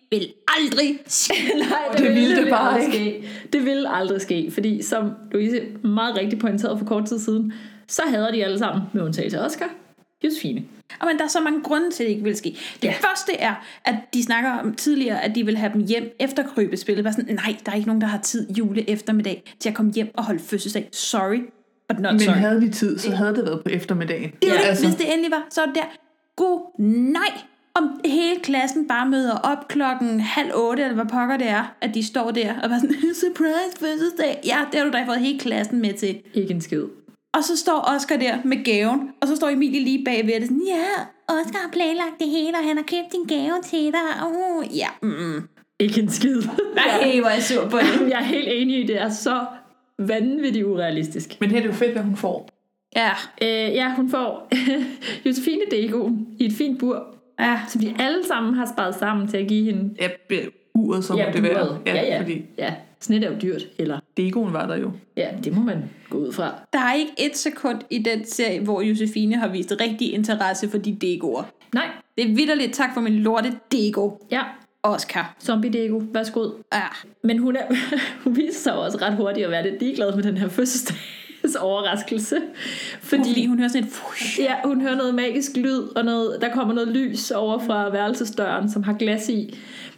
vil aldrig ske. Nej, det, det ville det bare aldrig ikke. Ske. Det ville aldrig ske, fordi som Louise meget rigtigt pointerede for kort tid siden, så hader de alle sammen, med undtagelse af Oscar, Josefine. Og men der er så mange grunde til, at det ikke vil ske. Det ja. første er, at de snakker om tidligere, at de vil have dem hjem efter krybespillet. Bare sådan, nej, der er ikke nogen, der har tid jule eftermiddag til at komme hjem og holde fødselsdag. Sorry, but not Men sorry. havde vi tid, så havde det været på eftermiddagen. Det er ja, det, altså. hvis det endelig var, så er det der. God nej. Om hele klassen bare møder op klokken halv otte, eller hvad pokker det er, at de står der og bare sådan, surprise fødselsdag. Ja, det har du da fået hele klassen med til. Ikke en skid. Og så står Oscar der med gaven, og så står Emilie lige bagved, og det er sådan, ja, Oscar har planlagt det hele, og han har købt din gave til dig. Uh, ja, mm. Ikke en skid. Nej, hvor er jeg sur på det. Jeg er helt enig i, det er så vanvittigt urealistisk. Men her er det jo fedt, hvad hun får. Ja. Øh, ja, hun får Josefine Degoen i et fint bur, ja. som de alle sammen har sparet sammen til at give hende. Ja, uret, som ja, det være. Ja, ja, ja. Fordi ja. Sådan er jo dyrt, eller? Degoen var der jo. Ja, det må man gå ud fra. Der er ikke et sekund i den serie, hvor Josefine har vist rigtig interesse for de degoer. Nej. Det er vitterligt tak for min lorte dego. Ja. Oscar. Zombie dego, værsgo. Ja. Men hun, er, hun viser sig også ret hurtigt at være lidt ligeglad med den her fødselsdags overraskelse. Fordi, fordi hun hører sådan et fush. Ja, hun hører noget magisk lyd, og noget, der kommer noget lys over fra værelsesdøren, som har glas i.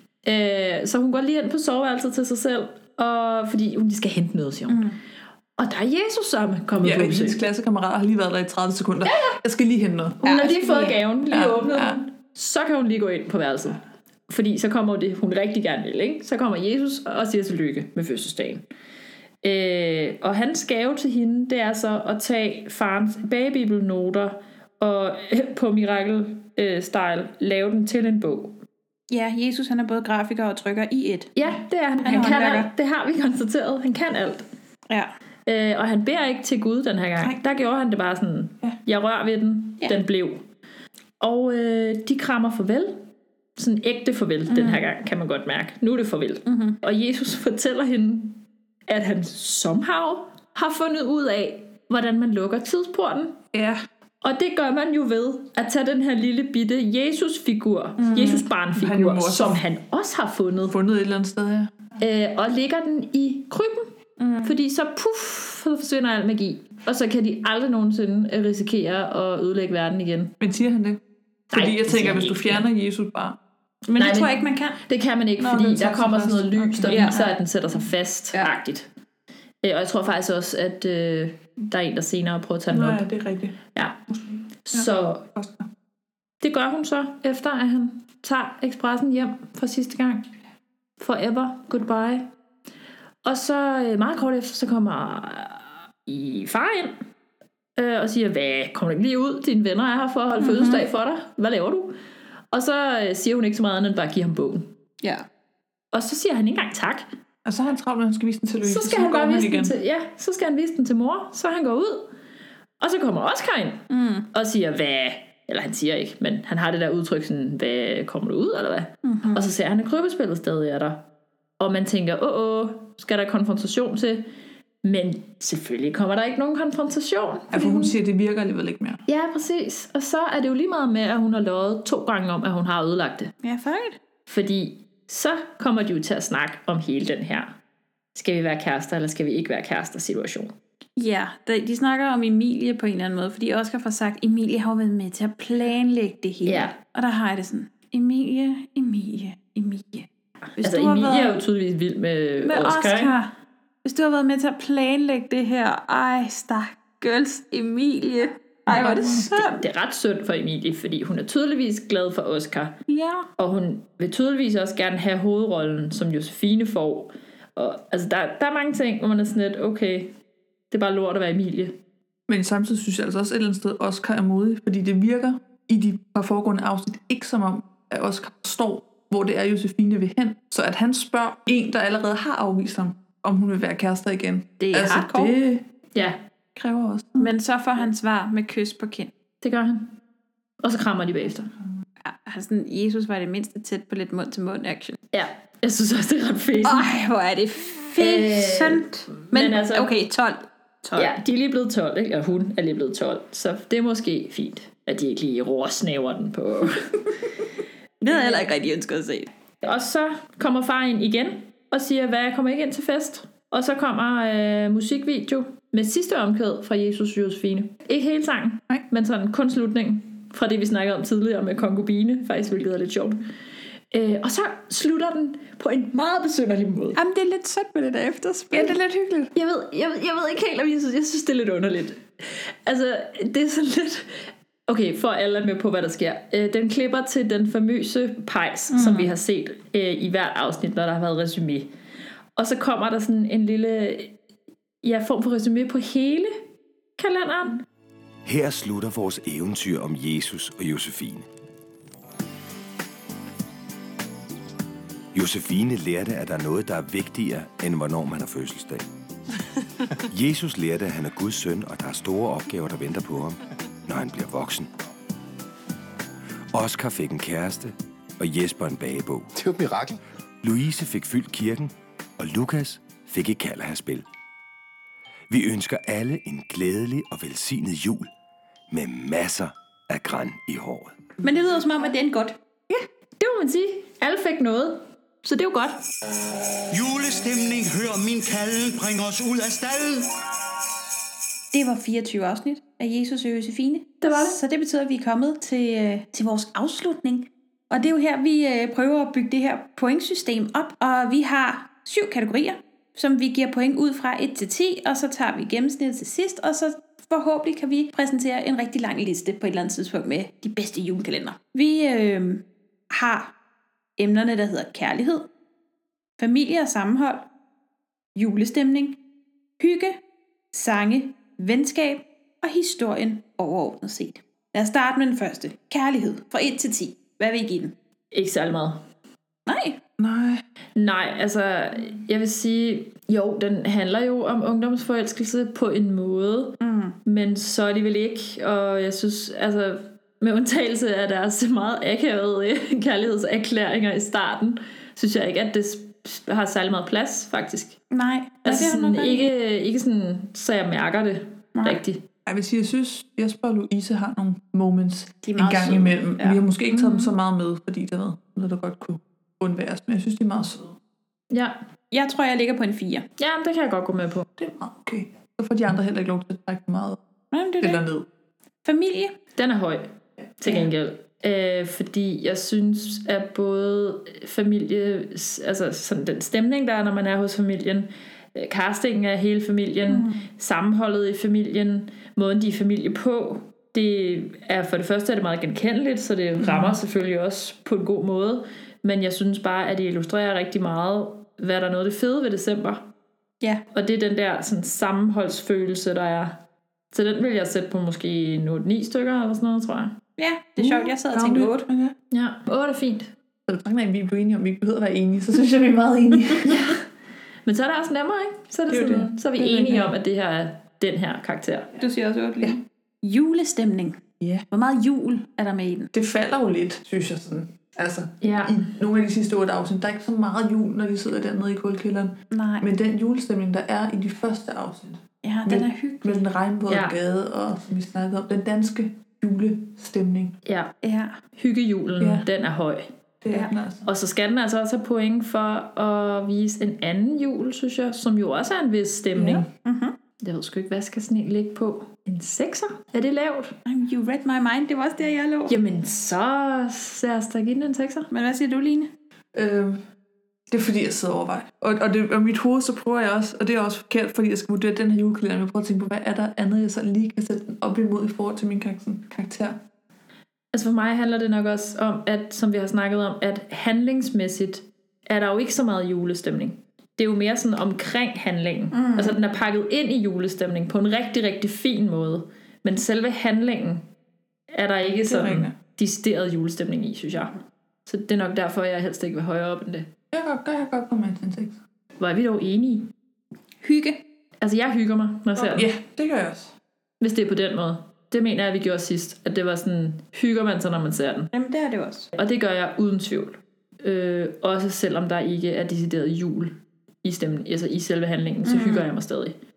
Øh, så hun går lige ind på soveværelset til sig selv, og fordi hun skal hente noget, siger hun. Mm. Og der er Jesus som kommet ja, på. Ja, hendes klassekammerater har lige været der i tredive sekunder. Ja, ja. Jeg skal lige hente noget. Hun ja, har lige fået gaven, lige ja, åbnet ja. den. Så kan hun lige gå ind på værelset. Fordi så kommer det, hun rigtig gerne vil, ikke? Så kommer Jesus og siger tillykke med fødselsdagen. Øh, og hans gave til hende, det er så at tage farens bagebibelnoter og på Miracle-style lave den til en bog. Ja, Jesus han er både grafiker og trykker i et. Ja, det er han. Han, han kan alt. Det har vi konstateret. Han kan alt. Ja. Øh, og han beder ikke til Gud den her gang. Nej. Der gjorde han det bare sådan, ja. Jeg rører ved den, ja. Den blev. Og øh, de krammer farvel. Sådan ægte farvel mm. den her gang, kan man godt mærke. Nu er det farvel. Mm-hmm. Og Jesus fortæller hende, at han somehow har fundet ud af, hvordan man lukker tidsporten. Ja. Og det gør man jo ved at tage den her lille bitte Jesus-figur, mm. Jesus-barnfigur, han som han også har fundet. Fundet et eller andet sted, ja. Øh, og lægger den i krybben. Mm. Fordi så puff, så forsvinder al magi. Og så kan de aldrig nogensinde risikere at ødelægge verden igen. Men siger han det? Fordi Nej, jeg tænker, hvis du fjerner Jesus bare. Men Nej, det tror men jeg ikke, man kan. Det kan man ikke, Nå, fordi der kommer sådan noget lys, der okay. viser, at den sætter sig fast-agtigt. Ja. Og jeg tror faktisk også, at øh, der er en, der senere prøver at tage den op. Nej, det er rigtigt. Ja. Så det gør hun så, efter at han tager ekspressen hjem for sidste gang. Forever, goodbye. Og så øh, meget kort efter, så kommer øh, i far ind øh, og siger, hvad, kommer du ikke lige ud? Dine venner er her for at holde mm-hmm. fødselsdag for dig. Hvad laver du? Og så øh, siger hun ikke så meget andet, end bare giver ham bogen. Ja. Og så siger han ikke engang tak. Og så har han travlt, når han skal vise den til Louise. Så skal så han bare vise den til, ja, så skal han vise den til mor. Så han går ud. Og så kommer Oscar ind mm. og siger, hvad... Eller han siger ikke, men han har det der udtryk sådan, hvad, kommer du ud, eller hvad? Mm-hmm. Og så ser han, at krybespillet stadig er der. Og man tænker, åh, åh, skal der konfrontation til? Men selvfølgelig kommer der ikke nogen konfrontation. Ja, for hun siger, at det virker alligevel ikke mere. Ja, præcis. Og så er det jo lige meget med, at hun har løjet to gange om, at hun har ødelagt det. Ja, færdigt. Fordi så kommer de jo til at snakke om hele den her, skal vi være kærester, eller skal vi ikke være kærester situation. Ja, de snakker om Emilie på en eller anden måde, fordi Oscar får sagt, Emilie har været med til at planlægge det hele. Ja. Og der har jeg det sådan, Emilie, Emilie, Emilie. Hvis altså Emilie været... er jo tydeligvis vild med, med Oscar. Oscar. Hvis du har været med til at planlægge det her, ej, stakkels Emilie. Ej, hvor er det synd. Det, det er ret synd for Emilie, fordi hun er tydeligvis glad for Oscar. Ja. Og hun vil tydeligvis også gerne have hovedrollen, som Josefine får. Og, altså, der, der er mange ting, hvor man er sådan lidt, okay, det er bare lort at være Emilie. Men samtidig synes jeg altså også et eller andet sted, Oscar er modig, fordi det virker i de par foregående afsnit ikke som om, at Oscar forstår, hvor det er, Josefine vil hen. Så at han spørger en, der allerede har afvist ham, om hun vil være kærester igen. Det er altså, hardcore. Det ja. kræver også. Men så får han svar med kys på kind. Det gør han. Og så krammer de bagefter. Ja, altså, Jesus var det mindste tæt på lidt mund-til-mund action. Ja, jeg synes også, det er ret fedt. Ej, hvor er det fedt. Øh, men, men altså, okay, tolv. tolv. Ja, de er lige blevet tolv, ikke? Og hun er lige blevet tolv. Så det er måske fint, at de ikke lige roersnæver den på. Det havde jeg heller ikke rigtig ønsket at se. Og så kommer far ind igen og siger, hvad, jeg kommer ikke ind til fest. Og så kommer øh, musikvideo med sidste omkvæd fra Jesus og Josefine. Ikke hele sangen, Nej. men sådan kun slutningen fra det, vi snakkede om tidligere med konkubine, faktisk, hvilket er lidt sjovt. Øh, og så slutter den på en meget besynderlig måde. Jamen, det er lidt sødt med det der efterspil. Ja, det er lidt hyggeligt. Jeg ved, jeg, jeg ved ikke helt, om jeg synes, jeg synes, det er lidt underligt. Altså, det er sådan lidt... Okay, for alle er med på, hvad der sker. Øh, den klipper til den famøse pejs, mm. som vi har set øh, i hvert afsnit, når der har været resumé. Og så kommer der sådan en lille ja, form for resumé på hele kalenderen. Her slutter vores eventyr om Jesus og Josefine. Josefine lærte, at der er noget, der er vigtigere, end hvornår man har fødselsdag. Jesus lærte, at han er Guds søn, og der er store opgaver, der venter på ham, når han bliver voksen. Oscar fik en kæreste, og Jesper en bagebog. Det er jo et mirakel. Louise fik fyldt kirken, og Lukas fik et kald at spil. Vi ønsker alle en glædelig og velsignet jul, med masser af gran i håret. Men det lyder som om, at det er en godt. Ja, det må man sige. Alle fik noget, så det er jo godt. Julestemning, hør min kalde, bring os ud af stallen. Det var fireogtyve afsnit af Jesus og Josefine. Det var det. Så det betyder, at vi er kommet til, til vores afslutning. Og det er jo her, vi prøver at bygge det her pointsystem op. Og vi har syv kategorier, som vi giver point ud fra et til ti. Og så tager vi gennemsnittet til sidst. Og så forhåbentlig kan vi præsentere en rigtig lang liste på et eller andet tidspunkt med de bedste julekalender. Vi øh, har emnerne, der hedder kærlighed, familie og sammenhold, julestemning, hygge, sange, venskab og historien overordnet set. Lad os starte med den første. Kærlighed fra et til ti. Hvad vil I give den? Ikke særlig meget. Nej. Nej. Nej, altså, jeg vil sige, jo, den handler jo om ungdomsforelskelse på en måde, mm. men så er de vel ikke, og jeg synes, altså, med undtagelse af deres meget akavede kærlighedserklæringer i starten, synes jeg ikke, at det har særlig meget plads, faktisk. Nej. Altså, det sådan, ikke, ikke sådan, så jeg mærker det Nej. rigtigt. Jeg vil sige, jeg synes, Jesper og Louise har nogle moments en gang søde. imellem. Ja. Vi har måske ikke taget mm. dem så meget med, fordi det var noget, der godt kunne undværes, men jeg synes, de er meget søde. Ja. Jeg tror, jeg ligger på en fire. Ja, det kan jeg godt gå med på. Det er meget okay. Så får de andre heller ikke lov til at trække meget Jamen, det er eller det. ned. Familie? Den er høj, til gengæld. Øh, fordi jeg synes, at både familie, altså sådan den stemning, der er, når man er hos familien, castingen af hele familien, mm. sammenholdet i familien, måden de er familie på, det er for det første er det meget genkendeligt, så det rammer mm. selvfølgelig også på en god måde, men jeg synes bare, at det illustrerer rigtig meget, hvad der er noget af det fede ved december. Ja. Og det er den der sådan, sammenholdsfølelse, der er. Så den vil jeg sætte på måske otte ni stykker, eller sådan noget, tror jeg. Ja, det er sjovt. Jeg sad og tænkte otte. Ja, otte er fint. Så det er, at vi er enige om, vi ikke behøver at være enige, så synes jeg, vi er meget enige. Ja. Men så er det også nemmere, ikke? Så er, det det sådan, det. Så er vi det enige om, at det her er den her karakter. Du siger også otte lige. Ja. Julestemning. Ja. Hvor meget jul er der med i den? Det falder jo lidt, synes jeg sådan. Altså, ja. i nogle af de sidste otte afsnit, der er ikke så meget jul, når de sidder dernede i kuldekælderen. Nej. Men den julestemning, der er i de første afsnit. Ja, den er hyggelig. Med den regnvåde ja. gade, og som vi snakkede om, den danske julestemning. Ja, ja. Hyggejulen, ja. Den er høj. Det er den altså. Og så skal den altså også have point for at vise en anden jul, synes jeg, som jo også er en vis stemning. Ja. Mm-hmm. Jeg ved sgu ikke, hvad skal sådan en ligge på? En sekser? Er det lavt? You read my mind, det var også der, jeg lå. Jamen, så lad os da give den en sekser. Men hvad siger du, Line? Øh, det er fordi, jeg sidder og overvejer. Og, og, det, og mit hoved, så prøver jeg også, og det er også forkert, fordi jeg skal vurdere den her julekalender, jeg prøver at tænke på, hvad er der andet, jeg så lige kan sætte den op imod i forhold til min karakter. Altså for mig handler det nok også om, at som vi har snakket om, at handlingsmæssigt er der jo ikke så meget julestemning. Det er jo mere sådan omkring handlingen. Mm. Altså den er pakket ind i julestemning på en rigtig, rigtig fin måde. Men selve handlingen er der ikke sådan decideret julestemning i, synes jeg. Så det er nok derfor, jeg helst ikke vil højere op end det. Jeg kan godt, jeg godt komme med til en tekst. Hvor er vi dog enige? Hygge. Altså jeg hygger mig, når jeg ser den. Ja, det gør jeg også. Hvis det er på den måde. Det mener jeg, at vi gjorde sidst. At det var sådan, hygger man sig, når man ser den. Jamen det er det også. Og det gør jeg uden tvivl. Øh, også selvom der ikke er decideret jul i stemmen, altså i selve handlingen, så mm. hygger jeg mig stadig.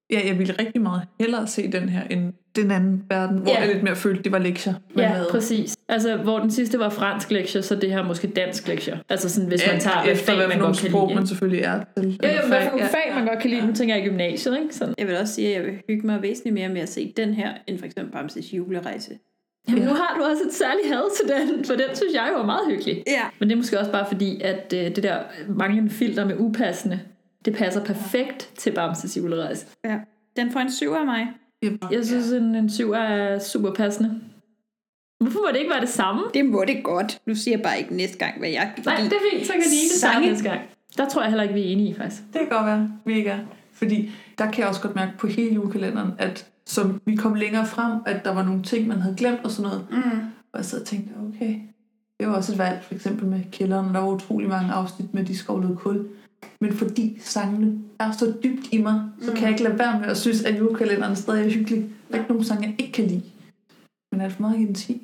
Ja, jeg ville rigtig meget hellere se den her, end den anden verden, hvor Ja. jeg lidt mere følte, det var lektier. man Ja, lavede. præcis. Altså, hvor den sidste var fransk lektier, så det her måske dansk lektier. Altså sådan, hvis Ja, man tager, hvad efter fag hvad man for nogle godt kan sprog, lide. man ikke? selvfølgelig er til. Jo, jo, Eller hvad for fag, nogle ja. fag, man godt kan lide. Nu tænker jeg i gymnasiet, ikke? Sådan. Jeg vil også sige, at jeg vil hygge mig væsentligt mere med at se den her, end for eksempel Bamses julerejse. Jamen, nu har du også et særligt had til den, for den synes jeg var meget hyggelig. Ja. Men det er måske også bare fordi, at øh, det der manglende filter med upassende, det passer perfekt til Bamses julerejse. Ja. Den får en syv af mig. Jeg synes, en, en syv er super passende. Hvorfor må det ikke være det samme? Det må det godt. Nu siger jeg bare ikke næste gang, hvad jeg... Nej, det er fint, så kan de ikke det samme næste gang. Der tror jeg heller ikke, vi er enige, faktisk. Det kan godt være, vi ikke er. Fordi der kan jeg også godt mærke på hele julekalenderen, at som vi kom længere frem, at der var nogle ting, man havde glemt og sådan noget. Mm. Og jeg sad og tænkte, okay, det var også et valg, for eksempel med kælderen, der var utrolig mange afsnit med, de skovlede kul. Men fordi sangene er så dybt i mig, så kan jeg ikke lade være med at synes, at julekalenderen stadig er hyggelig. Der er ikke nogen sange, jeg ikke kan lide. Men er det for meget at give den ti?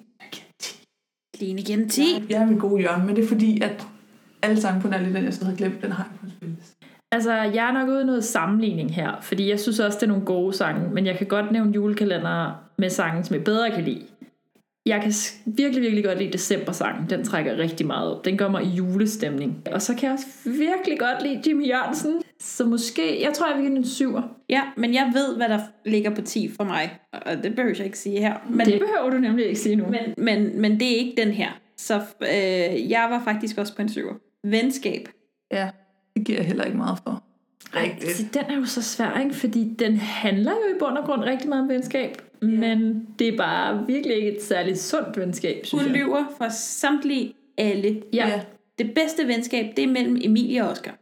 Line giver den ti. Jeg er min gode hjørne, men det er fordi, at alle sange på den, jeg så havde glemt, den har jeg på en spilleliste. Altså, jeg er nok ude i noget sammenligning her, fordi jeg synes også, det er nogle gode sange, men jeg kan godt nævne julekalendere med sange, som jeg bedre kan lide. Jeg kan virkelig, virkelig godt lide December-sangen. Den trækker rigtig meget op. Den gør mig i julestemning. Og så kan jeg også virkelig godt lide Jimmy Jørgensen. Så måske, jeg tror, jeg vil give den en syver. Ja, men jeg ved, hvad der ligger på ti for mig. Og det behøver jeg ikke sige her. Men, det behøver du nemlig ikke sige nu. Men, men, men det er ikke den her. Så øh, jeg var faktisk også på en syver. Venskab. Ja, det giver jeg heller ikke meget for. Rigtigt. Så den er jo så svær, ikke? Fordi den handler jo i bund og grund rigtig meget om venskab. Ja. Men det er bare virkelig ikke et særligt sundt venskab, synes Hun jeg. lyver for samtlige alle. Ja. Det bedste venskab, det er mellem Emilie og Oscar.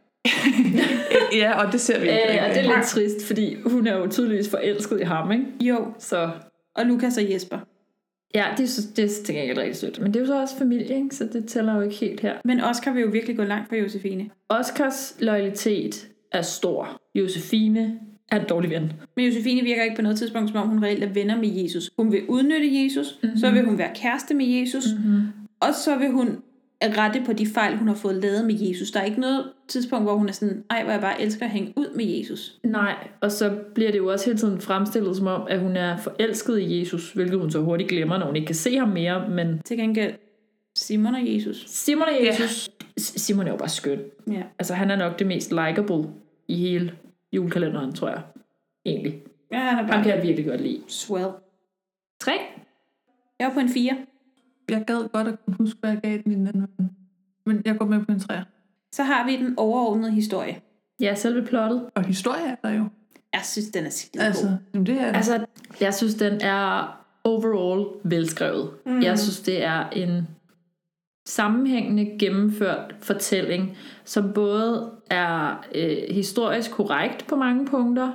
Ja, og det ser vi ikke. Øh, og det er lidt trist, fordi hun er jo tydeligvis forelsket i ham, ikke? Jo. Så. Og Lukas og Jesper. Ja, det, det, det tænker jeg ikke rigtig sødt. Men det er jo så også familie, ikke? Så det tæller jo ikke helt her. Men Oscar vil jo virkelig gå langt for Josefine. Oscars loyalitet er stor. Josefine er en dårlig ven. Men Josefine virker ikke på noget tidspunkt, som om hun reelt er venner med Jesus. Hun vil udnytte Jesus, mm-hmm. så vil hun være kæreste med Jesus, mm-hmm. og så vil hun rette på de fejl, hun har fået lavet med Jesus. Der er ikke noget tidspunkt, hvor hun er sådan, ej, hvor jeg bare elsker at hænge ud med Jesus. Nej, og så bliver det jo også hele tiden fremstillet som om, at hun er forelsket i Jesus, hvilket hun så hurtigt glemmer, når hun ikke kan se ham mere, men... Til gengæld Simon og Jesus. Simon og Jesus. Ja. Simon er jo bare skøn. Ja. Altså, han er nok det mest likable i hele julekalenderen, tror jeg. Egentlig. Ja, han er bare... Han kan jeg virkelig godt lide. Swell. Tre. Jeg var på en fire. Jeg gad godt at kunne huske, hvad jeg gav den i den anden. Men jeg går med på en tre. Så har vi den overordnede historie. Ja, selve plottet. Og historie er der jo. Jeg synes, den er skide altså, god. Det er det. Altså, jeg synes, den er overall velskrevet. Mm. Jeg synes, det er en sammenhængende gennemført fortælling, som både er øh, historisk korrekt på mange punkter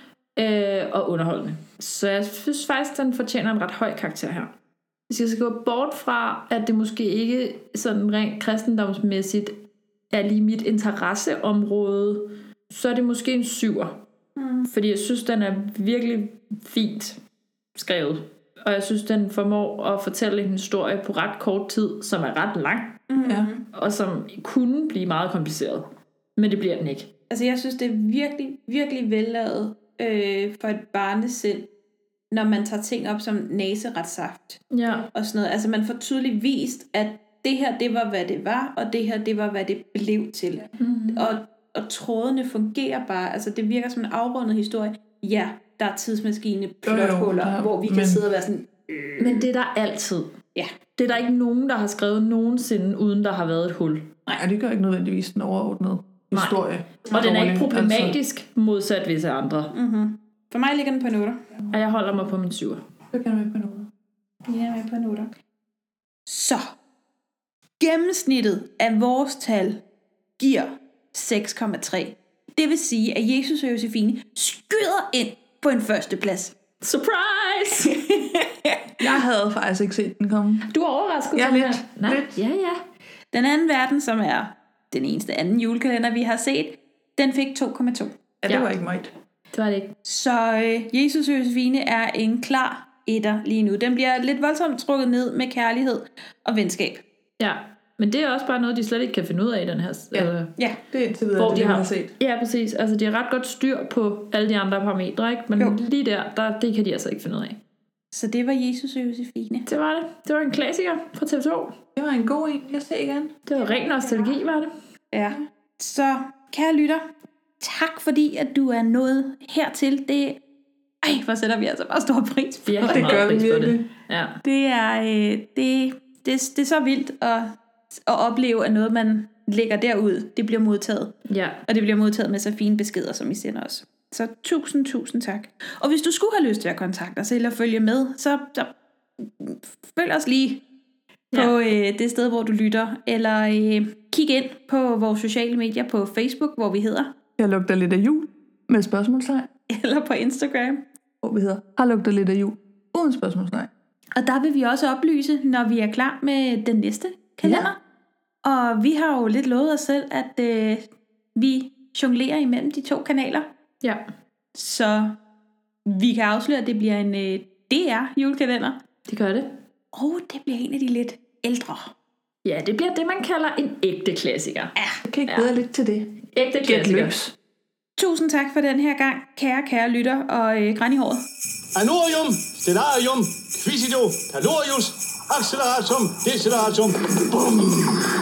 øh, og underholdende. Så jeg synes faktisk, den fortjener en ret høj karakter her. Hvis jeg skal gå bort fra, at det måske ikke sådan rent kristendomsmæssigt er lige mit interesseområde, så er det måske en syver. Mm. Fordi jeg synes, den er virkelig fint skrevet. Og jeg synes, den formår at fortælle en historie på ret kort tid, som er ret lang. Mm. Ja. Og som kunne blive meget kompliceret. Men det bliver den ikke. Altså, jeg synes, det er virkelig, virkelig vellavet øh, for et barnesind, når man tager ting op som næseretssaft. Ja. Og sådan noget. Altså, man får tydeligt vist, at det her, det var, hvad det var, og det her, det var, hvad det blev til. Mm-hmm. Og, og trådene fungerer bare. Altså, det virker som en afrundet historie. Ja, der er tidsmaskine, plothuller, hvor vi kan men... sidde og være sådan... Øh. Men det er der altid. Ja. Det er der ikke nogen, der har skrevet nogensinde, uden der har været et hul. Nej, og det gør ikke nødvendigvis den overordnede historie. Nej. Og den er ikke problematisk altså... modsat visse andre. Mm-hmm. For mig ligger den på noter. Og jeg holder mig på min syver. Jeg kan med på noter. Jeg er med på noter. Så. Gennemsnittet af vores tal giver seks komma tre. Det vil sige, at Jesus og Josefine skyder ind på en førsteplads. Surprise! Jeg havde faktisk ikke set den komme. Du er overrasket. Ja, lidt. Nej. lidt. Ja, ja. Den anden verden, som er den eneste anden julekalender, vi har set, den fik to komma to. Ja, det ja. var ikke meget. Det var det ikke. Så øh, Jesus og Josefine er en klar etter lige nu. Den bliver lidt voldsomt trukket ned med kærlighed og venskab. Ja, Men det er også bare noget, de slet ikke kan finde ud af i den her... Ja, altså, ja. Det er indtil videre, hvor det, de de har, har set. Ja, præcis. Altså, de har ret godt styr på alle de andre parametre, ikke? Men jo. lige der, der, det kan de altså ikke finde ud af. Så det var Jesus og Josefine. Det var det. Det var en klassiker fra T V to. Det var en god en. Jeg ser igen. Det var ren nostalgi, var det. Ja. Så, kære lytter, tak fordi, at du er nået hertil. Det Ej, hvor sætter vi altså bare stor pris på. Virkelig det gør vi virkelig. Ja. Det er, øh, det, det, det er så vildt at, at opleve, at noget, man lægger derud, det bliver modtaget. Ja. Og det bliver modtaget med så fine beskeder, som I sender os. Så tusind, tusind tak. Og hvis du skulle have lyst til at kontakte os eller følge med, så, så følg os lige på ja. øh, det sted, hvor du lytter. Eller øh, kig ind på vores sociale medier på Facebook, hvor vi hedder Jeg lugter lidt af jul med spørgsmålstegn. Eller på Instagram, hvor vi hedder Har lugter lidt af jul uden spørgsmålstegn. Og der vil vi også oplyse, når vi er klar med den næste kalender. Ja. Og vi har jo lidt lovet os selv, at øh, vi jonglerer imellem de to kanaler. Ja. Så vi kan afsløre, at det bliver en øh, D R julekalender. Det gør det. Og det bliver en af de lidt ældre. Ja, det bliver det, man kalder en ægte klassiker. Ja. Jeg kan ikke bedre ja. lidt til det. Ægte klassiker. Tusind tak for den her gang, kære, kære lytter og øh, græn i håret. Anorium, stellarium, quisido, calorius, acceleratum, deceleratum. Bum!